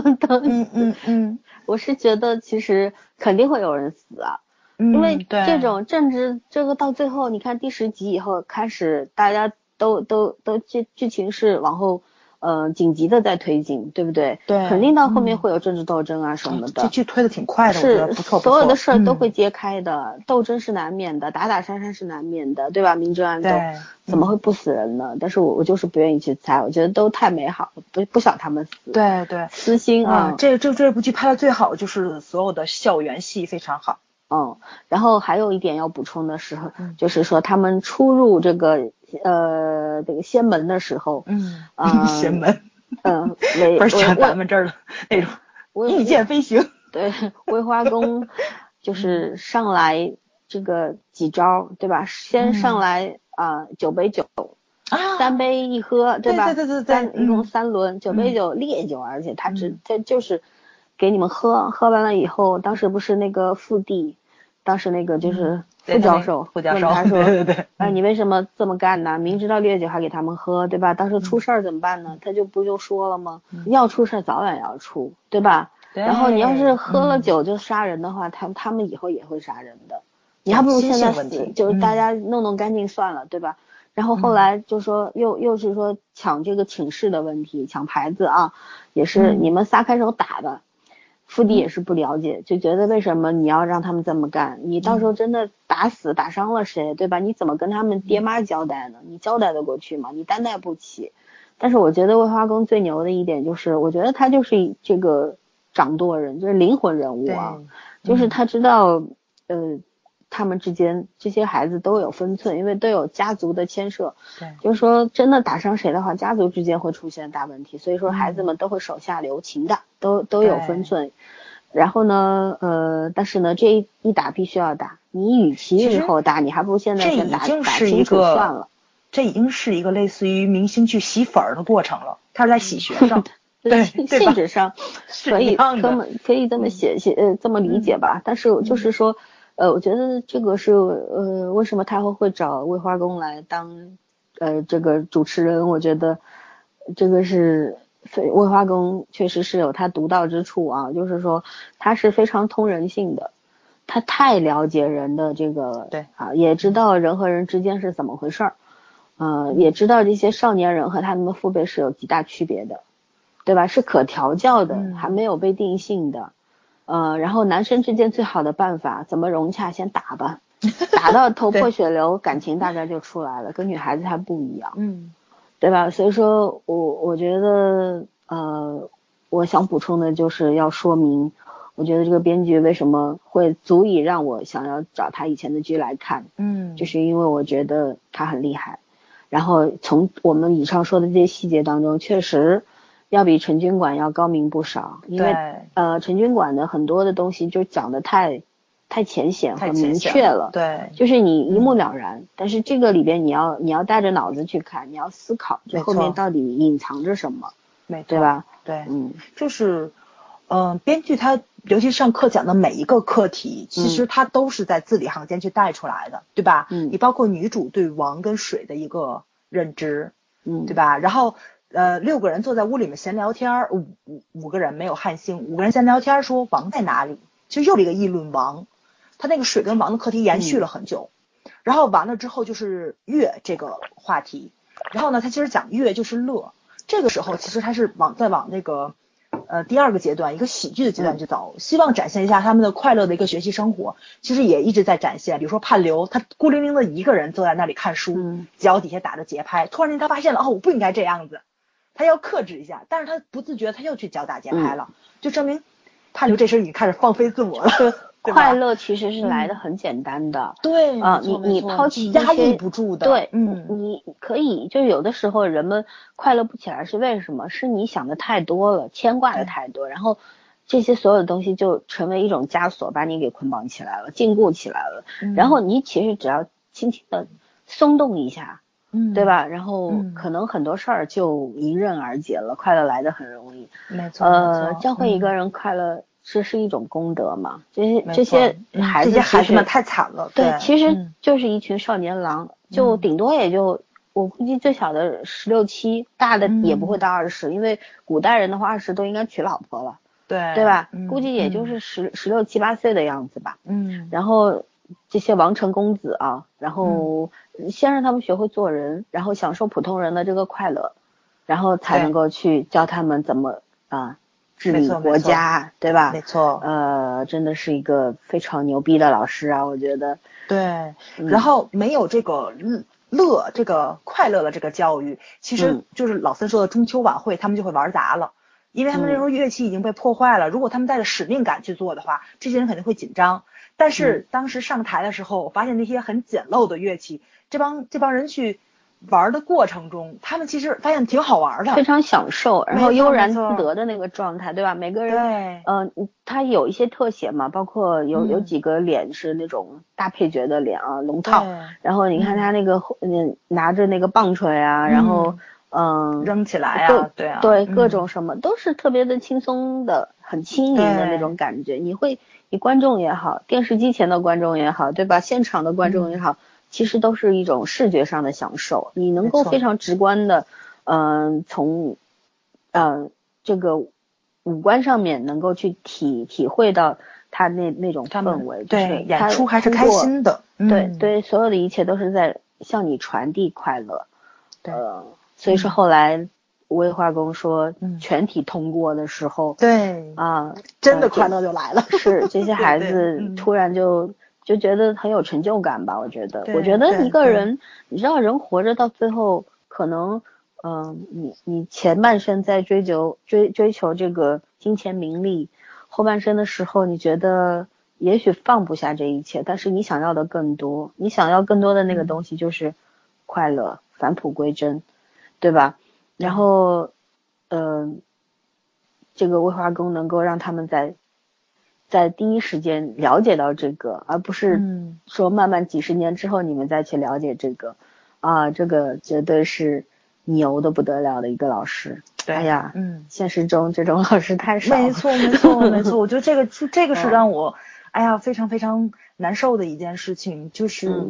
[SPEAKER 1] 我是觉得其实肯定会有人死啊，因为这种政治这个到最后，你看第10集以后开始，大家都剧情是往后。紧急的在推进，对不对？
[SPEAKER 2] 对，
[SPEAKER 1] 肯定到后面会有政治斗争啊什么的。
[SPEAKER 2] 这剧推的挺快的，我觉得不错。
[SPEAKER 1] 所有的事儿都会揭开的，斗争是难免的，打打杀杀是难免的，对吧？明争暗斗怎么会不死人呢？但是我就是不愿意去猜，我觉得都太美好了，不想他们死。
[SPEAKER 2] 对，
[SPEAKER 1] 私心啊。
[SPEAKER 2] 这部剧拍的最好就是所有的校园戏非常好。
[SPEAKER 1] 然后还有一点要补充的是，就是说他们出入这个仙门的时候，
[SPEAKER 2] 仙门，
[SPEAKER 1] 不
[SPEAKER 2] 是像咱们这儿的那种御剑飞行。
[SPEAKER 1] 对，威花宫就是上来这个几招，对吧？先上来9杯酒，3杯一喝，对吧？
[SPEAKER 2] 对，
[SPEAKER 1] 一共3轮，9杯酒烈酒，而且他就是给你们喝完了以后，当时不是那个副帝。当时那个就是副教授问他说，你为什么这么干呢？明知道烈酒还给他们喝，对吧？当时出事儿怎么办呢？他就不就说了吗？要出事儿早晚要出，对吧？然后你要是喝了酒就杀人的话，他们以后也会杀人的。你还不如现在死，就是大家弄干净算了，对吧？然后后来就说又是说抢这个寝室的问题，抢牌子啊，也是你们撒开手打的。 腹地也是不了解，就觉得为什么你要让他们这么干？你到时候真的打死打伤了谁，对吧？你怎么跟他们爹妈交代呢？你交代得过去吗？你担待不起。但是我觉得魏花公最牛的一点就是，我觉得他就是这个掌舵人，就是灵魂人物啊，就是他知道他们之间这些孩子都有分寸，因为都有家族的牵涉。
[SPEAKER 2] 对，
[SPEAKER 1] 就是说真的打伤谁的话，家族之间会出现大问题，所以说孩子们都会手下留情的，都有分寸。然后呢，但是呢，这一打必须要打，你与其日后打，你还不如现在先打清楚算了。
[SPEAKER 2] 这已经是一个类似于明星去洗粉的过程了，他是在洗学生。对，
[SPEAKER 1] 性质上可以这么写这么理解吧。但是就是说，我觉得这个是为什么太后会找魏花公来当这个主持人？我觉得这个是魏花公确实是有他独到之处啊，就是说他是非常通人性的，他太了解人的这个
[SPEAKER 2] 对
[SPEAKER 1] 啊，也知道人和人之间是怎么回事儿。也知道这些少年人和他们的父辈是有极大区别的，对吧？是可调教的，还没有被定性的。然后男生之间最好的办法怎么融洽，先打吧，打到头破血流，感情大概就出来了，跟女孩子还不一样，对吧？所以说我觉得我想补充的就是要说明，我觉得这个编剧为什么会足以让我想要找他以前的剧来看，就是因为我觉得他很厉害。然后从我们以上说的这些细节当中，确实要比陈军馆要高明不少，因为陈军馆的很多的东西就讲得太浅显和明确了，
[SPEAKER 2] 对，
[SPEAKER 1] 就是你一目了然。但是这个里边你要带着脑子去看，你要思考这后面到底隐藏着什么，对吧？
[SPEAKER 2] 对，就是编剧他尤其上课讲的每一个课题，其实他都是在字里行间去带出来的，对吧？你包括女主对王跟水的一个认知，对吧？然后6个人坐在屋里面闲聊天，5个人没有汉星，5个人闲聊天说王在哪里，其实又是一个议论王，他那个水跟王的课题延续了很久，然后完了之后就是乐这个话题，然后呢他其实讲乐就是乐，这个时候其实他是往那个第二个阶段，一个喜剧的阶段去走，希望展现一下他们的快乐的一个学习生活，其实也一直在展现。比如说盼流，他孤零零的一个人坐在那里看书，脚底下打着节拍，突然间他发现了，我不应该这样子，他要克制一下，但是他不自觉他又去脚打节拍了，就证明盼流这时候已经开始放飞自我了。
[SPEAKER 1] 快乐其实是来的很简单的，
[SPEAKER 2] 对
[SPEAKER 1] 你抛弃
[SPEAKER 2] 压抑不住的，
[SPEAKER 1] 对，你可以，就有的时候人们快乐不起来是为什么？是你想的太多了，牵挂的太多，然后这些所有的东西就成为一种枷锁，把你给捆绑起来了，禁锢起来了。然后你其实只要轻轻的松动一下，对吧？然后可能很多事儿就迎刃而解了，快乐来得很容易。
[SPEAKER 2] 没错，
[SPEAKER 1] 教会一个人快乐。这是一种功德嘛？这些孩
[SPEAKER 2] 子们太惨了。
[SPEAKER 1] 对，其实就是一群少年郎，就顶多也就我估计最小的16、17，大的也不会到20，因为古代人的话20都应该娶老婆了，对吧？估计也就是16、17、8岁的样子吧。然后这些王城公子啊，然后先让他们学会做人，然后享受普通人的这个快乐，然后才能够去教他们怎么治理国家，对吧？
[SPEAKER 2] 没错，
[SPEAKER 1] 真的是一个非常牛逼的老师啊，我觉得。
[SPEAKER 2] 对，然后没有这个这个快乐的这个教育，其实就是老三说的中秋晚会，他们就会玩砸了，因为他们那时候乐器已经被破坏了。如果他们带着使命感去做的话，这些人肯定会紧张。但是当时上台的时候，我发现那些很简陋的乐器，这帮人去玩的过程中，他们其实发现挺好玩的，
[SPEAKER 1] 非常享受，然后悠然自得的那个状态，对吧？每个人他有一些特写嘛，包括有几个脸是那种大配角的脸啊，龙套，然后你看他那个拿着那个棒槌啊，然后
[SPEAKER 2] 扔起来啊，
[SPEAKER 1] 对，各种什么都是特别的轻松的，很轻盈的那种感觉。你观众也好，电视机前的观众也好，对吧？现场的观众也好。其实都是一种视觉上的享受，你能够非常直观的，从这个五官上面能够去体会到他那种氛围，
[SPEAKER 2] 对，演出还是开心的，
[SPEAKER 1] 对，所有的一切都是在向你传递快乐，
[SPEAKER 2] 对，
[SPEAKER 1] 所以说后来魏化公说全体通过的时候，
[SPEAKER 2] 对
[SPEAKER 1] 啊，
[SPEAKER 2] 真的快乐就来了。
[SPEAKER 1] 是这些孩子突然就觉得很有成就感吧？我觉得一个人，你知道，人活着到最后，可能，你前半生在追求这个金钱名利，后半生的时候，你觉得也许放不下这一切，但是你想要的更多，你想要更多的那个东西就是快乐，返璞归真，对吧？然后，这个魏化公能够让他们在第一时间了解到这个，而不是说慢慢几十年之后你们再去了解这个，啊，这个绝对是牛的不得了的一个老师。哎呀，现实中这种老师太少了。
[SPEAKER 2] 没错。我觉得这个是让我，哎呀，非常非常难受的一件事情，就是，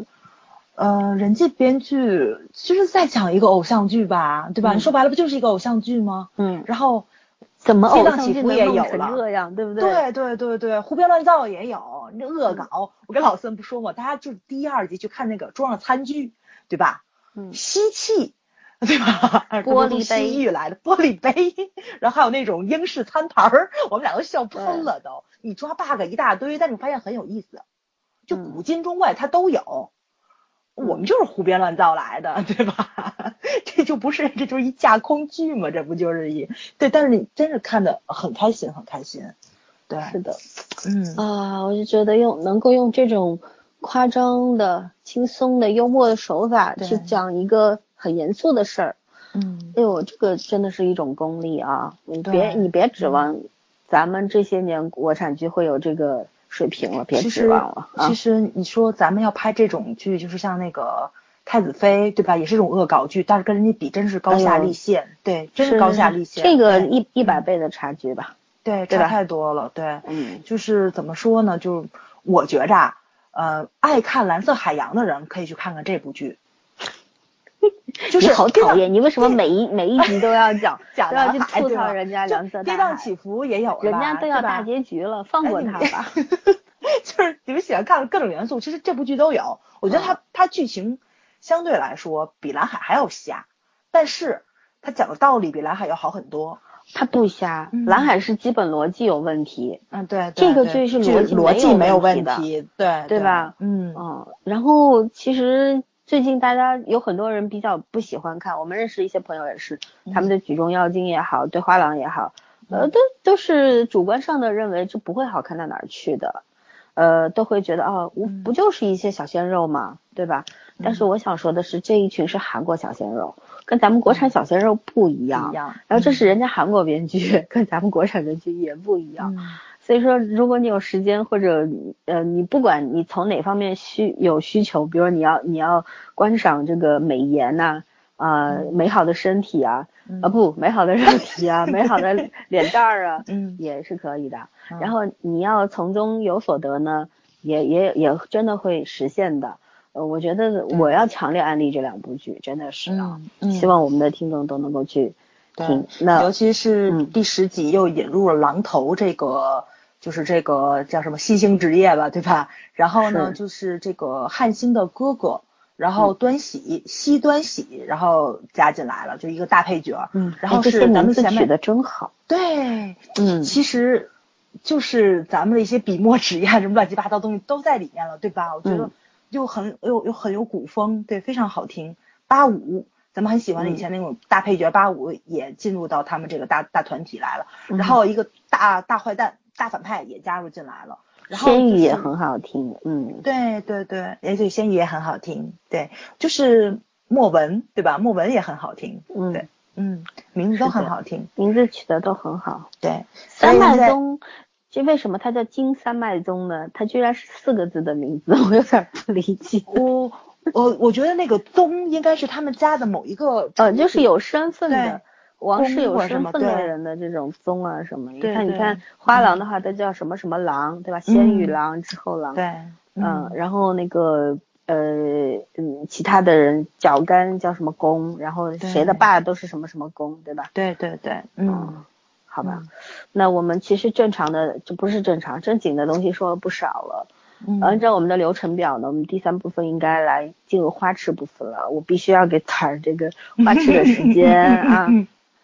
[SPEAKER 2] 人家编剧就是在讲一个偶像剧吧，对吧？你说白了不就是一个偶像剧吗？然后。
[SPEAKER 1] 怎么偶像
[SPEAKER 2] 起伏也有了，
[SPEAKER 1] 这样对不对？
[SPEAKER 2] 对，胡编乱造也有，那恶搞，我跟老孙不说嘛，大家就第一二集去看那个桌上餐具，对吧？吸气，对吧？
[SPEAKER 1] 玻璃杯，
[SPEAKER 2] 西域来的玻璃杯，然后还有那种英式餐盘儿，我们俩都笑喷了都。你抓 bug 一大堆，但是我发现很有意思，就古今中外它都有。我们就是胡编乱造来的，对吧？这就是一架空剧嘛，这不就是对？但是你真是看得很开心，很开心。对，
[SPEAKER 1] 是的，我就觉得能够用这种夸张的、轻松的、幽默的手法去讲一个很严肃的事儿，哎呦，这个真的是一种功力啊！你别指望咱们这些年国产剧会有这个水平了，别指望了。
[SPEAKER 2] 其实你说咱们要拍这种剧，就是像那个太子妃，对吧？也是一种恶搞剧，但是跟人家比真是高下立现，对，真是高下立现。
[SPEAKER 1] 这个100倍的差距吧？
[SPEAKER 2] 对，差太多了。对，就是怎么说呢？就我觉着，爱看蓝色海洋的人可以去看看这部剧。就是
[SPEAKER 1] 好讨厌，你为什么每一集都要讲都要去吐槽人家蓝色大海？
[SPEAKER 2] 跌宕起伏也有，
[SPEAKER 1] 人家都要大结局了，放过他吧。
[SPEAKER 2] 就是你们喜欢看各种元素，其实这部剧都有。我觉得它剧情相对来说比蓝海还要瞎，但是它讲的道理比蓝海要好很多。
[SPEAKER 1] 它不瞎，蓝海是基本逻辑有问题。
[SPEAKER 2] 对，
[SPEAKER 1] 这个剧是逻辑
[SPEAKER 2] 没有
[SPEAKER 1] 问
[SPEAKER 2] 题，
[SPEAKER 1] 对吧？然后其实最近大家有很多人比较不喜欢看，我们认识一些朋友也是，他们对举重妖精也好，对花郎也好，都是主观上的认为这不会好看到哪儿去的，都会觉得不就是一些小鲜肉嘛，对吧？但是我想说的是，这一群是韩国小鲜肉，跟咱们国产小鲜肉不一样。然后这是人家韩国编剧，跟咱们国产编剧也不一样。所以说，如果你有时间或者你不管你从哪方面有需求，比如你要观赏这个美颜呐，美好的身体啊，美好的肉体啊，美好的脸蛋儿啊，也是可以的。然后你要从中有所得呢，也真的会实现的。我觉得我要强烈安利这两部剧，真的是希望我们的听众都能够去听。那
[SPEAKER 2] 尤其是第10集又引入了狼头这个，就是这个叫什么新兴职业吧，对吧？然后呢，就是这个汉星的哥哥，然后西端喜，然后加进来了，就一个大配角。然后是咱们前面
[SPEAKER 1] 取得真好。
[SPEAKER 2] 对，其实就是咱们的一些笔墨纸砚什么乱七八糟东西都在里面了，对吧？我觉得又很有古风，对，非常好听。85，咱们很喜欢的以前那种大配角85也进入到他们这个大团体来了，然后一个大坏蛋、大反派也加入进来了。然后
[SPEAKER 1] 仙羽也很好听，
[SPEAKER 2] 对，仙羽也很好听，对，就是莫文，对吧？莫文也很好听，对，名字都很好听，
[SPEAKER 1] 名字取得都很好，
[SPEAKER 2] 对。
[SPEAKER 1] 三脉宗，这为什么它叫金三脉宗呢？它居然是4个字的名字，我有点不理解。
[SPEAKER 2] 我觉得那个宗应该是他们家的某一个，
[SPEAKER 1] 就是有身份的。王室有身份的人的这种宗啊什么，你看花郎的话，它叫什么什么郎，对吧？仙羽郎、之后郎，
[SPEAKER 2] 对，
[SPEAKER 1] 然后那个其他的人脚干叫什么公，然后谁的爸都是什么什么公，对吧？
[SPEAKER 2] 对，
[SPEAKER 1] 好吧，那我们其实正常的就不是正经的东西说了不少了。按照我们的流程表呢，我们第3部分应该来进入花痴部分了。我必须要给彩儿这个花痴的时间啊。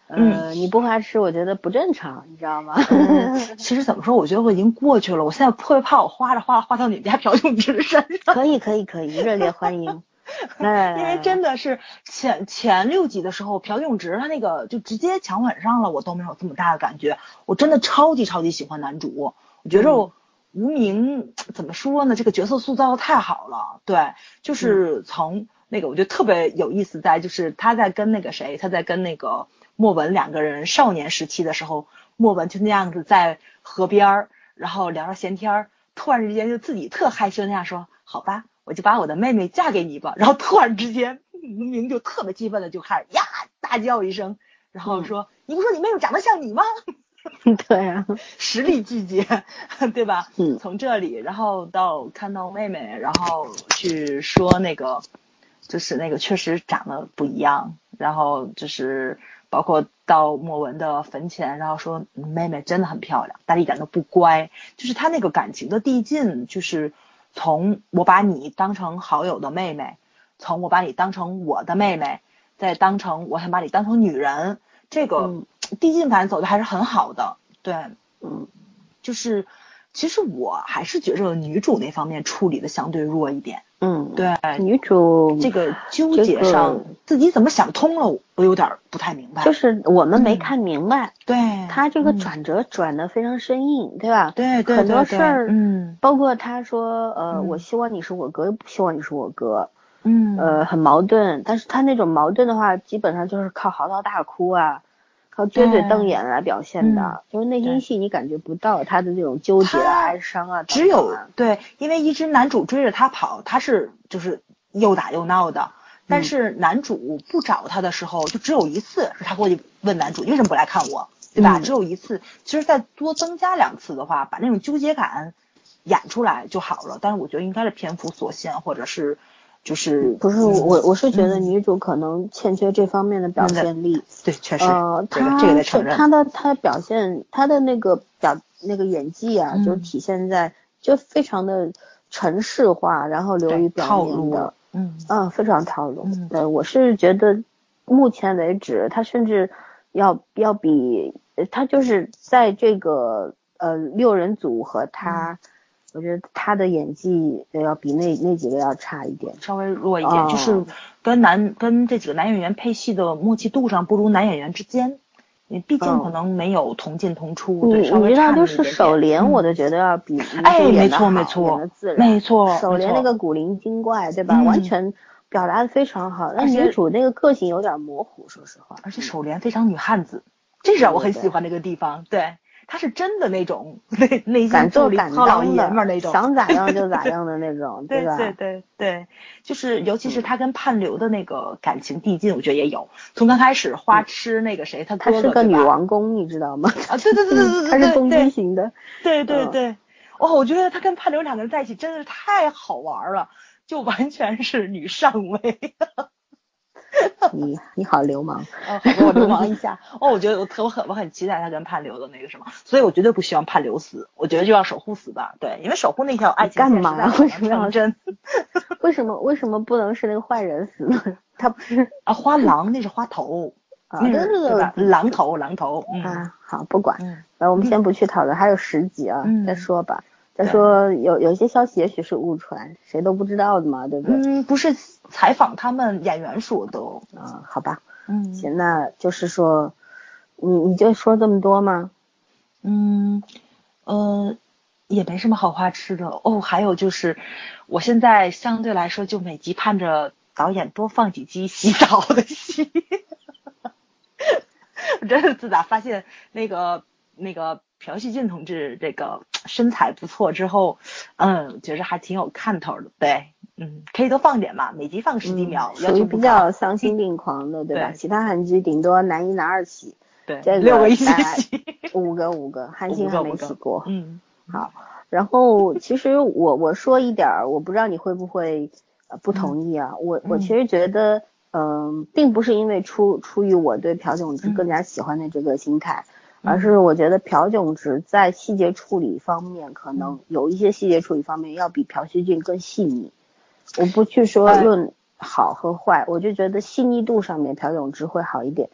[SPEAKER 1] 你不花痴，我觉得不正常，你知道吗？
[SPEAKER 2] 其实怎么说，我觉得我已经过去了，我现在特别怕我花到你们家朴炯植身上。
[SPEAKER 1] 可以，热烈欢迎。
[SPEAKER 2] 因为真的是前6集的时候，朴炯植他那个就直接强吻上了，我都没有这么大的感觉。我真的超级喜欢男主，我觉着无名怎么说呢，这个角色塑造的太好了。对，就是从那个我觉得特别有意思在就是他在跟那个莫文2个人少年时期的时候，莫文就那样子在河边然后聊着闲天，突然之间就自己特害羞那样说，好吧，我就把我的妹妹嫁给你吧。然后突然之间无名就特别气愤的就开始呀大叫一声，然后说，你不说你妹妹长得像你吗？
[SPEAKER 1] 对啊，
[SPEAKER 2] 实力拒绝，对吧？从这里然后到看到妹妹，然后去说那个就是那个确实长得不一样，然后就是包括到莫文的坟前，然后说妹妹真的很漂亮，但一点都不乖，就是他那个感情的递进，就是从我把你当成好友的妹妹，从我把你当成我的妹妹，再当成我想把你当成女人，这个递进感走的还是很好的。对，就是其实我还是觉着女主那方面处理的相对弱一点。对，
[SPEAKER 1] 女主
[SPEAKER 2] 这个纠结上自己怎么想通了，我有点不太明白。
[SPEAKER 1] 就是我们没看明白，
[SPEAKER 2] 对，
[SPEAKER 1] 他这个转折转得非常生硬，对吧？
[SPEAKER 2] 对，
[SPEAKER 1] 很多事儿，包括他说，我希望你是我哥，又不希望你是我哥，很矛盾。但是他那种矛盾的话，基本上就是靠嚎啕大哭啊，靠撅嘴瞪眼来表现的，就是内心戏你感觉不到他的那种纠结啊、哀伤啊，
[SPEAKER 2] 只有对，因为一直男主追着他跑，他是就是又打又闹的，但是男主不找他的时候，就只有一次是他过去问男主你为什么不来看我，对吧？只有一次，其实再多增加2次的话，把那种纠结感演出来就好了。但是我觉得应该是篇幅所限，或者是就是
[SPEAKER 1] 不是我是觉得女主可能欠缺这方面的表现力。
[SPEAKER 2] 对，确实，
[SPEAKER 1] 她的表现，她的那个演技啊，就体现在就非常的程式化，然后流于表面的，非常套路。我是觉得目前为止，她甚至要比她就是在这个6人组和她。我觉得他的演技要比那几个要差一点，
[SPEAKER 2] 稍微弱一点，就是跟这几个男演员配戏的默契度上不如男演员之间，你毕竟可能没有同进同出，对，稍微差一点点。
[SPEAKER 1] 就是首联，我都觉得要比
[SPEAKER 2] 没错，
[SPEAKER 1] 演的自然，
[SPEAKER 2] 没错。
[SPEAKER 1] 首联那个古灵精怪，对吧？完全表达的非常好，但女主那个个性有点模糊，说实话。
[SPEAKER 2] 而且首联非常女汉子，这是让我很喜欢这个地方，对。他是真的那种内心
[SPEAKER 1] 敢做敢当
[SPEAKER 2] 的那种，
[SPEAKER 1] 想咋样就咋样的那种，对吧？
[SPEAKER 2] 对，就是尤其是他跟盼流的那个感情递进，我觉得也有。从刚开始花痴那个谁，他哥哥
[SPEAKER 1] 是个女王宫，你知道吗？
[SPEAKER 2] 对，
[SPEAKER 1] 他是攻击型的。
[SPEAKER 2] 对。我觉得他跟盼流2个人在一起真的是太好玩了，就完全是女上位。
[SPEAKER 1] 你好流氓
[SPEAKER 2] 我流氓一下我觉得我很期待他跟盼流的那个什么，所以我绝对不希望盼流死，我觉得就要守护死吧。对，因为守护那条爱情
[SPEAKER 1] 线干嘛？为什么要
[SPEAKER 2] 真？
[SPEAKER 1] 为什么不能是那个坏人死呢？他不是
[SPEAKER 2] 花郎，那是花头对吧？狼头
[SPEAKER 1] 好，不管我们先不去讨论，还有10集啊，再说吧。再说有些消息也许是误传，谁都不知道的嘛，对不对？
[SPEAKER 2] 不是采访他们演员说的
[SPEAKER 1] 好吧。行，那就是说你就说这么多吗？
[SPEAKER 2] 也没什么好花痴的还有就是我现在相对来说就每集盼着导演多放几集洗澡的戏。我真是自打发现那个朴叙俊同志这个身材不错之后，觉得还挺有看头的。对，可以多放点嘛，每集放10几秒，
[SPEAKER 1] 属于比较丧心病狂的，对吧？其他韩剧顶多男一男二洗，
[SPEAKER 2] 对，
[SPEAKER 1] 这个
[SPEAKER 2] 6个一起洗
[SPEAKER 1] ，5个，韩星还没洗过。好，然后其实我说一点，我不知道你会不会不同意啊？我其实觉得，并不是因为出于我对朴炯植更加喜欢的这个心态。而是我觉得朴炯植在细节处理方面，可能有一些细节处理方面要比朴叙俊更细腻。我不去说论好和坏，我就觉得细腻度上面朴炯植会好一点。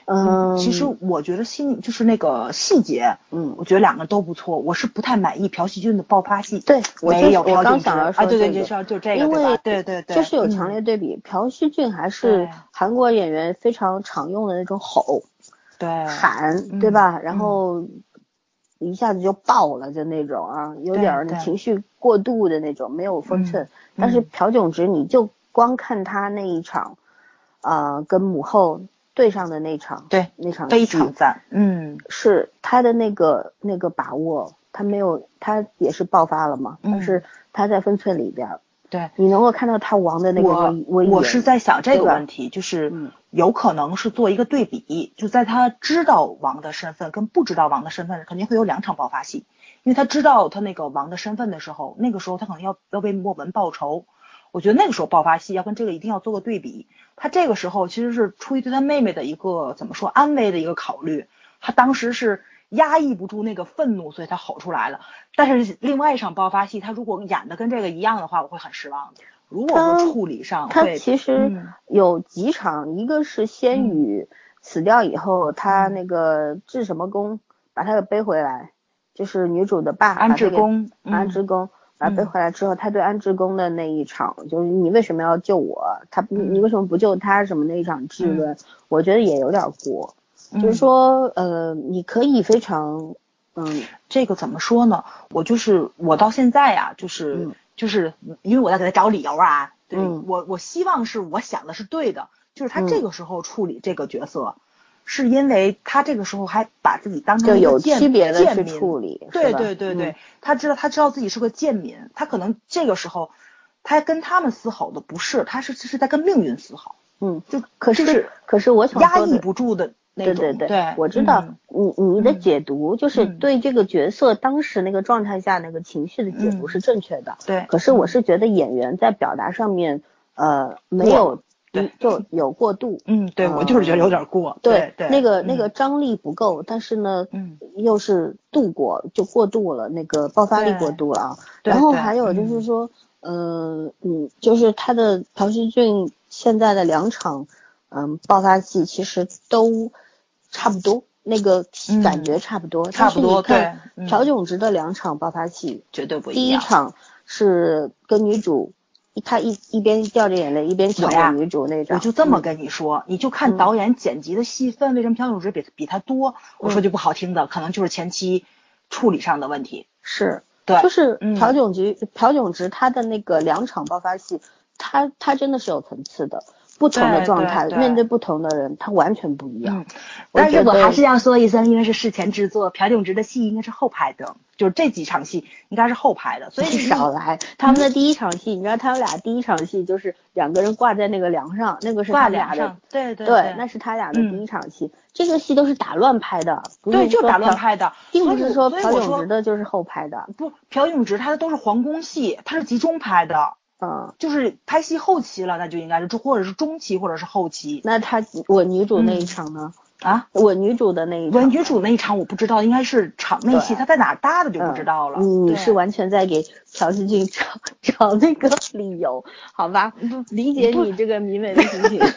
[SPEAKER 2] 其实我觉得就是那个细节，我觉得两个都不错。我是不太满意朴叙俊的爆发戏，
[SPEAKER 1] 对，
[SPEAKER 2] 没有
[SPEAKER 1] 我刚想要说
[SPEAKER 2] 对，就这个，
[SPEAKER 1] 因为
[SPEAKER 2] 对对对，
[SPEAKER 1] 就是有强烈对比，朴叙俊还是韩国演员非常常用的那种吼，
[SPEAKER 2] 对，
[SPEAKER 1] 喊，对吧？然后一下子就爆了的那种啊，有点情绪过度的那种，没有分寸。但是朴炯植，你就光看他那一场，跟母后对上的那场，
[SPEAKER 2] 对，
[SPEAKER 1] 那场
[SPEAKER 2] 非常赞，
[SPEAKER 1] 是他的那个把握，他没有，他也是爆发了嘛，但是他在分寸里边。
[SPEAKER 2] 对，
[SPEAKER 1] 你能够看到他王的那个威严。
[SPEAKER 2] 我是在想这个问题，就是有可能是做一个对比，就在他知道王的身份跟不知道王的身份，肯定会有2场爆发戏。因为他知道他那个王的身份的时候，那个时候他可能要为莫文报仇，我觉得那个时候爆发戏要跟这个一定要做个对比。他这个时候其实是出于对他妹妹的一个怎么说安危的一个考虑，他当时是压抑不住那个愤怒，所以他吼出来了。但是另外一场爆发戏，他如果演的跟这个一样的话，我会很失望的。如果说处理上
[SPEAKER 1] 他其实有几场，一个是仙羽死掉以后，他那个至什么宫把他给背回来，就是女主的爸
[SPEAKER 2] 安志公，
[SPEAKER 1] 把他背回来之后，他对安志公的那一场，就是你为什么要救我？你为什么不救他？什么那一场质问，我觉得也有点过。就是说，你可以非常，
[SPEAKER 2] 这个怎么说呢？我到现在呀，就是因为我在给他找理由啊，对，我希望是我想的是对的，就是他这个时候处理这个角色，是因为他这个时候还把自己当成一个
[SPEAKER 1] 区别的去处理，
[SPEAKER 2] 对，他知道自己是个贱民，他可能这个时候他跟他们嘶吼的不是，他是在跟命运嘶吼，
[SPEAKER 1] 可是我想
[SPEAKER 2] 压抑不住的。
[SPEAKER 1] 对，我知道你的解读就是对这个角色当时那个状态下那个情绪的解读是正确的，
[SPEAKER 2] 对。
[SPEAKER 1] 可是我是觉得演员在表达上面没有就有过度，
[SPEAKER 2] 对，我就是觉得有点过，
[SPEAKER 1] 对，那个张力不够，但是呢，又是过度了，那个爆发力过度了啊。然后还有就是说，就是他的朴叙俊现在的2场。爆发戏其实都差不多，那个感觉差不多，对。朴炯植的2场爆发戏
[SPEAKER 2] 绝对不一样。
[SPEAKER 1] 第一场是跟女主，他一边掉着眼泪一边抢着女主那场。
[SPEAKER 2] 我就这么跟你说，你就看导演剪辑的戏份，为什么朴炯植比他多？我说句不好听的，可能就是前期处理上的问题。
[SPEAKER 1] 是，
[SPEAKER 2] 对，
[SPEAKER 1] 就是朴炯植他的那个2场爆发戏，他真的是有层次的。不同的状态，面对不同的人，他完全不一样。
[SPEAKER 2] 但是我还是要说一声，因为是事前制作，朴炯植的戏应该是后拍的，就是这几场戏应该是后拍的，所以
[SPEAKER 1] 少来。他们的第一场戏，你知道他们俩第一场戏就是2个人挂在那个梁上，那个是他俩的，
[SPEAKER 2] 对，
[SPEAKER 1] 那是他俩的第一场戏。这个戏都是打乱拍的，
[SPEAKER 2] 对，就打乱拍的，
[SPEAKER 1] 并不是说朴炯植的就是后拍的。
[SPEAKER 2] 不，朴炯植他的都是皇宫戏，他是集中拍的。就是拍戏后期了，那就应该是或者是中期或者是后期。
[SPEAKER 1] 那我女主那一场呢？我女主的那一场，
[SPEAKER 2] 我女主那一场我不知道，应该是场内戏，她在哪搭的就不知道了。
[SPEAKER 1] 你是完全在给朴叙俊找那个理由，好吧？理解你这个迷妹的心情。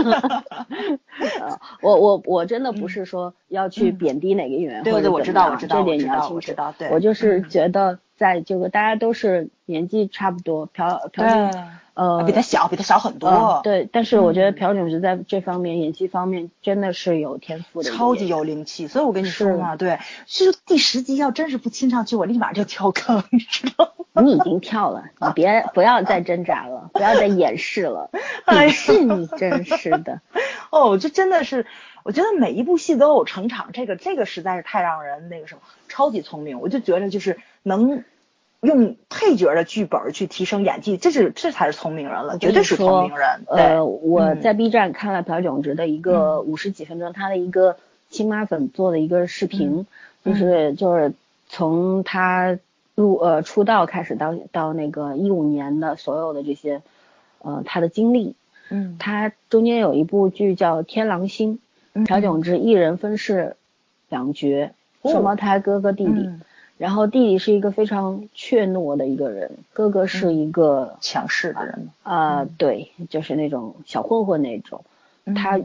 [SPEAKER 1] 我真的不是说要去贬低哪个演员，
[SPEAKER 2] 对，我知道，
[SPEAKER 1] 这点你要清楚。
[SPEAKER 2] 对，
[SPEAKER 1] 我就是觉得在这个大家都是年纪差不多，朴炯
[SPEAKER 2] 比他小很多。
[SPEAKER 1] 对，但是我觉得朴炯植在这方面演技方面真的是有天赋的，
[SPEAKER 2] 超级有灵气。所以我跟你说嘛，对，是第10集要真是不亲上去，我立马就跳坑，你知道吗？
[SPEAKER 1] 你已经跳了，你不要再挣扎了，不要再掩饰了，鄙视你，真是的。
[SPEAKER 2] 这真的是，我觉得每一部戏都有成长，这个实在是太让人那个什么，超级聪明。我就觉得就是能用配角的剧本去提升演技，这才是聪明人了，绝对是聪明人。
[SPEAKER 1] 我在 B 站看了朴炯植的一个50几分钟，他的一个亲妈粉做的一个视频，就是从他出道开始到那个15年的所有的这些他的经历。他中间有一部剧叫《天狼星》，朴炯植一人分饰2角，双胞胎哥哥弟弟。然后弟弟是一个非常怯懦的一个人，哥哥是一个
[SPEAKER 2] 强势的人。
[SPEAKER 1] 对，就是那种小混混那种。他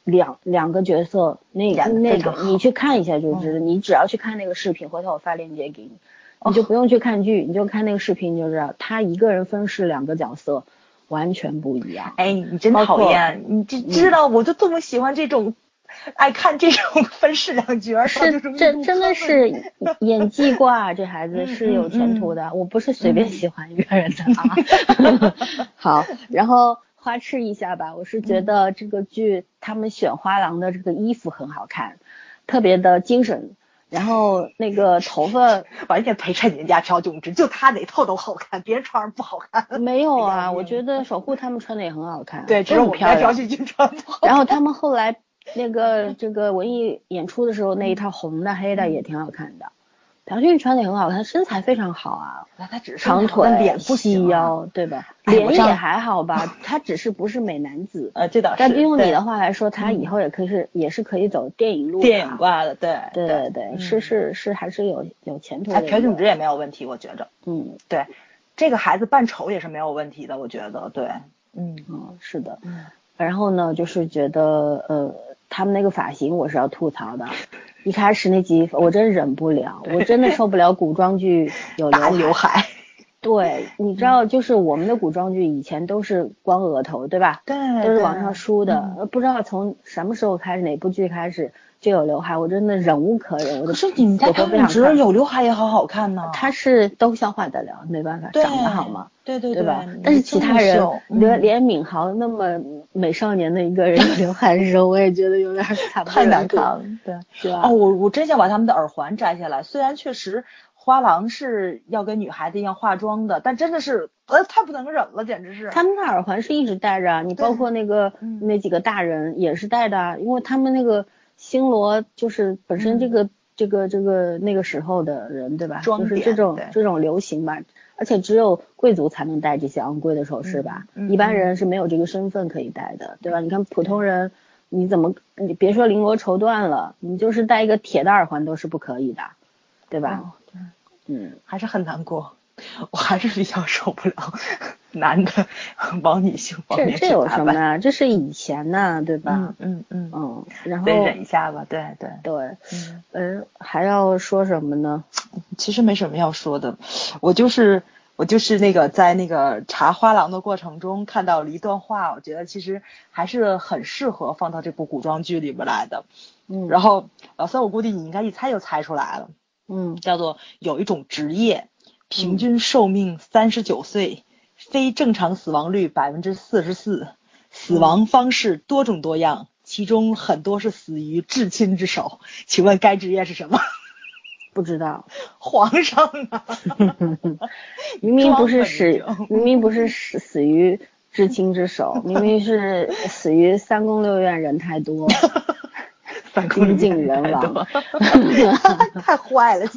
[SPEAKER 1] 两个角色，那个你去看一下就知道，你只要去看那个视频，回头我发链接给你，你就不用去看剧，你就看那个视频就知道，他一个人分饰两个角色完全不一样。
[SPEAKER 2] 哎，你真讨厌，你就知道我就这么喜欢这种爱看这种分饰两角，
[SPEAKER 1] 是真的是演技挂，这孩子是有前途的。我不是随便喜欢一个人的啊。好，然后花痴一下吧，我是觉得这个剧他们选花郎的这个衣服很好看，特别的精神。然后那个头发
[SPEAKER 2] 完全陪衬人家朴炯植，就他哪套都好看，别人穿上不好看。
[SPEAKER 1] 没有啊，我觉得守护他们穿的也很好看，
[SPEAKER 2] 对，只有我家朴炯植穿不好看。
[SPEAKER 1] 然后他们后来这个文艺演出的时候，那一套红的黑的也挺好看的。朴炯植穿的也很好看，身材非常好啊，
[SPEAKER 2] 他只是
[SPEAKER 1] 长腿
[SPEAKER 2] 脸不
[SPEAKER 1] 细腰，对吧？脸也还好吧，他只是不是美男子。
[SPEAKER 2] 这倒是。
[SPEAKER 1] 但用你的话来说，他以后也是可以走电影路的。
[SPEAKER 2] 电影挂的，对
[SPEAKER 1] 是还是有前途的。
[SPEAKER 2] 朴炯植也没有问题，我觉着。对，这个孩子扮丑也是没有问题的，我觉得。对，
[SPEAKER 1] 是的。然后呢，就是觉得他们那个发型我是要吐槽的。一开始那集我真忍不了，我真的受不了古装剧有
[SPEAKER 2] 大刘海。
[SPEAKER 1] 对，你知道就是我们的古装剧以前都是光额头，对吧？
[SPEAKER 2] 对，
[SPEAKER 1] 都是往上梳的。不知道从什么时候开始，哪部剧开始就有刘海，我真的忍无可忍。
[SPEAKER 2] 可是你在朴炯植有刘海也好看呢。
[SPEAKER 1] 他是都消化得了，没办法，长得好嘛。
[SPEAKER 2] 对
[SPEAKER 1] 吧？但是其他人连敏豪那么美少年的一个人有刘海的时候，我也觉得有点
[SPEAKER 2] 太难看了。对，
[SPEAKER 1] 是吧？
[SPEAKER 2] 我真想把他们的耳环摘下来。虽然确实花郎是要跟女孩子一样化妆的，但真的是太不能忍了，简直是。
[SPEAKER 1] 他们的耳环是一直戴着，你包括那几个大人也是戴的，因为他们那个星罗就是本身这个那个时候的人，对吧？就是这种流行吧。而且只有贵族才能戴这些昂贵的首饰吧，一般人是没有这个身份可以戴的，对吧？你看普通人，你别说绫罗绸缎了，你就是戴一个铁的耳环都是不可以的，对吧？
[SPEAKER 2] 还是很难过，我还是比较受不了男的往女性方面。
[SPEAKER 1] 这有什么呀？这是以前呢，对吧？然后
[SPEAKER 2] 得忍一下吧，对。
[SPEAKER 1] 还要说什么呢？
[SPEAKER 2] 其实没什么要说的，我就是那个在那个查花郎的过程中看到了一段话，我觉得其实还是很适合放到这部古装剧里边来的。然后老三我估计你应该一猜就猜出来了。叫做有一种职业，平均寿命39岁，非正常死亡率44%，死亡方式多种多样，其中很多是死于至亲之手。请问该职业是什么？
[SPEAKER 1] 不知道。
[SPEAKER 2] 皇上啊。
[SPEAKER 1] 明明不是死于至亲之手，明明是死于三宫六院人太多。精尽人亡。
[SPEAKER 2] 太坏了。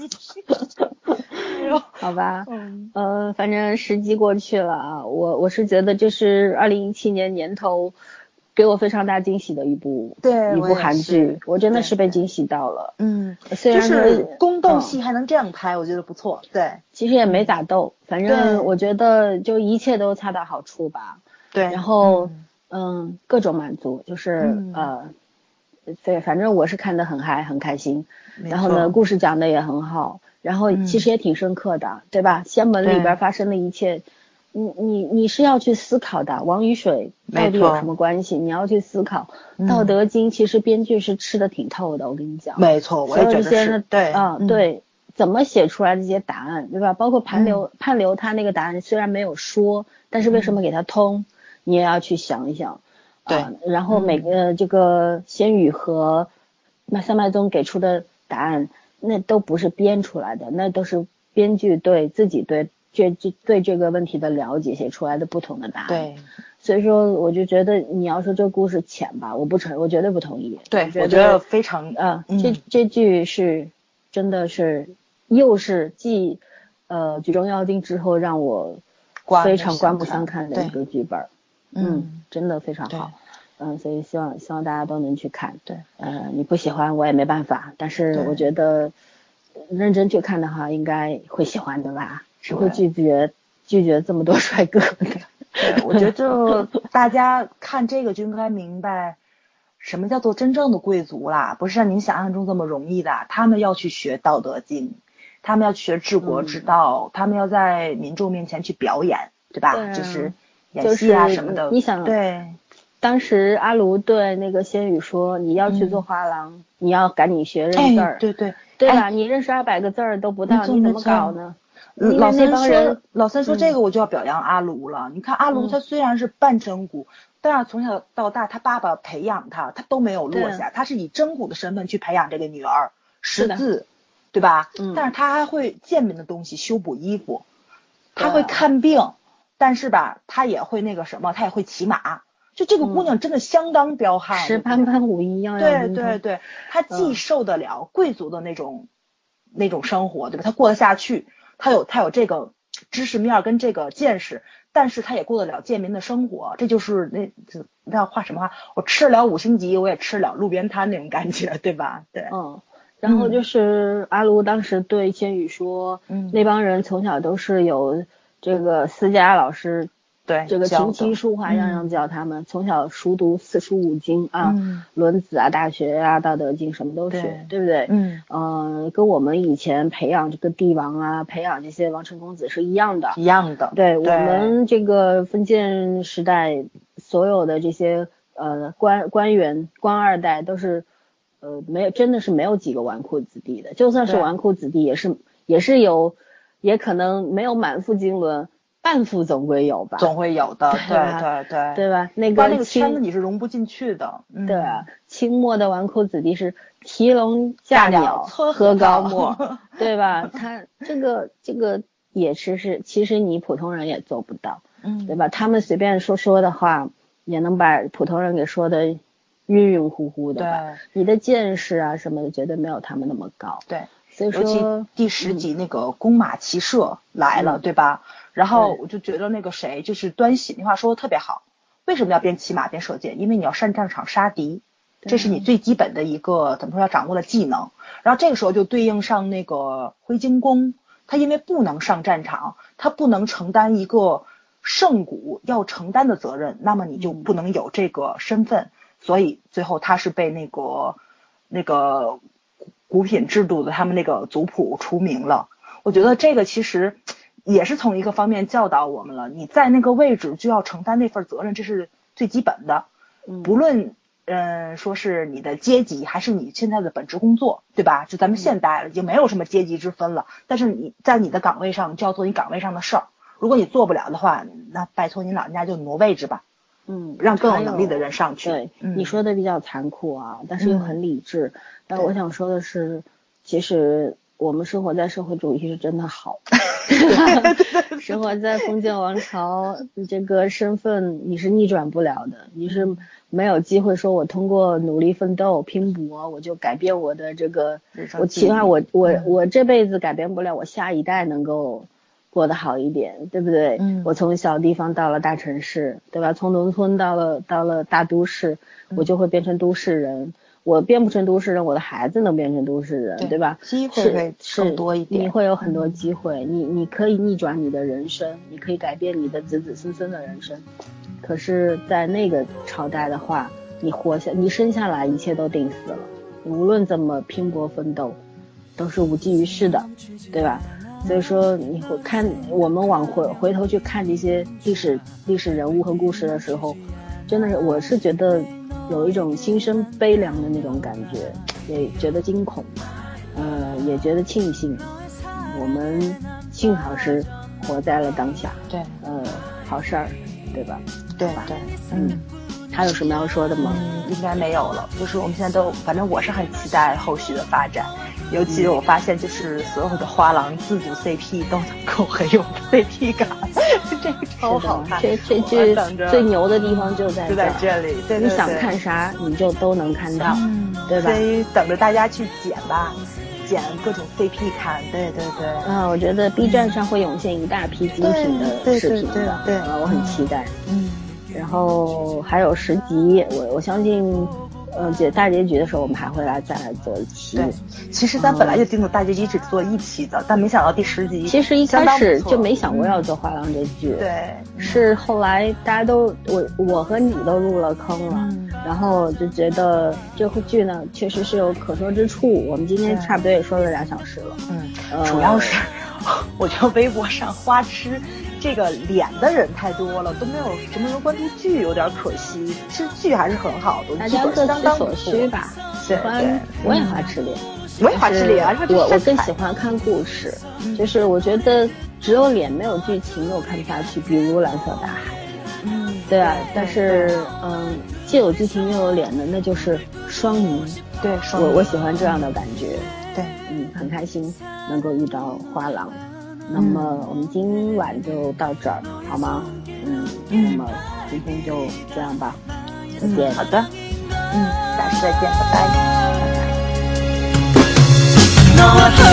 [SPEAKER 1] 好吧。反正10集过去了啊，我是觉得这是2017年年头给我非常大惊喜的一部韩剧，我真的是被惊喜到了。虽然
[SPEAKER 2] 就是宫斗戏还能这样拍，我觉得不错。对，
[SPEAKER 1] 其实也没咋斗，反正我觉得就一切都恰到好处吧。
[SPEAKER 2] 对，
[SPEAKER 1] 然后各种满足，就是对，反正我是看得很嗨很开心。然后呢，故事讲的也很好，然后其实也挺深刻的，对吧？仙门里边发生的一切，你是要去思考的。王与水到底有什么关系？你要去思考。道德经其实编剧是吃的挺透的，我跟你讲。
[SPEAKER 2] 没错，我也觉得是。对，
[SPEAKER 1] 对，怎么写出来这些答案，对吧？包括潘刘他那个答案虽然没有说，但是为什么给他通，你也要去想一想。
[SPEAKER 2] 对，
[SPEAKER 1] 然后每个这个仙羽和三脉宗给出的答案，那都不是编出来的，那都是编剧对自己对这个问题的了解写出来的不同的答案。
[SPEAKER 2] 对，
[SPEAKER 1] 所以说我就觉得你要说这个故事浅吧，我绝对不同意。
[SPEAKER 2] 对，我觉得非常
[SPEAKER 1] 这剧是真的是又是继举重妖精之后让我非常刮目相看的一个剧本。真的非常好。所以希望大家都能去看。
[SPEAKER 2] 对，
[SPEAKER 1] 你不喜欢我也没办法，但是我觉得认真去看的话，应该会喜欢的吧？是会拒绝这么多帅哥的。
[SPEAKER 2] 对，我觉得大家看这个就应该明白， 什么叫做真正的贵族啦，不是像您想象中这么容易的，他们要去学道德经，他们要去学治国之道，他们要在民众面前去表演，对吧？
[SPEAKER 1] 对啊，
[SPEAKER 2] 就是演戏啊什么的。
[SPEAKER 1] 你想，
[SPEAKER 2] 对，
[SPEAKER 1] 当时阿卢对那个仙羽说，你要去做画廊，你要赶紧学认字儿，
[SPEAKER 2] 对对
[SPEAKER 1] 对吧？你认识200个字儿都不到，你怎么搞呢？
[SPEAKER 2] 老三说这个我就要表扬阿卢了。你看阿卢他虽然是半真骨，但是从小到大他爸爸培养他都没有落下，他是以真骨的身份去培养这个女儿识字，对吧？但是他还会贱民的东西，修补衣服，他会看病，但是吧他也会那个什么，他也会骑马。就这个姑娘真的相当彪悍，
[SPEAKER 1] 十般般武艺样
[SPEAKER 2] 样精通。对，她既受得了贵族的那种生活，对吧？她过得下去，她有这个知识面跟这个见识，但是她也过得了贱民的生活。这就是那话什么话？我吃得了5星级，我也吃得了路边摊那种感觉，对吧？对，
[SPEAKER 1] 然后就是阿卢当时对仙羽说，那帮人从小都是有这个私家老师。
[SPEAKER 2] 对，
[SPEAKER 1] 这个琴棋书画样样教他们，从小熟读4书5经啊，论子啊、大学啊、道德经什么都学， 对不对？跟我们以前培养这个帝王啊，培养这些王臣公子是一样的。对，我们这个封建时代所有的这些官员官二代都是没有，真的是没有几个纨绔子弟的，就算是纨绔子弟也是有，也可能没有满腹经纶。半副总归有吧，
[SPEAKER 2] 总会有的，对
[SPEAKER 1] 吧？那个
[SPEAKER 2] 圈子你是融不进去的。
[SPEAKER 1] 对啊，清末的纨绔子弟是提笼架鸟喝高沫，对吧？他这个也是其实你普通人也做不到，对吧？他们随便说的话也能把普通人给说的晕晕乎乎的吧？你的见识啊什么的绝对没有他们那么高。
[SPEAKER 2] 对，
[SPEAKER 1] 所以说
[SPEAKER 2] 尤其第10集那个弓马骑射来了，对吧？然后我就觉得那个谁就是端喜那话说的特别好，为什么要边骑马边射箭？因为你要上战场杀敌，这是你最基本的一个怎么说要掌握的技能。然后这个时候就对应上那个灰精公，他因为不能上战场，他不能承担一个圣骨要承担的责任，那么你就不能有这个身份，所以最后他是被那个古品制度的他们那个族谱除名了。我觉得这个其实也是从一个方面教导我们了，你在那个位置就要承担那份责任，这是最基本的。不论说是你的阶级还是你现在的本职工作，对吧？就咱们现代了，已经没有什么阶级之分了。但是你在你的岗位上就要做你岗位上的事儿，如果你做不了的话，那拜托您老人家就挪位置吧。让更有能力的人上去。
[SPEAKER 1] 对，你说的比较残酷啊，但是又很理智。但我想说的是，其实我们生活在社会主义是真的好。生活在封建王朝，这个身份你是逆转不了的，你是没有机会说我通过努力奋斗拼搏我就改变我的这个，我起码我这辈子改变不了，我下一代能够过得好一点，对不对？我从小地方到了大城市，对吧？从农村到了大都市，我就会变成都市人。我变不成都市人，我的孩子能变成都市人，对吧？
[SPEAKER 2] 机会会更多一点，
[SPEAKER 1] 你会有很多机会，你可以逆转你的人生，你可以改变你的子子孙孙的人生。可是在那个朝代的话，你生下来一切都定死了，无论怎么拼搏奋斗都是无济于事的，对吧？所以说你会看我们往回头去看这些历史人物和故事的时候，真的是我是觉得有一种心生悲凉的那种感觉，也觉得惊恐，也觉得庆幸，我们幸好是活在了当下，
[SPEAKER 2] 对，
[SPEAKER 1] 好事儿，对吧？
[SPEAKER 2] 对，
[SPEAKER 1] 还有什么要说的吗？
[SPEAKER 2] 应该没有了，就是我们现在反正我是很期待后续的发展，尤其我发现就是所有的花郎自组 CP 都能够很有 CP 感，这个超好看。
[SPEAKER 1] 这剧最牛的地方就在
[SPEAKER 2] 这里，对，
[SPEAKER 1] 你想看啥你就都能看到，对吧？
[SPEAKER 2] 所以等着大家去剪吧，剪各种 CP 看，对。
[SPEAKER 1] 我觉得 B 站上会涌现一大批精品的视频的，
[SPEAKER 2] 对，
[SPEAKER 1] 我很期待。然后还有10集，我相信，大结局的时候我们还会再来做一期。
[SPEAKER 2] 对，其实咱本来就定的大结局只做1期的，但没想到第10集，
[SPEAKER 1] 其实一开始就没想过要做画廊这剧，
[SPEAKER 2] 对，
[SPEAKER 1] 是后来大家都我和你都入了坑了， 然后就觉得这部剧呢确实是有可说之处。我们今天差不多也说了2小时了。
[SPEAKER 2] 主要是我觉得微博上花痴这个脸的人太多了，都没有什么人关注剧，有点可惜。其实剧还是很好的，
[SPEAKER 1] 大家各取所需吧。喜欢我也花痴脸，
[SPEAKER 2] 我也花痴脸，
[SPEAKER 1] 我更喜欢看故事，就是我觉得只有脸没有剧情我看不下去，比如蓝色大海。对啊，但是既有剧情又有脸的，那就是双赢。
[SPEAKER 2] 对，
[SPEAKER 1] 我喜欢这样的感觉。
[SPEAKER 2] 对，
[SPEAKER 1] 很开心能够遇到花郎。那么我们今晚就到这儿，好吗？那么今天就这样吧，再见。
[SPEAKER 2] 好的，下次再见，拜拜。